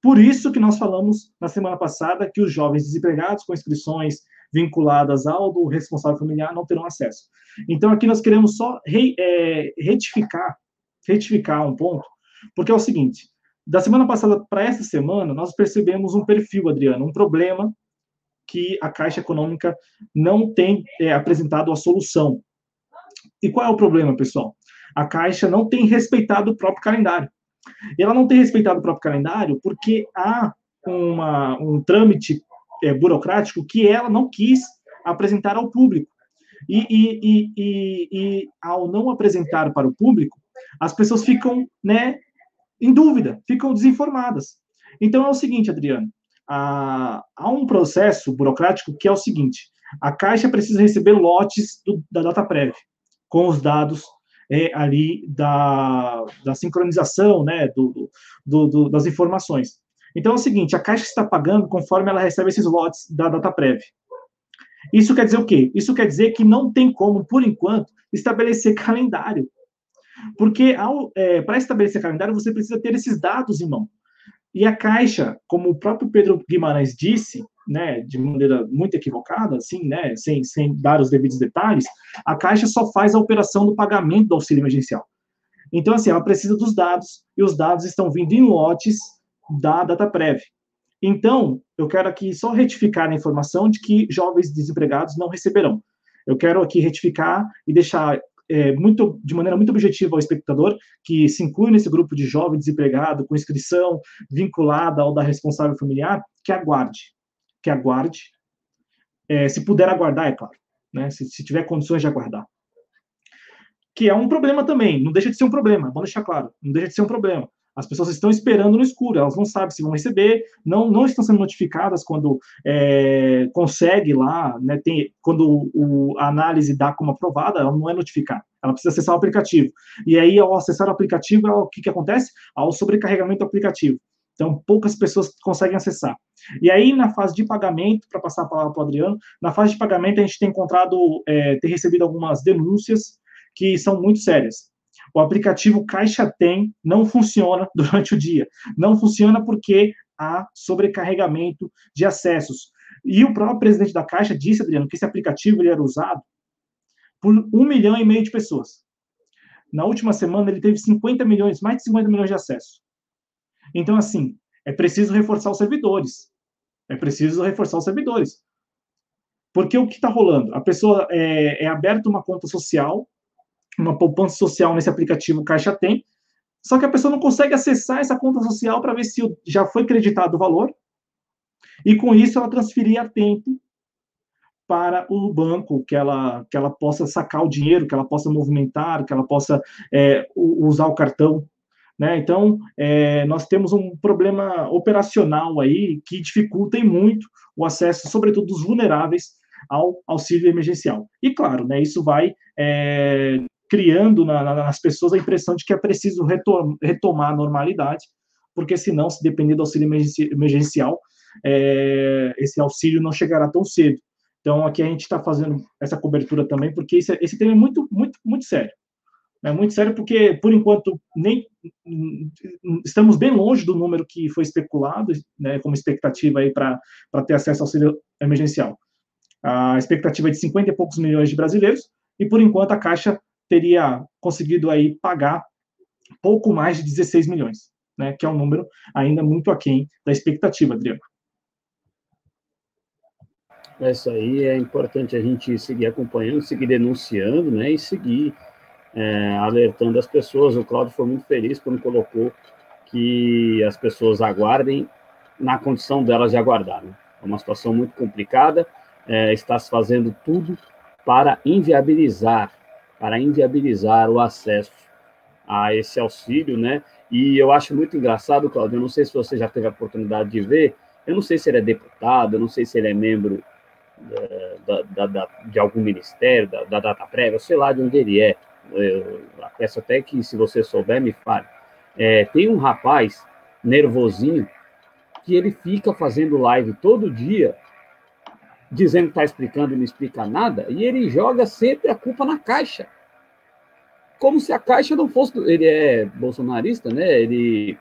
Por isso que nós falamos na semana passada que os jovens desempregados com inscrições vinculadas ao do responsável familiar não terão acesso. Então, aqui nós queremos só re, é, retificar, retificar um ponto, porque é o seguinte, da semana passada para essa semana, nós percebemos um perfil, Adriano, um problema que a Caixa Econômica não tem é, apresentado a solução. E qual é o problema, pessoal? A Caixa não tem respeitado o próprio calendário. E ela não tem respeitado o próprio calendário porque há uma, um trâmite é, burocrático que ela não quis apresentar ao público. E, e, e, e, e ao não apresentar para o público, as pessoas ficam, né, em dúvida, ficam desinformadas. Então é o seguinte, Adriano, há, há um processo burocrático que é o seguinte, a Caixa precisa receber lotes do, da Dataprev, com os dados é, ali da, da sincronização, né, do, do, do, das informações. Então é o seguinte, a Caixa está pagando conforme ela recebe esses lotes da Dataprev. Isso quer dizer o quê? Isso quer dizer que não tem como, por enquanto, estabelecer calendário. Porque é, para estabelecer calendário, você precisa ter esses dados em mão. E a Caixa, como o próprio Pedro Guimarães disse, né, de maneira muito equivocada, assim, né, sem, sem dar os devidos detalhes, a Caixa só faz a operação do pagamento do auxílio emergencial. Então, assim, ela precisa dos dados, e os dados estão vindo em lotes da Dataprev. Então, eu quero aqui só retificar a informação de que jovens desempregados não receberão. Eu quero aqui retificar e deixar é, muito, de maneira muito objetiva ao espectador que se inclui nesse grupo de jovem desempregado com inscrição vinculada ao da responsável familiar, que aguarde, que aguarde, é, se puder aguardar, é claro, né, se, se tiver condições de aguardar. Que é um problema também, não deixa de ser um problema, vamos deixar claro, não deixa de ser um problema. As pessoas estão esperando no escuro, elas não sabem se vão receber, não, não estão sendo notificadas quando é, consegue lá, né, tem, quando o, a análise dá como aprovada, ela não é notificada, ela precisa acessar o aplicativo. E aí, ao acessar o aplicativo, o que, que acontece? Há o sobrecarregamento do aplicativo. Então, poucas pessoas conseguem acessar. E aí, na fase de pagamento, para passar a palavra para o Adriano, na fase de pagamento, a gente tem encontrado, é, tem recebido algumas denúncias que são muito sérias. O aplicativo Caixa Tem não funciona durante o dia. Não funciona porque há sobrecarregamento de acessos. E o próprio presidente da Caixa disse, Adriano, que esse aplicativo ele era usado por um milhão e meio de pessoas. Na última semana, ele teve cinquenta milhões, mais de cinquenta milhões de acessos. Então, assim, é preciso reforçar os servidores. É preciso reforçar os servidores. Porque o que está rolando? A pessoa é, é aberta uma conta social, uma poupança social nesse aplicativo Caixa Tem, só que a pessoa não consegue acessar essa conta social para ver se já foi creditado o valor, e com isso ela transferir a tempo para o banco, que ela, que ela possa sacar o dinheiro, que ela possa movimentar, que ela possa é, usar o cartão. Né? Então, é, nós temos um problema operacional aí que dificulta muito o acesso, sobretudo dos vulneráveis, ao auxílio emergencial. E, claro, né, isso vai é, criando na, na, nas pessoas a impressão de que é preciso retom retomar a normalidade, porque senão, se depender do auxílio emergencial, é, esse auxílio não chegará tão cedo. Então, aqui a gente está fazendo essa cobertura também, porque esse, esse tema é muito, muito, muito sério. É muito sério porque, por enquanto, nem estamos bem longe do número que foi especulado, né, como expectativa aí para ter acesso ao auxílio emergencial. A expectativa é de cinquenta e poucos milhões de brasileiros, e por enquanto a Caixa teria conseguido aí pagar pouco mais de dezesseis milhões, né, que é um número ainda muito aquém da expectativa, Adriano. É isso aí, é importante a gente seguir acompanhando, seguir denunciando, né, e seguir é, alertando as pessoas. O Cláudio foi muito feliz quando colocou que as pessoas aguardem na condição delas de aguardar, né? É uma situação muito complicada, é, está se fazendo tudo para inviabilizar, para inviabilizar o acesso a esse auxílio, né? E eu acho muito engraçado, Cláudio, eu não sei se você já teve a oportunidade de ver, eu não sei se ele é deputado, eu não sei se ele é membro da, da, da, de algum ministério, da, da Dataprev, eu sei lá de onde ele é, eu peço até que, se você souber, me fale. É, tem um rapaz nervosinho que ele fica fazendo live todo dia, dizendo que está explicando e não explica nada, e ele joga sempre a culpa na Caixa. Como se a Caixa não fosse... Ele é bolsonarista, né? Ele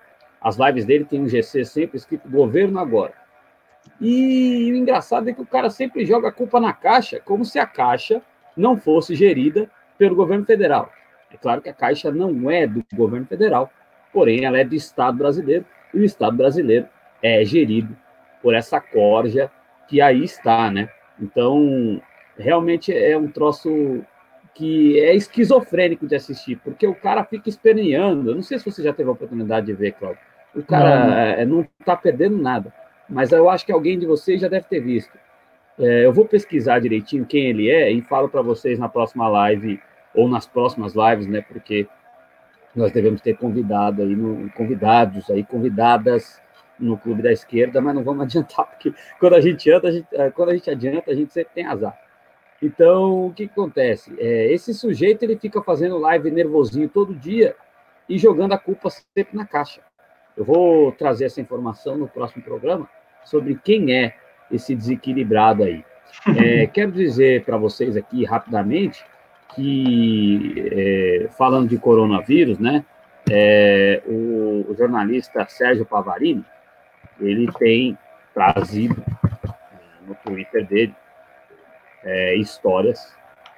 As lives dele tem um G C sempre escrito governo agora. E o engraçado é que o cara sempre joga a culpa na Caixa, como se a Caixa não fosse gerida pelo governo federal. É claro que a Caixa não é do governo federal, porém ela é do Estado brasileiro, e o Estado brasileiro é gerido por essa corja que aí está, né? Então, realmente é um troço que é esquizofrênico de assistir, porque o cara fica esperneando. Eu não sei se você já teve a oportunidade de ver, Cláudio. O cara não está perdendo nada, mas eu acho que alguém de vocês já deve ter visto. É, eu vou pesquisar direitinho quem ele é e falo para vocês na próxima live, ou nas próximas lives, né? Porque nós devemos ter convidado aí, no, convidados aí, convidadas no Clube da Esquerda, mas não vamos adiantar, porque quando a gente anda, a gente, quando a gente adianta, a gente sempre tem azar. Então, o que, que acontece? É, esse sujeito ele fica fazendo live nervosinho todo dia e jogando a culpa sempre na Caixa. Eu vou trazer essa informação no próximo programa sobre quem é esse desequilibrado aí. É, quero dizer para vocês aqui rapidamente que, é, falando de coronavírus, né, é, o, o jornalista Sérgio Pavarini, ele tem trazido no Twitter dele é, histórias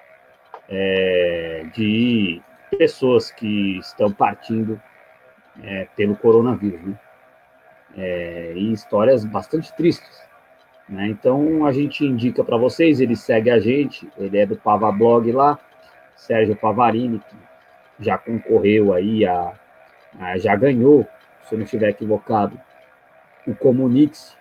é, de pessoas que estão partindo é, pelo coronavírus, né? É, e histórias bastante tristes, né? Então, a gente indica para vocês, ele segue a gente, ele é do Pava Blog lá, Sérgio Pavarini, que já concorreu aí, a, a, já ganhou, se eu não estiver equivocado, o Comunix,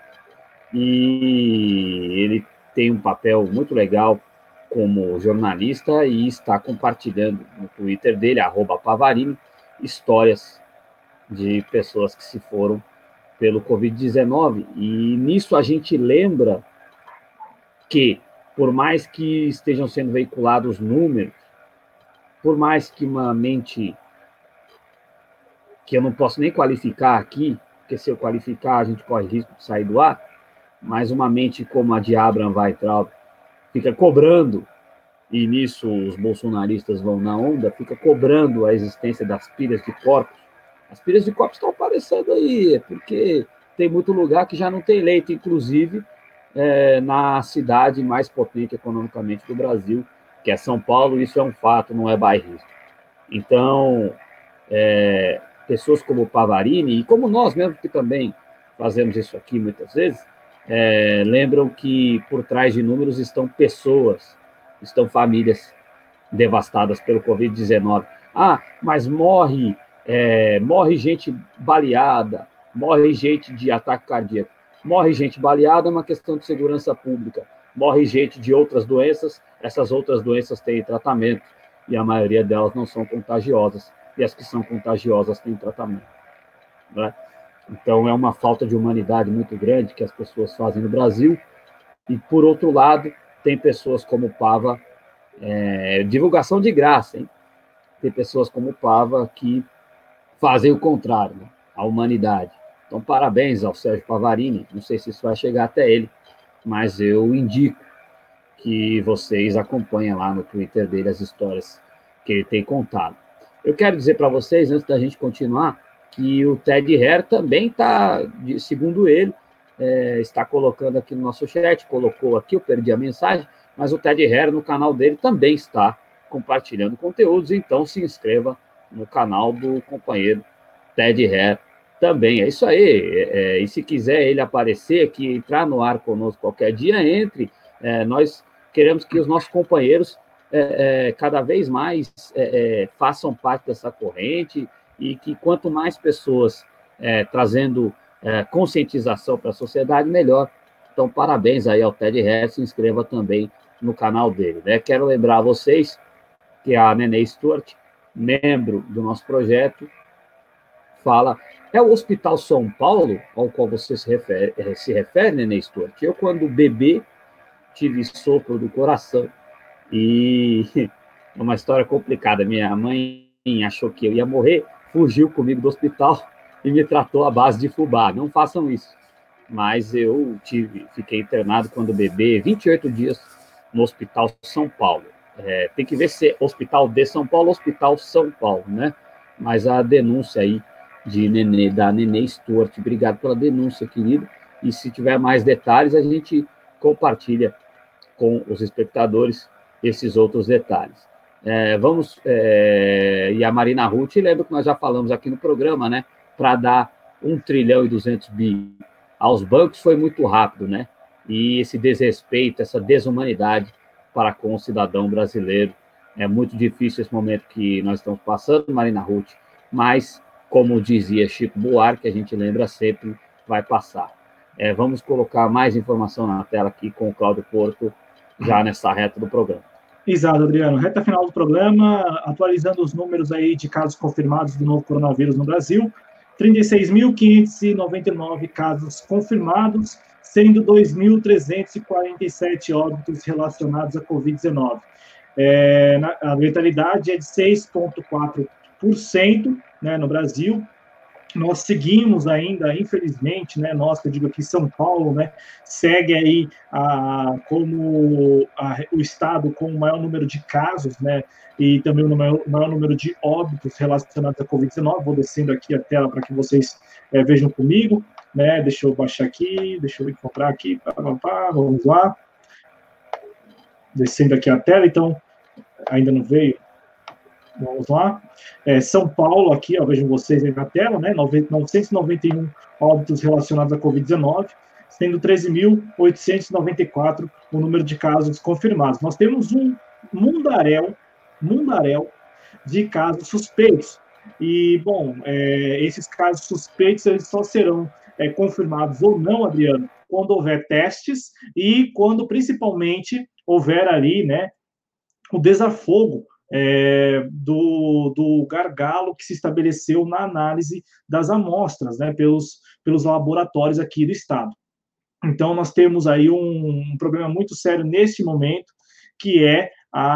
e ele tem um papel muito legal como jornalista e está compartilhando no Twitter dele, arroba Pavarini, histórias de pessoas que se foram pelo covid dezenove, e nisso a gente lembra que, por mais que estejam sendo veiculados números, por mais que uma mente que eu não posso nem qualificar aqui, porque se eu qualificar a gente corre risco de sair do ar, mas uma mente como a de Abraham Weintraub fica cobrando, e nisso os bolsonaristas vão na onda, fica cobrando a existência das pilhas de corpos. As pilhas de corpos estão aparecendo aí, porque tem muito lugar que já não tem leito, inclusive é, na cidade mais potente economicamente do Brasil, que é São Paulo. Isso é um fato, não é bairrismo. Então, é, pessoas como o Pavarini, e como nós mesmo que também fazemos isso aqui muitas vezes, é, lembram que por trás de números estão pessoas, estão famílias devastadas pelo covid dezenove. Ah, mas morre... É, morre gente baleada, morre gente de ataque cardíaco, morre gente baleada é uma questão de segurança pública, morre gente de outras doenças, essas outras doenças têm tratamento, e a maioria delas não são contagiosas, e as que são contagiosas têm tratamento, né? Então, é uma falta de humanidade muito grande que as pessoas fazem no Brasil, e, por outro lado, tem pessoas como Pava, é, divulgação de graça, hein? Tem pessoas como Pava que fazem o contrário, né? A humanidade. Então, parabéns ao Sérgio Pavarini. Não sei se isso vai chegar até ele, mas eu indico que vocês acompanhem lá no Twitter dele as histórias que ele tem contado. Eu quero dizer para vocês, antes da gente continuar, que o Ted Hare também está, segundo ele, é, está colocando aqui no nosso chat, colocou aqui, eu perdi a mensagem, mas o Ted Hare no canal dele também está compartilhando conteúdos, então se inscreva no canal do companheiro Ted Hare também. É isso aí. É, e se quiser ele aparecer aqui, entrar no ar conosco qualquer dia, entre. É, nós queremos que os nossos companheiros é, é, cada vez mais é, é, façam parte dessa corrente e que quanto mais pessoas é, trazendo é, conscientização para a sociedade, melhor. Então, parabéns aí ao Ted Hare, se inscreva também no canal dele, né? Quero lembrar a vocês que a Nenê Stuart, membro do nosso projeto, fala... É o Hospital São Paulo ao qual você se refere, se refere, Nenê Stuart? Eu, quando bebê, tive sopro do coração. E é uma história complicada. Minha mãe achou que eu ia morrer, fugiu comigo do hospital e me tratou à base de fubá. Não façam isso. Mas eu tive, fiquei internado quando bebê, vinte e oito dias no Hospital São Paulo. É, tem que ver se é Hospital de São Paulo ou Hospital São Paulo, né? Mas a denúncia aí de Nenê, da Nenê Stuart. Obrigado pela denúncia, querido. E se tiver mais detalhes, a gente compartilha com os espectadores esses outros detalhes. É, vamos, é, e a Marina Ruth, lembra que nós já falamos aqui no programa, né? Para dar um trilhão e duzentos bi aos bancos foi muito rápido, né? E esse desrespeito, essa desumanidade para com o cidadão brasileiro. É muito difícil esse momento que nós estamos passando, Marina Ruth, mas, como dizia Chico Buarque, a gente lembra sempre, vai passar. É, vamos colocar mais informação na tela aqui com o Cláudio Porto, já nessa reta do programa. Exato, Adriano. Reta final do programa, atualizando os números aí de casos confirmados do novo coronavírus no Brasil. trinta e seis mil quinhentos e noventa e nove casos confirmados, sendo dois mil trezentos e quarenta e sete óbitos relacionados à covid dezenove. É, a letalidade é de seis vírgula quatro por cento, né, no Brasil. Nós seguimos ainda, infelizmente, né, nós, que eu digo aqui, São Paulo, né, segue aí a, como a, o estado com o maior número de casos, né, e também o maior, maior número de óbitos relacionados à covid dezenove. Vou descendo aqui a tela para que vocês é, vejam comigo, né, deixa eu baixar aqui, deixa eu encontrar aqui, pá, pá, pá, vamos lá. Descendo aqui a tela, então, ainda não veio. Vamos lá. É, São Paulo, aqui, ó, vejam vocês aí na tela, né? novecentos e noventa e um óbitos relacionados à covid dezenove, sendo treze mil oitocentos e noventa e quatro o número de casos confirmados. Nós temos um mundaréu, mundaréu de casos suspeitos. E, bom, é, esses casos suspeitos eles só serão é, confirmados ou não, Adriano, quando houver testes e quando, principalmente, houver ali, né, o desafogo É, do, do gargalo que se estabeleceu na análise das amostras, né, pelos, pelos laboratórios aqui do estado. Então, nós temos aí um, um problema muito sério neste momento, que é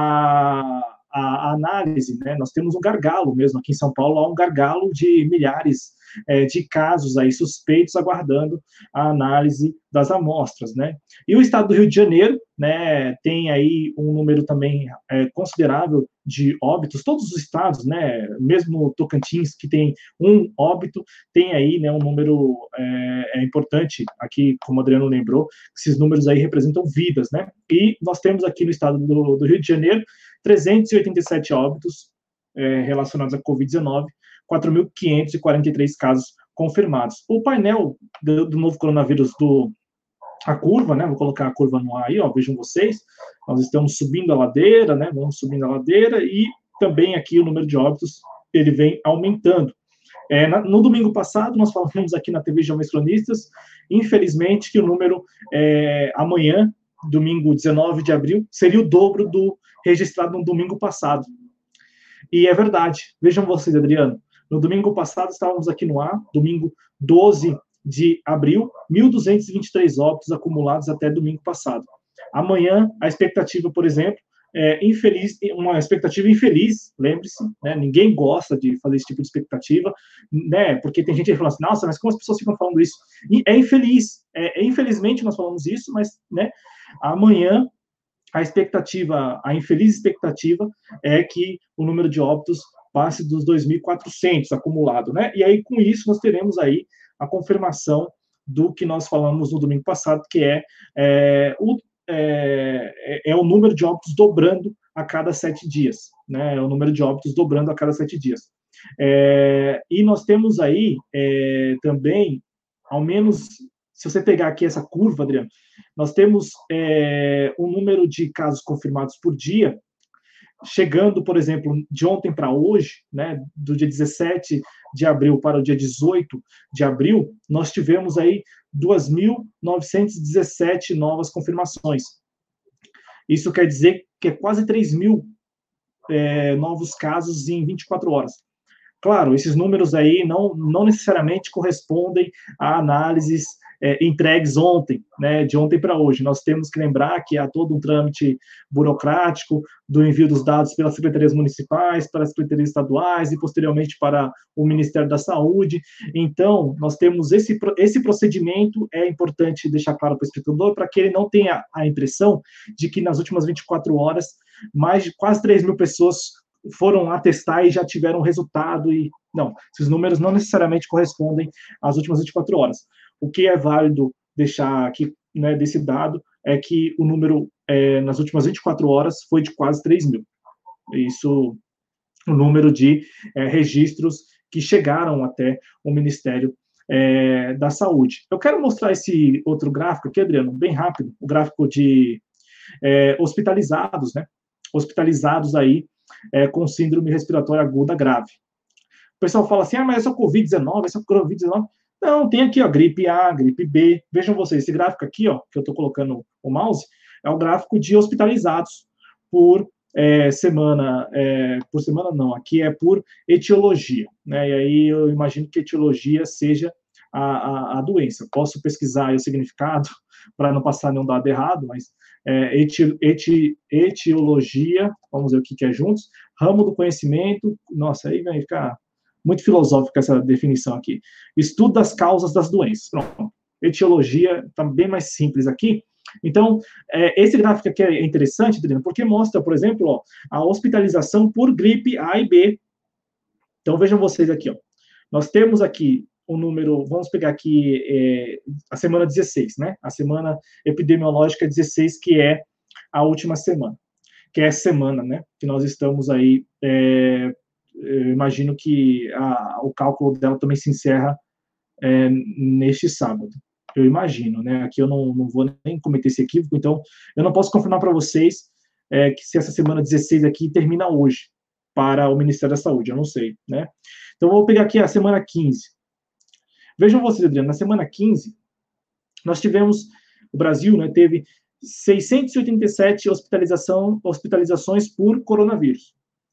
a, a, a análise, né? Nós temos um gargalo mesmo aqui em São Paulo, há um gargalo de milhares é, de casos aí suspeitos aguardando a análise das amostras, né? E o estado do Rio de Janeiro, né, tem aí um número também é, considerável de óbitos. Todos os estados, né, mesmo Tocantins, que tem um óbito, tem aí, né, um número é, é importante, aqui, como o Adriano lembrou, esses números aí representam vidas, né? E nós temos aqui no estado do, do Rio de Janeiro trezentos e oitenta e sete óbitos é, relacionados à covid dezenove, quatro mil quinhentos e quarenta e três casos confirmados. O painel do, do novo coronavírus, do, a curva, né, vou colocar a curva no ar aí, ó, vejam vocês, nós estamos subindo a ladeira, né, vamos subindo a ladeira, e também aqui o número de óbitos, ele vem aumentando. É, na, no domingo passado, nós falamos aqui na T V Jovens Cronistas, infelizmente, que o número é, amanhã, domingo dezenove de abril, seria o dobro do registrado no domingo passado. E é verdade. Vejam vocês, Adriano. No domingo passado, estávamos aqui no ar, domingo doze de abril, mil duzentos e vinte e três óbitos acumulados até domingo passado. Amanhã, a expectativa, por exemplo, é infeliz, uma expectativa infeliz, lembre-se, né? Ninguém gosta de fazer esse tipo de expectativa, né? Porque tem gente que fala assim, nossa, mas como as pessoas ficam falando isso? E é infeliz, é, é infelizmente nós falamos isso, mas, né, amanhã a expectativa, a infeliz expectativa é que o número de óbitos passe dos dois mil e quatrocentos acumulado, né? E aí, com isso, nós teremos aí a confirmação do que nós falamos no domingo passado, que é, é, o, é, é o número de óbitos dobrando a cada sete dias, né? É o número de óbitos dobrando a cada sete dias. É, e nós temos aí é, também, ao menos, se você pegar aqui essa curva, Adriano, nós temos é, um número de casos confirmados por dia, chegando, por exemplo, de ontem para hoje, né, do dia dezessete de abril para o dia dezoito de abril, nós tivemos aí duas mil novecentos e dezessete novas confirmações. Isso quer dizer que é quase três mil é, novos casos em vinte e quatro horas. Claro, esses números aí não, não necessariamente correspondem a análises é, entregues ontem, né, de ontem para hoje. Nós temos que lembrar que há todo um trâmite burocrático do envio dos dados pelas secretarias municipais, para as secretarias estaduais e, posteriormente, para o Ministério da Saúde. Então, nós temos esse, esse procedimento, é importante deixar claro para o espectador, para que ele não tenha a impressão de que nas últimas vinte e quatro horas, mais de quase três mil pessoas foram lá testar e já tiveram resultado, e não, esses números não necessariamente correspondem às últimas vinte e quatro horas. O que é válido deixar aqui, né, desse dado é que o número é, nas últimas vinte e quatro horas foi de quase três mil. Isso, o número de é, registros que chegaram até o Ministério é, da Saúde. Eu quero mostrar esse outro gráfico aqui, Adriano, bem rápido, o gráfico de é, hospitalizados, né? Hospitalizados aí é, com síndrome respiratória aguda grave. O pessoal fala assim, ah, mas é só covid dezenove, é só covid dezenove. Não, tem aqui, ó, gripe A, gripe B. Vejam vocês, esse gráfico aqui, ó, que eu estou colocando o mouse, é o gráfico de hospitalizados por é, semana, é, por semana não, aqui é por etiologia, né? E aí eu imagino que etiologia seja a, a, a doença. Posso pesquisar o significado para não passar nenhum dado errado, mas é, eti, eti, etiologia, vamos ver o que, que é juntos, ramo do conhecimento, nossa, aí vai ficar muito filosófica essa definição aqui. Estudo das causas das doenças. Pronto. Etiologia está bem mais simples aqui. Então, é, esse gráfico aqui é interessante, Adriano, porque mostra, por exemplo, ó, a hospitalização por gripe A e B. Então, vejam vocês aqui, ó. Nós temos aqui o um número, vamos pegar aqui é, a semana dezesseis, né? A semana epidemiológica dezesseis, que é a última semana, que é a semana, né? Que nós estamos aí, é, eu imagino que a, o cálculo dela também se encerra é, neste sábado. Eu imagino, né? Aqui eu não, não vou nem cometer esse equívoco, então eu não posso confirmar para vocês é, que se essa semana dezesseis aqui termina hoje para o Ministério da Saúde, eu não sei, né? Então, vou pegar aqui a semana quinze. Vejam vocês, Adriano, na semana quinze, nós tivemos, o Brasil, né, teve seiscentas e oitenta e sete hospitalização, hospitalizações por coronavírus.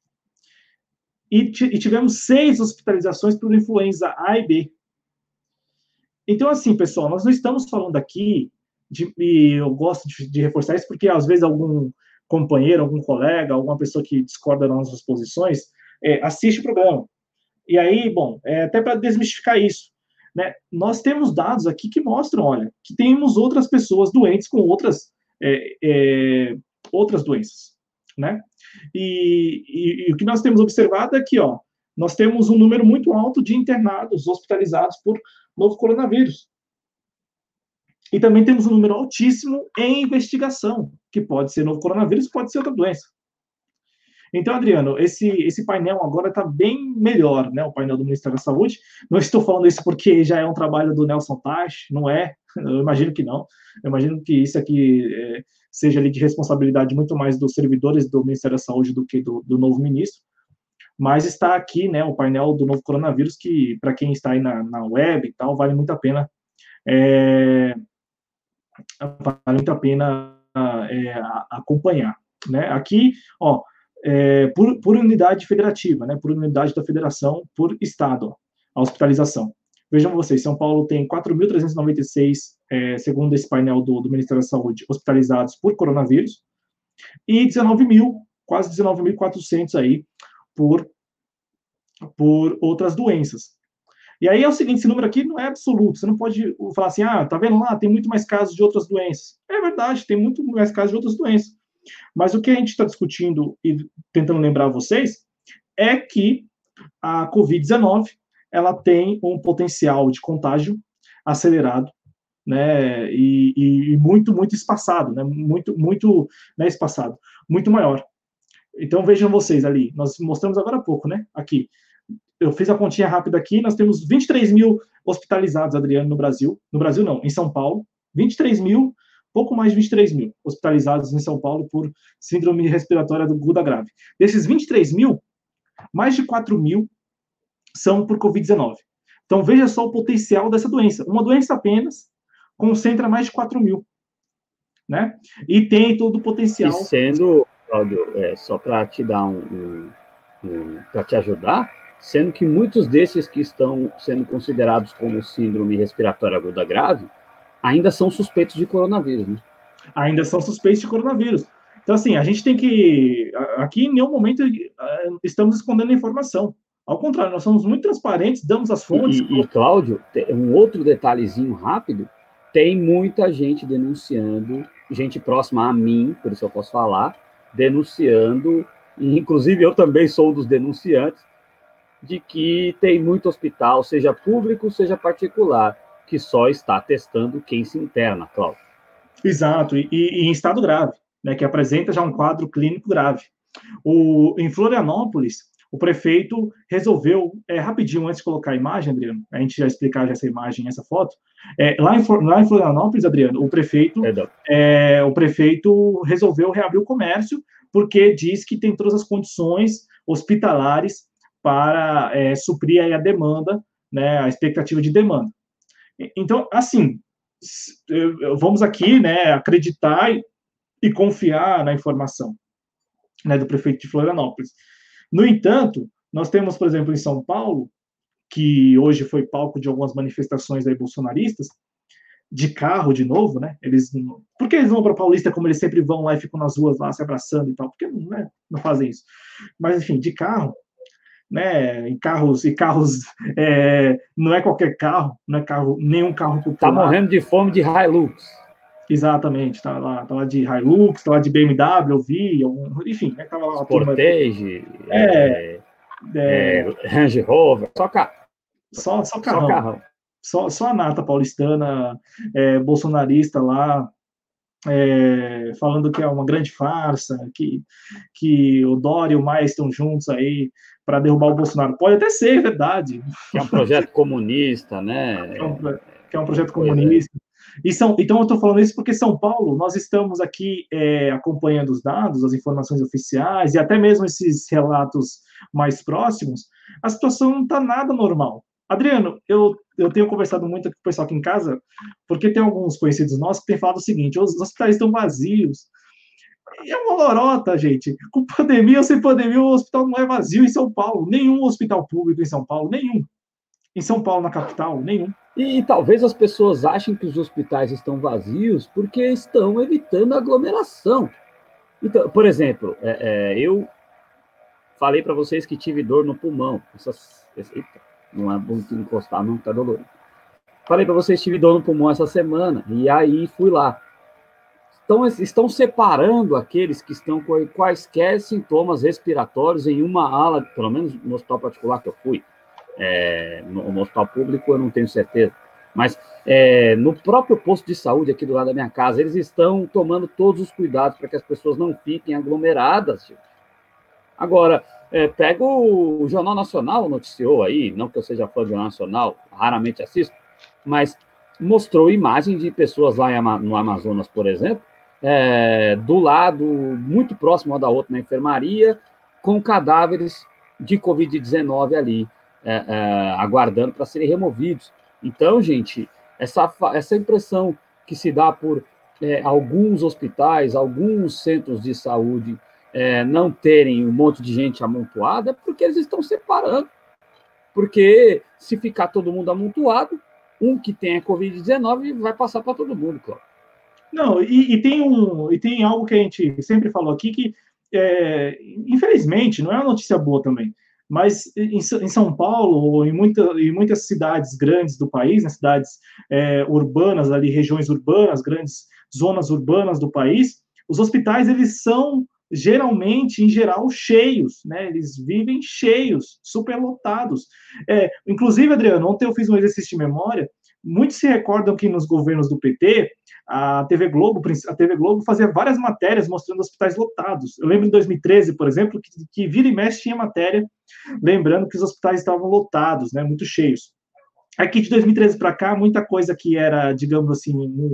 E, e tivemos seis hospitalizações por influenza A e B. Então, assim, pessoal, nós não estamos falando aqui, de, e eu gosto de, de reforçar isso, porque às vezes algum companheiro, algum colega, alguma pessoa que discorda das nossas posições, é, assiste o programa. E aí, bom, é, até para desmistificar isso, né, nós temos dados aqui que mostram, olha, que temos outras pessoas doentes com outras, é, é, outras doenças, né? E, e, e o que nós temos observado é que, ó, nós temos um número muito alto de internados hospitalizados por novo coronavírus. E também temos um número altíssimo em investigação, que pode ser novo coronavírus, pode ser outra doença. Então, Adriano, esse, esse painel agora está bem melhor, né? O painel do Ministério da Saúde. Não estou falando isso porque já é um trabalho do Nelson Teich, não é? Eu imagino que não. Eu imagino que isso aqui é, seja ali de responsabilidade muito mais dos servidores do Ministério da Saúde do que do, do novo ministro. Mas está aqui, né, o painel do novo coronavírus, que para quem está aí na, na web e tal, vale muito a pena. É, vale muito a pena é, acompanhar, né? Aqui, ó. É, por, por unidade federativa, né, por unidade da federação, por estado, ó, a hospitalização. Vejam vocês, São Paulo tem quatro mil trezentos e noventa e seis, é, segundo esse painel do, do Ministério da Saúde, hospitalizados por coronavírus, e dezenove mil, quase dezenove mil e quatrocentos aí, por, por outras doenças. E aí é o seguinte, esse número aqui não é absoluto, você não pode falar assim, ah, tá vendo lá, tem muito mais casos de outras doenças. É verdade, tem muito mais casos de outras doenças. Mas o que a gente está discutindo e tentando lembrar vocês é que a covid dezenove ela tem um potencial de contágio acelerado, né, e, e muito, muito espaçado, né, muito, muito, né, espaçado, muito maior. Então, vejam vocês ali, nós mostramos agora há pouco, né, aqui, eu fiz a continha rápida aqui, nós temos vinte e três mil hospitalizados, Adriano, no Brasil, no Brasil não, em São Paulo, vinte e três mil, pouco mais de vinte e três mil hospitalizados em São Paulo por síndrome respiratória aguda grave. Desses vinte e três mil, mais de quatro mil são por covid dezenove. Então, veja só o potencial dessa doença. Uma doença apenas concentra mais de quatro mil, né? E tem todo o potencial. E sendo, Cláudio, é, só para te dar um, um, um para te ajudar, sendo que muitos desses que estão sendo considerados como síndrome respiratória aguda grave ainda são suspeitos de coronavírus, né? Ainda são suspeitos de coronavírus. Então, assim, a gente tem que... Aqui, em nenhum momento, estamos escondendo a informação. Ao contrário, nós somos muito transparentes, damos as fontes... E, e Cláudio, um outro detalhezinho rápido, tem muita gente denunciando, gente próxima a mim, por isso eu posso falar, denunciando E, inclusive, eu também sou um dos denunciantes de que tem muito hospital, seja público, seja particular, que só está testando quem se interna, Cláudio. Exato, e, e em estado grave, né, que apresenta já um quadro clínico grave. O, em Florianópolis, o prefeito resolveu, é, rapidinho, antes de colocar a imagem, Adriano, a gente já explicar já essa imagem, essa foto, é, lá, em, lá em Florianópolis, Adriano, o prefeito, é, o prefeito resolveu reabrir o comércio, porque diz que tem todas as condições hospitalares para é, suprir aí a demanda, né, a expectativa de demanda. Então, assim, vamos aqui, né, acreditar e, e confiar na informação, né, do prefeito de Florianópolis. No entanto, nós temos, por exemplo, em São Paulo, que hoje foi palco de algumas manifestações aí bolsonaristas, de carro de novo, né? Eles, por que eles vão para Paulista como eles sempre vão lá e ficam nas ruas lá se abraçando e tal? Porque né, não fazem isso. Mas, enfim, de carro, né? Em carros, e carros, é, não é qualquer carro, não é carro, nenhum carro popular. Tá morrendo de fome de Hilux. Exatamente, tá lá, tá lá de Hilux, tá lá de B M W, eu vi, enfim, né, tava lá Sportage, é, é, é, Range Rover, só carro. Só, só carrão. Só, carrão. Só, só a nata paulistana, é, bolsonarista lá, é, falando que é uma grande farsa, que, que o Dória e o Maia estão juntos aí para derrubar o Bolsonaro. Pode até ser, é verdade. Que é um projeto comunista, né? Que é um, que é um projeto comunista. É. E são, então, eu estou falando isso porque São Paulo, nós estamos aqui é, acompanhando os dados, as informações oficiais e até mesmo esses relatos mais próximos, a situação não está nada normal. Adriano, eu, eu tenho conversado muito com o pessoal aqui em casa, porque tem alguns conhecidos nossos que têm falado o seguinte, os hospitais estão vazios. E é uma lorota, gente. Com pandemia ou sem pandemia, o hospital não é vazio em São Paulo. Nenhum hospital público em São Paulo, nenhum. Em São Paulo, na capital, nenhum. E, e talvez as pessoas achem que os hospitais estão vazios porque estão evitando aglomeração. Então, por exemplo, é, é, eu falei para vocês que tive dor no pulmão. Essas, eita, não é bom encostar, não, tá dolorido. Falei para vocês que tive dor no pulmão essa semana, e aí fui lá. Então, estão separando aqueles que estão com quaisquer sintomas respiratórios em uma ala, pelo menos no hospital particular que eu fui. É, no, no hospital público eu não tenho certeza, mas é, no próprio posto de saúde aqui do lado da minha casa, eles estão tomando todos os cuidados para que as pessoas não fiquem aglomeradas. Gente. Agora, é, pega o, o Jornal Nacional, noticiou aí, não que eu seja fã do Jornal Nacional, raramente assisto, mas mostrou imagem de pessoas lá em, no Amazonas, por exemplo, é, do lado, muito próximo uma da outra na enfermaria, com cadáveres de covid dezenove ali, É, é, aguardando para serem removidos. Então, gente, essa, essa impressão que se dá por é, alguns hospitais, alguns centros de saúde é, não terem um monte de gente amontoada, é porque eles estão separando. Porque se ficar todo mundo amontoado, um que tem a covid dezenove vai passar para todo mundo, claro. Não, e, e, tem um, e tem algo que a gente sempre falou aqui que, é, infelizmente, não é uma notícia boa também. Mas em, em São Paulo, ou em, muita, em muitas cidades grandes do país, nas cidades é, urbanas, ali, regiões urbanas, grandes zonas urbanas do país, os hospitais, eles são, geralmente, em geral, cheios, né? Eles vivem cheios, superlotados. É, inclusive, Adriano, ontem eu fiz um exercício de memória, muitos se recordam que nos governos do P T, a T V Globo, a T V Globo fazia várias matérias mostrando hospitais lotados. Eu lembro em dois mil e treze, por exemplo, que, que vira e mexe tinha matéria lembrando que os hospitais estavam lotados, né, muito cheios. Aqui de dois mil e treze para cá, muita coisa que era, digamos assim,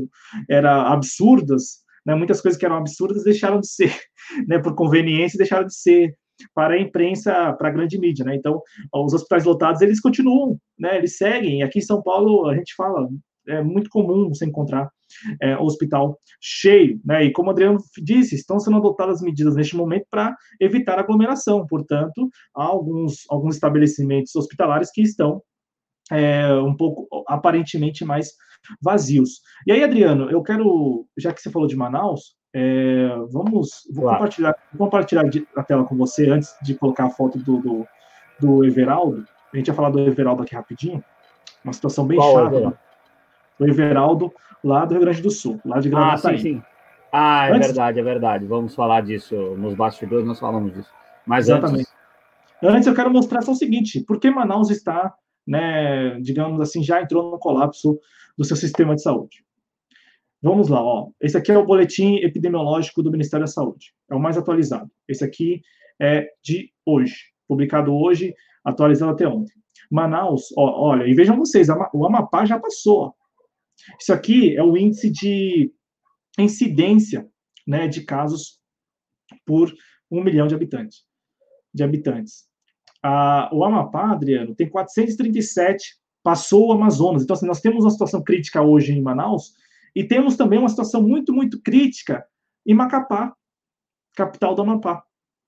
era absurdas, né, muitas coisas que eram absurdas deixaram de ser, né, por conveniência, deixaram de ser para a imprensa, para a grande mídia, né? Então, os hospitais lotados, eles continuam, né? Eles seguem. Aqui em São Paulo, a gente fala, é muito comum você encontrar é, o hospital cheio, né? E como o Adriano disse, estão sendo adotadas medidas neste momento para evitar aglomeração. Portanto, há alguns, alguns estabelecimentos hospitalares que estão é, um pouco, aparentemente, mais vazios. E aí, Adriano, eu quero, já que você falou de Manaus, é, vamos, vou claro. compartilhar, vou compartilhar a tela com você antes de colocar a foto do, do, do Everaldo. A gente ia falar do Everaldo aqui rapidinho, uma situação bem Qual chata. Everaldo? O Everaldo, lá do Rio Grande do Sul, lá de Gravataí. Ah, sim, sim. Ah, é antes... verdade, é verdade. Vamos falar disso nos bastidores, nós falamos disso. Mas Exatamente. Antes... antes eu quero mostrar só o seguinte, por que Manaus está, né, digamos assim, já entrou no colapso do seu sistema de saúde. Vamos lá, ó. Esse aqui é o boletim epidemiológico do Ministério da Saúde. É o mais atualizado. Esse aqui é de hoje, publicado hoje, atualizado até ontem. Manaus, ó, olha, e vejam vocês, o Amapá já passou. Ó. Isso aqui é o índice de incidência, né, de casos por um milhão de habitantes. De habitantes. Ah, o Amapá, Adriano, tem quatrocentos e trinta e sete, passou o Amazonas. Então, assim, nós temos uma situação crítica hoje em Manaus e temos também uma situação muito, muito crítica em Macapá, capital do Amapá.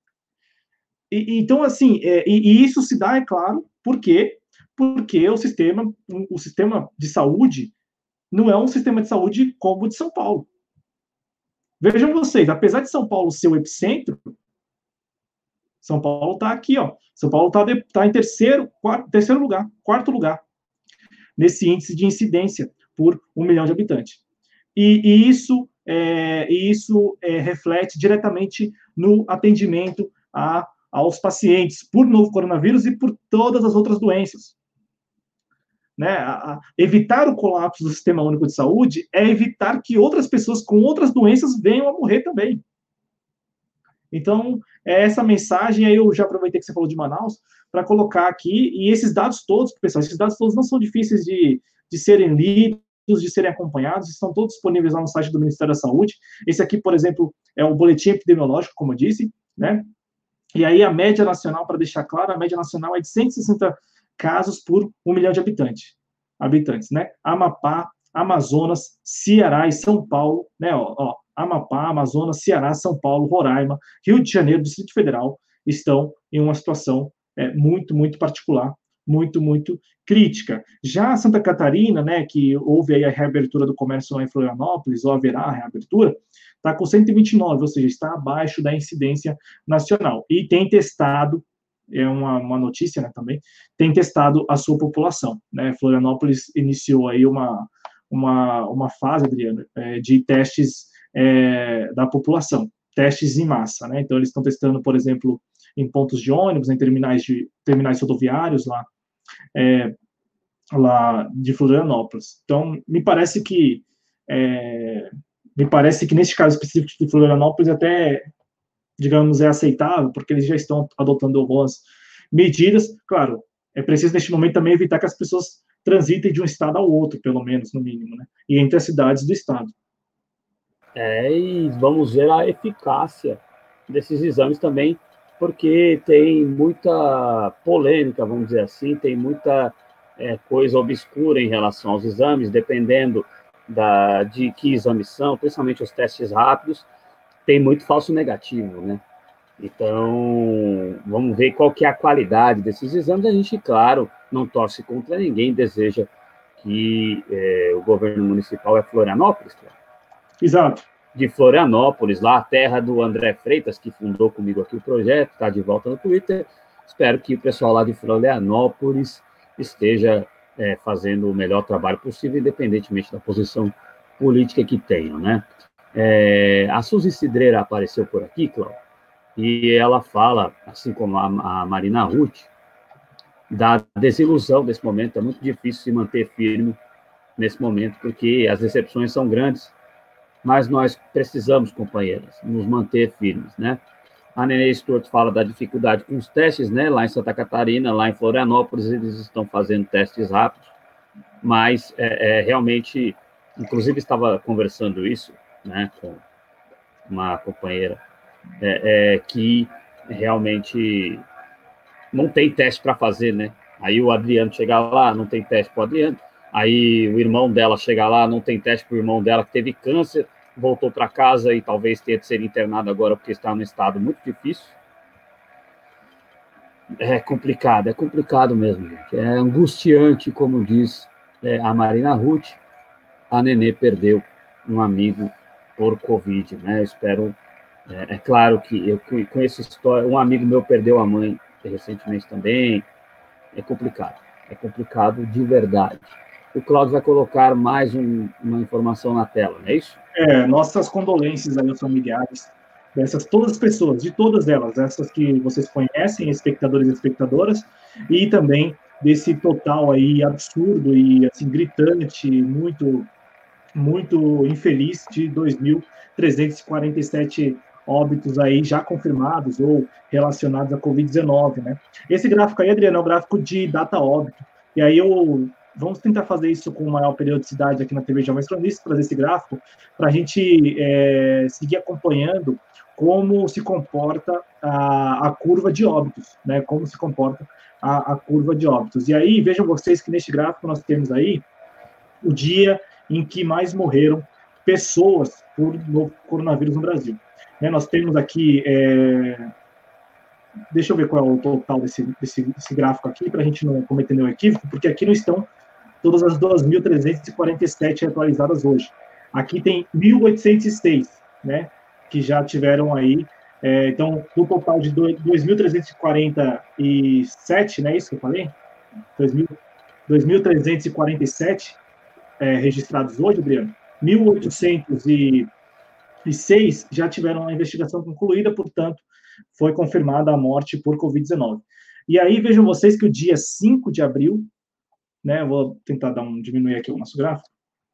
E, então, assim, é, e, e isso se dá, é claro, por quê? Porque o sistema, o sistema de saúde não é um sistema de saúde como o de São Paulo. Vejam vocês, apesar de São Paulo ser o epicentro, São Paulo está aqui, ó. São Paulo está tá em terceiro, quarto, terceiro lugar, quarto lugar, nesse índice de incidência por um milhão de habitantes. E, e isso, é, e isso é, reflete diretamente no atendimento a, aos pacientes por novo coronavírus e por todas as outras doenças. Né? A, a, evitar o colapso do Sistema Único de Saúde é evitar que outras pessoas com outras doenças venham a morrer também. Então, é essa mensagem, aí eu já aproveitei que você falou de Manaus, para colocar aqui, e esses dados todos, pessoal, esses dados todos não são difíceis de, de serem lidos, de serem acompanhados, estão todos disponíveis lá no site do Ministério da Saúde. Esse aqui, por exemplo, é o boletim epidemiológico, como eu disse, né? E aí a média nacional, para deixar claro, a média nacional é de cento e sessenta casos por um milhão de habitantes, habitantes, né? Amapá, Amazonas, Ceará e São Paulo, né? Ó, ó, Amapá, Amazonas, Ceará, São Paulo, Roraima, Rio de Janeiro, Distrito Federal, estão em uma situação é, muito, muito particular, muito, muito crítica. Já Santa Catarina, né, que houve aí a reabertura do comércio lá em Florianópolis, ou haverá a reabertura, está com cento e vinte e nove, ou seja, está abaixo da incidência nacional. E tem testado, é uma, uma notícia, né, também, tem testado a sua população, né? Florianópolis iniciou aí uma, uma, uma fase, Adriano, é, de testes é, da população, testes em massa, né? Então, eles estão testando, por exemplo, em pontos de ônibus, em terminais, de, terminais rodoviários lá, é, lá de Florianópolis. Então, me parece que é, me parece que nesse caso específico de Florianópolis até, digamos, é aceitável, porque eles já estão adotando algumas medidas. Claro, é preciso neste momento também evitar que as pessoas transitem de um estado ao outro, pelo menos, no mínimo, né? E entre as cidades do estado. É, e vamos ver a eficácia desses exames também, porque tem muita polêmica, vamos dizer assim, tem muita é, coisa obscura em relação aos exames, dependendo da, de que exames são, principalmente os testes rápidos, tem muito falso negativo, né? Então, vamos ver qual que é a qualidade desses exames. A gente, claro, não torce contra ninguém, deseja que é, o governo municipal é Florianópolis, claro. Exato. De Florianópolis, lá a terra do André Freitas, que fundou comigo aqui o projeto, está de volta no Twitter. Espero que o pessoal lá de Florianópolis esteja é, fazendo o melhor trabalho possível, independentemente da posição política que tenham, né? É, a Suzy Cidreira apareceu por aqui, Cláudio, e ela fala, assim como a, a Marina Ruth, da desilusão desse momento. É muito difícil se manter firme nesse momento, porque as decepções são grandes, mas nós precisamos, companheiras, nos manter firmes, né? A Nenê Stuart fala da dificuldade com os testes, né? Lá em Santa Catarina, lá em Florianópolis, eles estão fazendo testes rápidos, mas é, é, realmente, inclusive estava conversando isso, né, com uma companheira, é, é, que realmente não tem teste para fazer, né? Aí o Adriano chega lá, não tem teste para o Adriano. Aí o irmão dela chega lá, não tem teste para o irmão dela que teve câncer, voltou para casa e talvez tenha de ser internado agora porque está num estado muito difícil. É complicado, é complicado mesmo, gente. É angustiante, como diz é, a Marina Ruth. A Nenê perdeu um amigo por Covid, né? Espero... É, é claro que eu conheço história... Um amigo meu perdeu a mãe recentemente também. É complicado. É complicado de verdade. O Cláudio vai colocar mais um, uma informação na tela, não é isso? É, nossas condolências aí aos familiares dessas todas as pessoas, de todas elas, essas que vocês conhecem, espectadores e espectadoras, e também desse total aí absurdo e assim gritante, muito muito infeliz de dois mil trezentos e quarenta e sete óbitos aí já confirmados ou relacionados à covid dezenove, né? Esse gráfico aí, Adriano, é o gráfico de data óbito. E aí eu vamos tentar fazer isso com maior periodicidade aqui na T V Jovens Cronistas, trazer esse gráfico para a gente é, seguir acompanhando como se comporta a, a curva de óbitos, né? Como se comporta a, a curva de óbitos. E aí, vejam vocês que neste gráfico nós temos aí o dia em que mais morreram pessoas por novo coronavírus no Brasil. Né, nós temos aqui, é... deixa eu ver qual é o total desse, desse, desse gráfico aqui, para a gente não cometer nenhum equívoco, porque aqui não estão todas as duas mil trezentas e quarenta e sete atualizadas hoje. Aqui tem mil oitocentos e seis, né, que já tiveram aí, é, então, no total de dois mil trezentos e quarenta e sete, não é isso que eu falei? dois mil trezentos e quarenta e sete é, registrados hoje, Adriano, mil oitocentos e seis já tiveram a investigação concluída, portanto, foi confirmada a morte por covid dezenove. E aí vejam vocês que o dia cinco de abril, né, vou tentar dar um, diminuir aqui o nosso gráfico,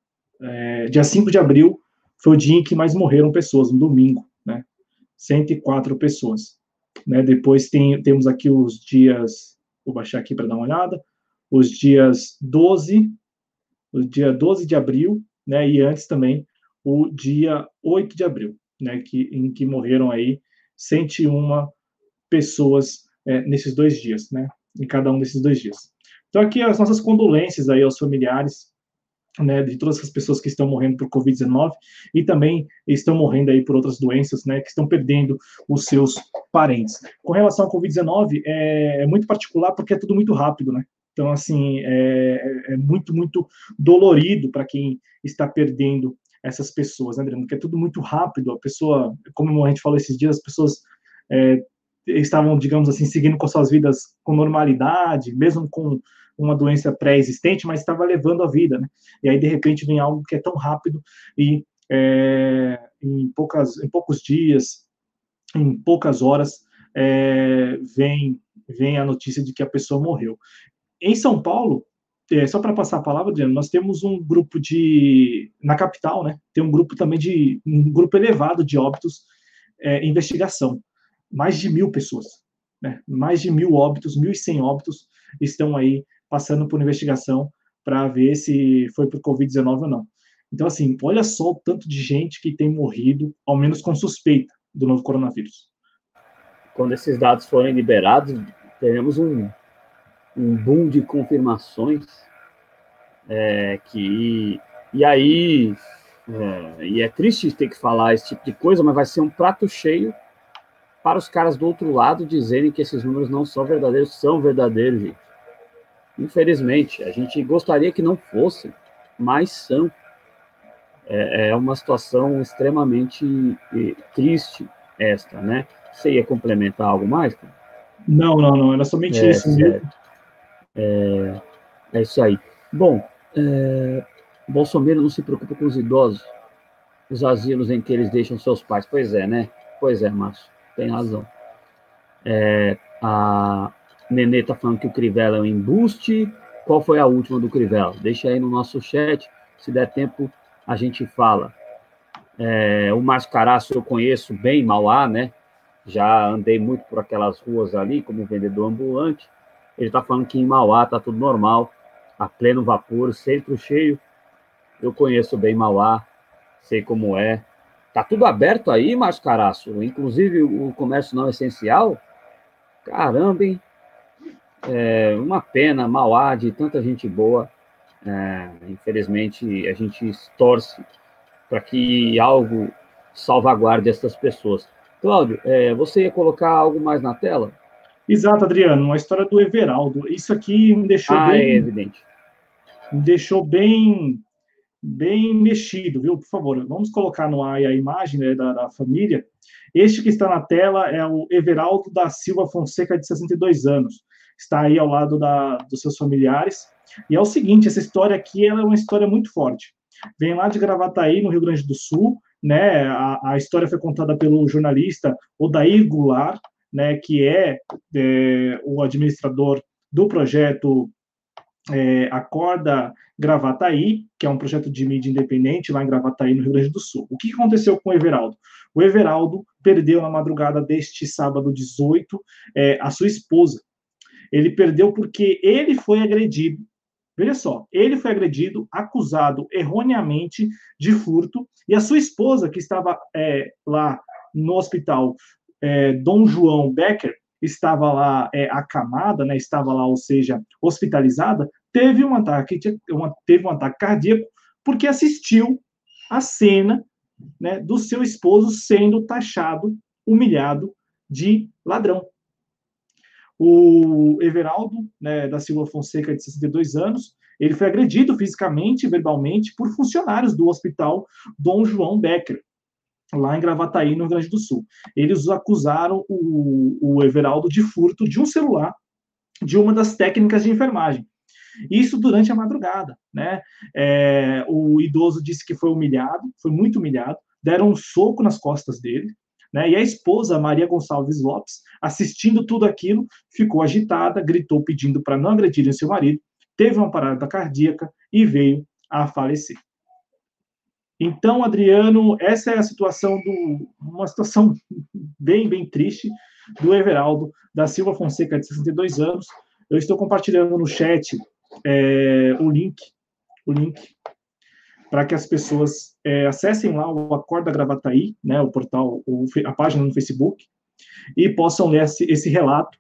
é, dia cinco de abril foi o dia em que mais morreram pessoas, no domingo, né, cento e quatro pessoas. Né, depois tem, temos aqui os dias, vou baixar aqui para dar uma olhada, os dias doze, o dia doze de abril, né, e antes também o dia oito de abril, né, que, em que morreram aí cento e uma pessoas é, nesses dois dias, né, em cada um desses dois dias. Então aqui as nossas condolências aí aos familiares, né, de todas as pessoas que estão morrendo por covid dezenove e também estão morrendo aí por outras doenças, né, que estão perdendo os seus parentes. Com relação à covid dezenove, é, é muito particular porque é tudo muito rápido, né? Então, assim, é, é muito, muito dolorido para quem está perdendo essas pessoas, né, Adriano? Porque é tudo muito rápido. A pessoa, como a gente falou esses dias, as pessoas é, estavam, digamos assim, seguindo com suas vidas com normalidade, mesmo com uma doença pré-existente, mas estava levando a vida, né? E aí, de repente, vem algo que é tão rápido e é, em, poucas, em poucos dias, em poucas horas, é, vem, vem a notícia de que a pessoa morreu. Em São Paulo, é, só para passar a palavra, Adriano, nós temos um grupo de, na capital, né, tem um grupo também de, um grupo elevado de óbitos é, em investigação, mais de mil pessoas, né, mais de mil óbitos, mil e cem óbitos estão aí passando por investigação para ver se foi por covid dezenove ou não. Então, assim, olha só o tanto de gente que tem morrido, ao menos com suspeita do novo coronavírus. Quando esses dados forem liberados, teremos um, um boom de confirmações, é, que, e aí, é, e é triste ter que falar esse tipo de coisa, mas vai ser um prato cheio para os caras do outro lado dizerem que esses números não são verdadeiros, são verdadeiros, gente. Infelizmente, a gente gostaria que não fossem, mas são. É, é uma situação extremamente triste esta, né? Você ia complementar algo mais? Não, não, não, era somente é, isso mesmo. É, é isso aí. Bom, é, Bolsonaro não se preocupa com os idosos, os asilos em que eles deixam seus pais. Pois é, né? Pois é, Márcio, tem razão. É, a Nenê tá falando que o Crivella é um embuste. Qual foi a última do Crivella? Deixa aí no nosso chat, se der tempo a gente fala. É, o Márcio Caraço eu conheço bem, Mauá, né? Já andei muito por aquelas ruas ali, como vendedor ambulante. Ele está falando que em Mauá está tudo normal, a pleno vapor, centro cheio. Eu conheço bem Mauá, sei como é. Tá tudo aberto aí, Márcio Caraço? Inclusive o comércio não essencial? Caramba, hein? É uma pena, Mauá, de tanta gente boa. É, infelizmente, a gente torce para que algo salvaguarde essas pessoas. Cláudio, é, você ia colocar algo mais na tela? Exato, Adriano, uma história do Everaldo. Isso aqui me deixou ah, bem, é evidente. Me deixou bem, bem mexido, viu? Por favor, vamos colocar no ar a imagem, né, da, da família. Este que está na tela é o Everaldo da Silva Fonseca, de sessenta e dois anos. Está aí ao lado da, dos seus familiares. E é o seguinte, essa história aqui ela é uma história muito forte. Vem lá de Gravataí, no Rio Grande do Sul, né, a, a história foi contada pelo jornalista Odair Goulart, né, que é, é o administrador do projeto é, Acorda Gravataí, que é um projeto de mídia independente lá em Gravataí, no Rio Grande do Sul. O que aconteceu com o Everaldo? O Everaldo perdeu na madrugada deste sábado dezoito é, a sua esposa. Ele perdeu porque ele foi agredido. Veja só, ele foi agredido, acusado erroneamente de furto, e a sua esposa, que estava é, lá no hospital é, Dom João Becker, estava lá é, acamada, né, estava lá, ou seja, hospitalizada, teve um ataque, uma, teve um ataque cardíaco, porque assistiu a cena, né, do seu esposo sendo taxado, humilhado de ladrão. O Everaldo, né, da Silva Fonseca, de sessenta e dois anos, ele foi agredido fisicamente e verbalmente por funcionários do hospital Dom João Becker, lá em Gravataí, no Rio Grande do Sul. Eles acusaram o, o Everaldo de furto de um celular de uma das técnicas de enfermagem. Isso durante a madrugada, né? É, o idoso disse que foi humilhado, foi muito humilhado, deram um soco nas costas dele, né? E a esposa, Maria Gonçalves Lopes, assistindo tudo aquilo, ficou agitada, gritou pedindo para não agredirem seu marido, teve uma parada cardíaca e veio a falecer. Então, Adriano, essa é a situação do, uma situação bem, bem triste do Everaldo da Silva Fonseca, de sessenta e dois anos. Eu estou compartilhando no chat é, o link, o link para que as pessoas é, acessem lá o Acorda Gravataí, né, o portal, o, a página no Facebook, e possam ler esse, esse relato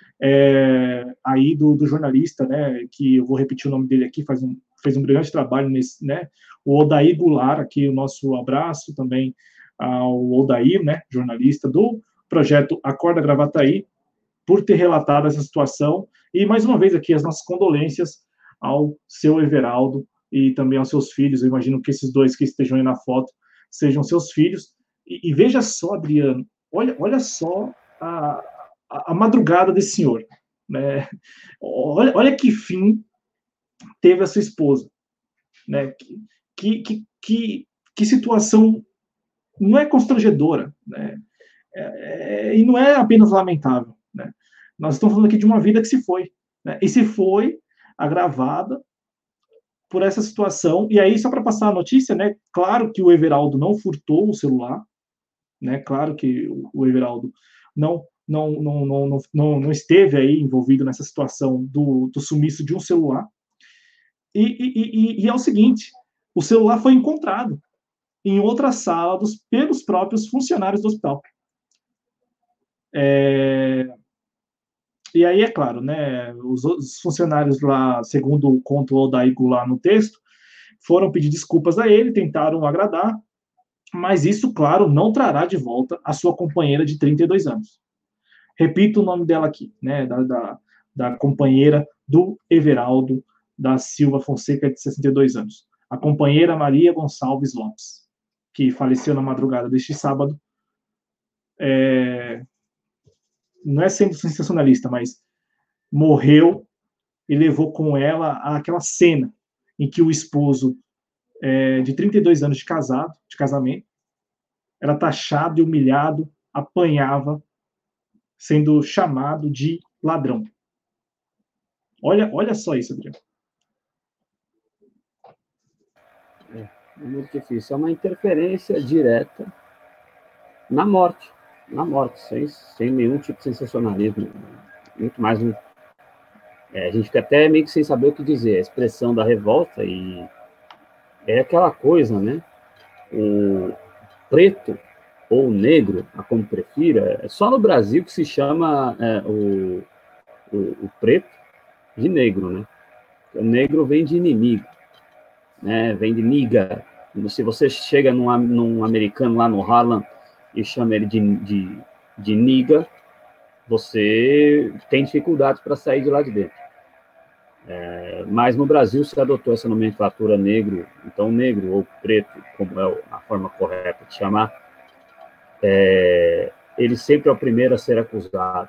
é, aí do, do jornalista, né, que eu vou repetir o nome dele aqui, faz um, fez um brilhante trabalho nesse, né, o Odair Goulart, aqui o nosso abraço também ao Odair, né, jornalista do projeto Acorda Gravataí, por ter relatado essa situação, e mais uma vez aqui as nossas condolências ao seu Everaldo e também aos seus filhos. Eu imagino que esses dois que estejam aí na foto sejam seus filhos. E, e veja só, Adriano, olha, olha só a, a, a madrugada desse senhor, né? Olha, olha que fim teve a sua esposa, né? Que, que, que, que situação não é constrangedora, né? É, é, e não é apenas lamentável, né? Nós estamos falando aqui de uma vida que se foi, né? E se foi agravada por essa situação. E aí, só para passar a notícia, né? Claro que o Everaldo não furtou o celular, né? Claro que o Everaldo não não, não, não, não, não esteve aí envolvido nessa situação do, do sumiço de um celular. E, e, e, e é o seguinte: o celular foi encontrado em outra sala dos, pelos próprios funcionários do hospital. É, e aí, é claro, né, os, os funcionários lá, segundo conta o Odair lá no texto, foram pedir desculpas a ele, tentaram agradar, mas isso, claro, não trará de volta a sua companheira de trinta e dois anos. Repito o nome dela aqui, né, da, da, da companheira do Everaldo da Silva Fonseca, de sessenta e dois anos. A companheira Maria Gonçalves Lopes, que faleceu na madrugada deste sábado. É, não é sendo sensacionalista, mas morreu e levou com ela aquela cena em que o esposo é, de trinta e dois anos de casado, de casamento, era taxado e humilhado, apanhava, sendo chamado de ladrão. Olha, olha só isso, Adriano. É, é muito difícil. É uma interferência direta na morte, na morte, sem, sem nenhum tipo de sensacionalismo, muito mais um, é, a gente fica até meio que sem saber o que dizer, a expressão da revolta, e é aquela coisa, né, o preto ou negro, a como prefira, é só no Brasil que se chama é, o, o, o preto de negro, né, o negro vem de inimigo, né, vem de niga. Se você chega num, num americano lá no Harlem e chama ele de, de, de niga, você tem dificuldades para sair de lá de dentro. É, mas no Brasil se adotou essa nomenclatura negro, então negro ou preto, como é a forma correta de chamar, é, ele sempre é o primeiro a ser acusado.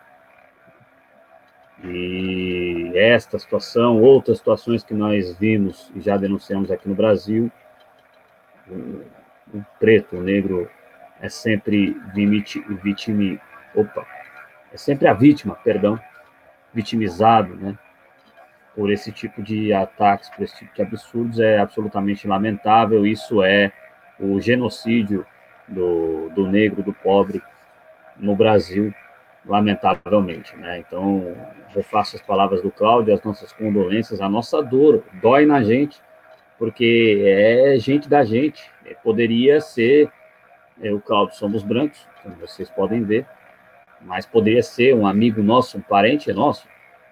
E esta situação, outras situações que nós vimos e já denunciamos aqui no Brasil, o preto, o negro é sempre vítima, opa, é sempre a vítima, perdão, vitimizado, né, por esse tipo de ataques, por esse tipo de absurdos, é absolutamente lamentável. Isso é o genocídio do, do negro, do pobre no Brasil, lamentavelmente, né? Então, eu faço as palavras do Cláudio, as nossas condolências, a nossa dor, dói na gente, porque é gente da gente, poderia ser, eu, Cláudio, somos brancos, como vocês podem ver, mas poderia ser um amigo nosso, um parente nosso,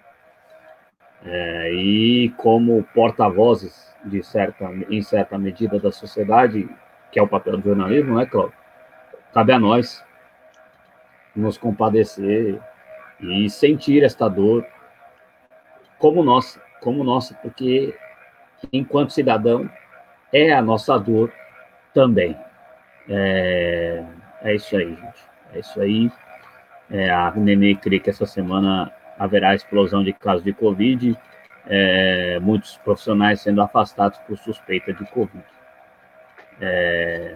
é, e como porta-vozes de certa, em certa medida da sociedade, que é o papel do jornalismo, né, Cláudio? Cabe a nós nos compadecer e sentir esta dor como nossa, como nossa, porque enquanto cidadão é a nossa dor também. É, é isso aí, gente. É isso aí. É, a Nenê crê que essa semana haverá explosão de casos de Covid, é, muitos profissionais sendo afastados por suspeita de Covid. É,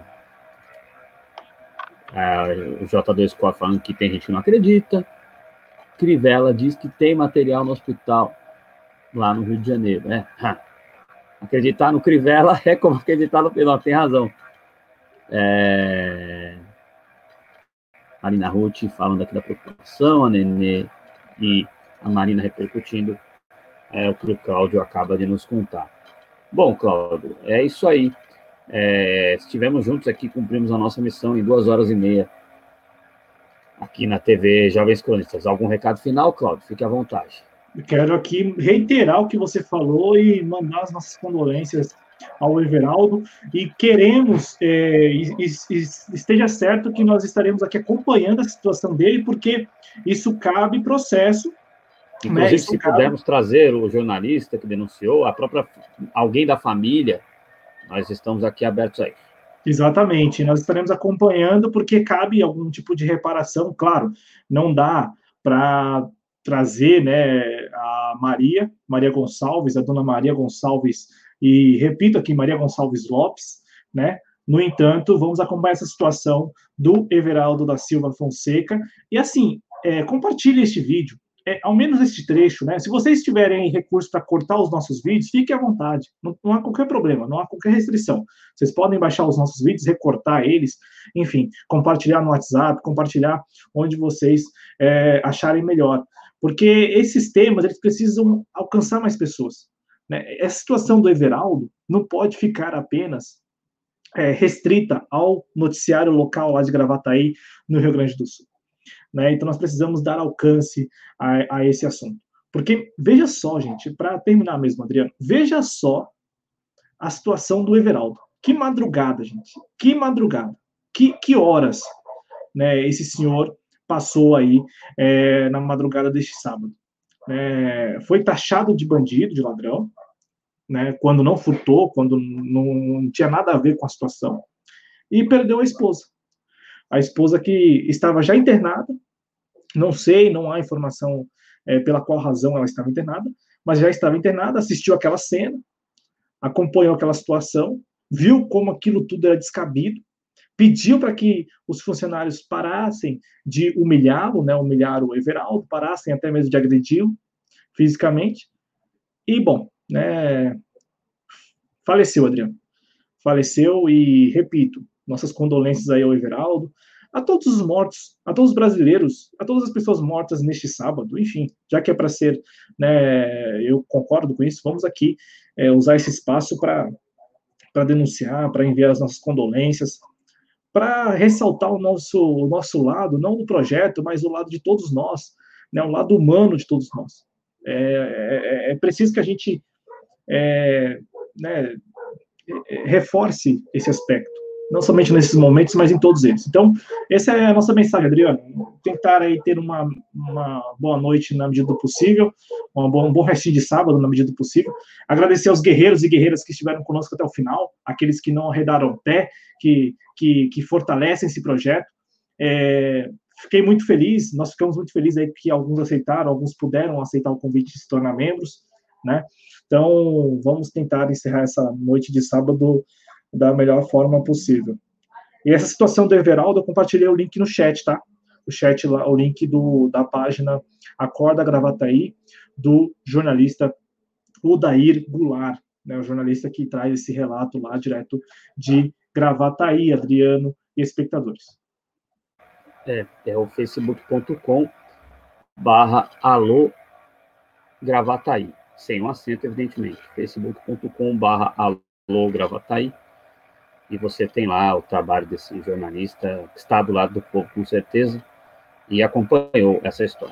a, o J dois Core falando que tem gente que não acredita. Crivella diz que tem material no hospital, lá no Rio de Janeiro. Né? Acreditar no Crivella é como acreditar no Pinóquio, tem razão. É... Marina Ruth falando aqui da preocupação, a Nenê e a Marina repercutindo é, o que o Cláudio acaba de nos contar. Bom, Cláudio, é isso aí. É, estivemos juntos aqui, cumprimos a nossa missão em duas horas e meia aqui na T V Jovens Cronistas. Algum recado final, Cláudio? Fique à vontade. Eu quero aqui reiterar o que você falou e mandar as nossas condolências ao Everaldo, e queremos, é, e, e, e esteja certo que nós estaremos aqui acompanhando a situação dele, porque isso cabe processo. Inclusive, né? Se cabe... pudermos trazer o jornalista que denunciou, a própria, alguém da família, nós estamos aqui abertos a isso. Exatamente, nós estaremos acompanhando, porque cabe algum tipo de reparação, claro, não dá para trazer, né, a Maria, Maria Gonçalves, a dona Maria Gonçalves, e repito aqui, Maria Gonçalves Lopes, né? No entanto, vamos acompanhar essa situação do Everaldo da Silva Fonseca, e assim, é, compartilhe este vídeo, é, ao menos este trecho, né? Se vocês tiverem recurso para cortar os nossos vídeos, fique à vontade, não, não há qualquer problema, não há qualquer restrição. Vocês podem baixar os nossos vídeos, recortar eles, enfim, compartilhar no WhatsApp, compartilhar onde vocês é, acharem melhor, porque esses temas, eles precisam alcançar mais pessoas, né? Essa situação do Everaldo não pode ficar apenas é, restrita ao noticiário local lá de Gravataí, no Rio Grande do Sul. Né? Então, nós precisamos dar alcance a, a esse assunto. Porque, veja só, gente, para terminar mesmo, Adriano, veja só a situação do Everaldo. Que madrugada, gente. Que madrugada. Que, que horas, né, esse senhor passou aí é, na madrugada deste sábado. É, foi taxado de bandido, de ladrão, né, quando não furtou, quando não tinha nada a ver com a situação, e perdeu a esposa. A esposa que estava já internada, não sei, não há informação é, pela qual razão ela estava internada, mas já estava internada, assistiu aquela cena, acompanhou aquela situação, viu como aquilo tudo era descabido, pediu para que os funcionários parassem de humilhá-lo, né, humilhar o Everaldo, parassem até mesmo de agredi-lo fisicamente, e, bom, né, faleceu, Adriano. Faleceu e, repito, nossas condolências aí ao Everaldo, a todos os mortos, a todos os brasileiros, a todas as pessoas mortas neste sábado, enfim, já que é para ser, né, eu concordo com isso, vamos aqui é, usar esse espaço para para denunciar, para enviar as nossas condolências, para ressaltar o nosso, o nosso lado, não do projeto, mas o lado de todos nós, né, o lado humano de todos nós. É, é, é preciso que a gente é, né, reforce esse aspecto, não somente nesses momentos, mas em todos eles. Então, essa é a nossa mensagem, Adriano. Tentar aí ter uma, uma boa noite na medida do possível, um bom, um bom restinho de sábado na medida do possível. Agradecer aos guerreiros e guerreiras que estiveram conosco até o final, aqueles que não arredaram o pé, que, que, que fortalecem esse projeto. É, fiquei muito feliz, nós ficamos muito felizes aí que alguns aceitaram, alguns puderam aceitar o convite de se tornar membros, né? Então, vamos tentar encerrar essa noite de sábado da melhor forma possível. E essa situação do Everaldo, eu compartilhei o link no chat, tá? O chat lá, o link do, da página Acorda Gravataí, do jornalista Odair Goulart, né, o jornalista que traz esse relato lá direto de Gravataí, Adriano e espectadores. É, é o facebook ponto com barra alô Gravataí, sem um acento, evidentemente. facebook ponto com barra alô Gravataí. E você tem lá o trabalho desse jornalista que está do lado do povo, com certeza, e acompanhou essa história.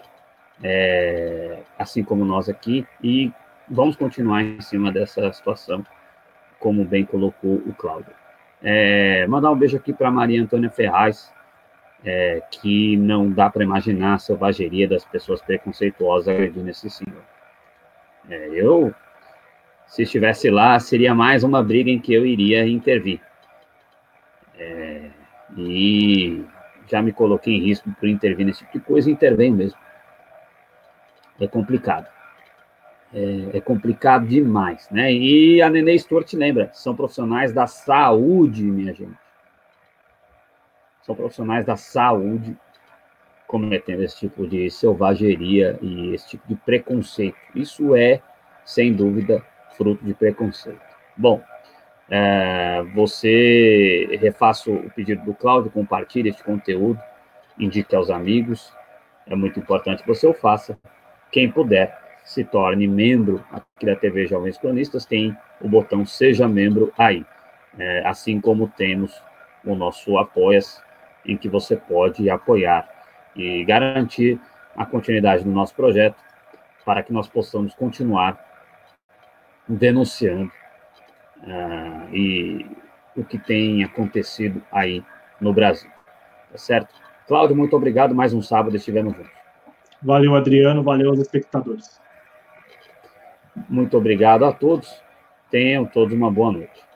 É, assim como nós aqui, e vamos continuar em cima dessa situação, como bem colocou o Cláudio. É, mandar um beijo aqui para Maria Antônia Ferraz, é, que não dá para imaginar a selvageria das pessoas preconceituosas agredindo esse senhor. É, eu, se estivesse lá, seria mais uma briga em que eu iria intervir. É, e já me coloquei em risco por intervir nesse tipo de coisa, e intervenho mesmo. É complicado. É, é complicado demais, né? E a Nenê Stewart lembra, são profissionais da saúde, minha gente. São profissionais da saúde cometendo esse tipo de selvageria e esse tipo de preconceito. Isso é, sem dúvida, fruto de preconceito. Bom, é, você, refaço o pedido do Cláudio, compartilhe este conteúdo, indique aos amigos, é muito importante que você o faça. Quem puder, se torne membro aqui da T V Jovens Cronistas, tem o botão Seja Membro aí, é, assim como temos o nosso Apoia-se, em que você pode apoiar e garantir a continuidade do nosso projeto para que nós possamos continuar denunciando uh, e o que tem acontecido aí no Brasil. Tá certo? Cláudio, muito obrigado. Mais um sábado estivemos juntos. Valeu, Adriano. Valeu aos espectadores. Muito obrigado a todos. Tenham todos uma boa noite.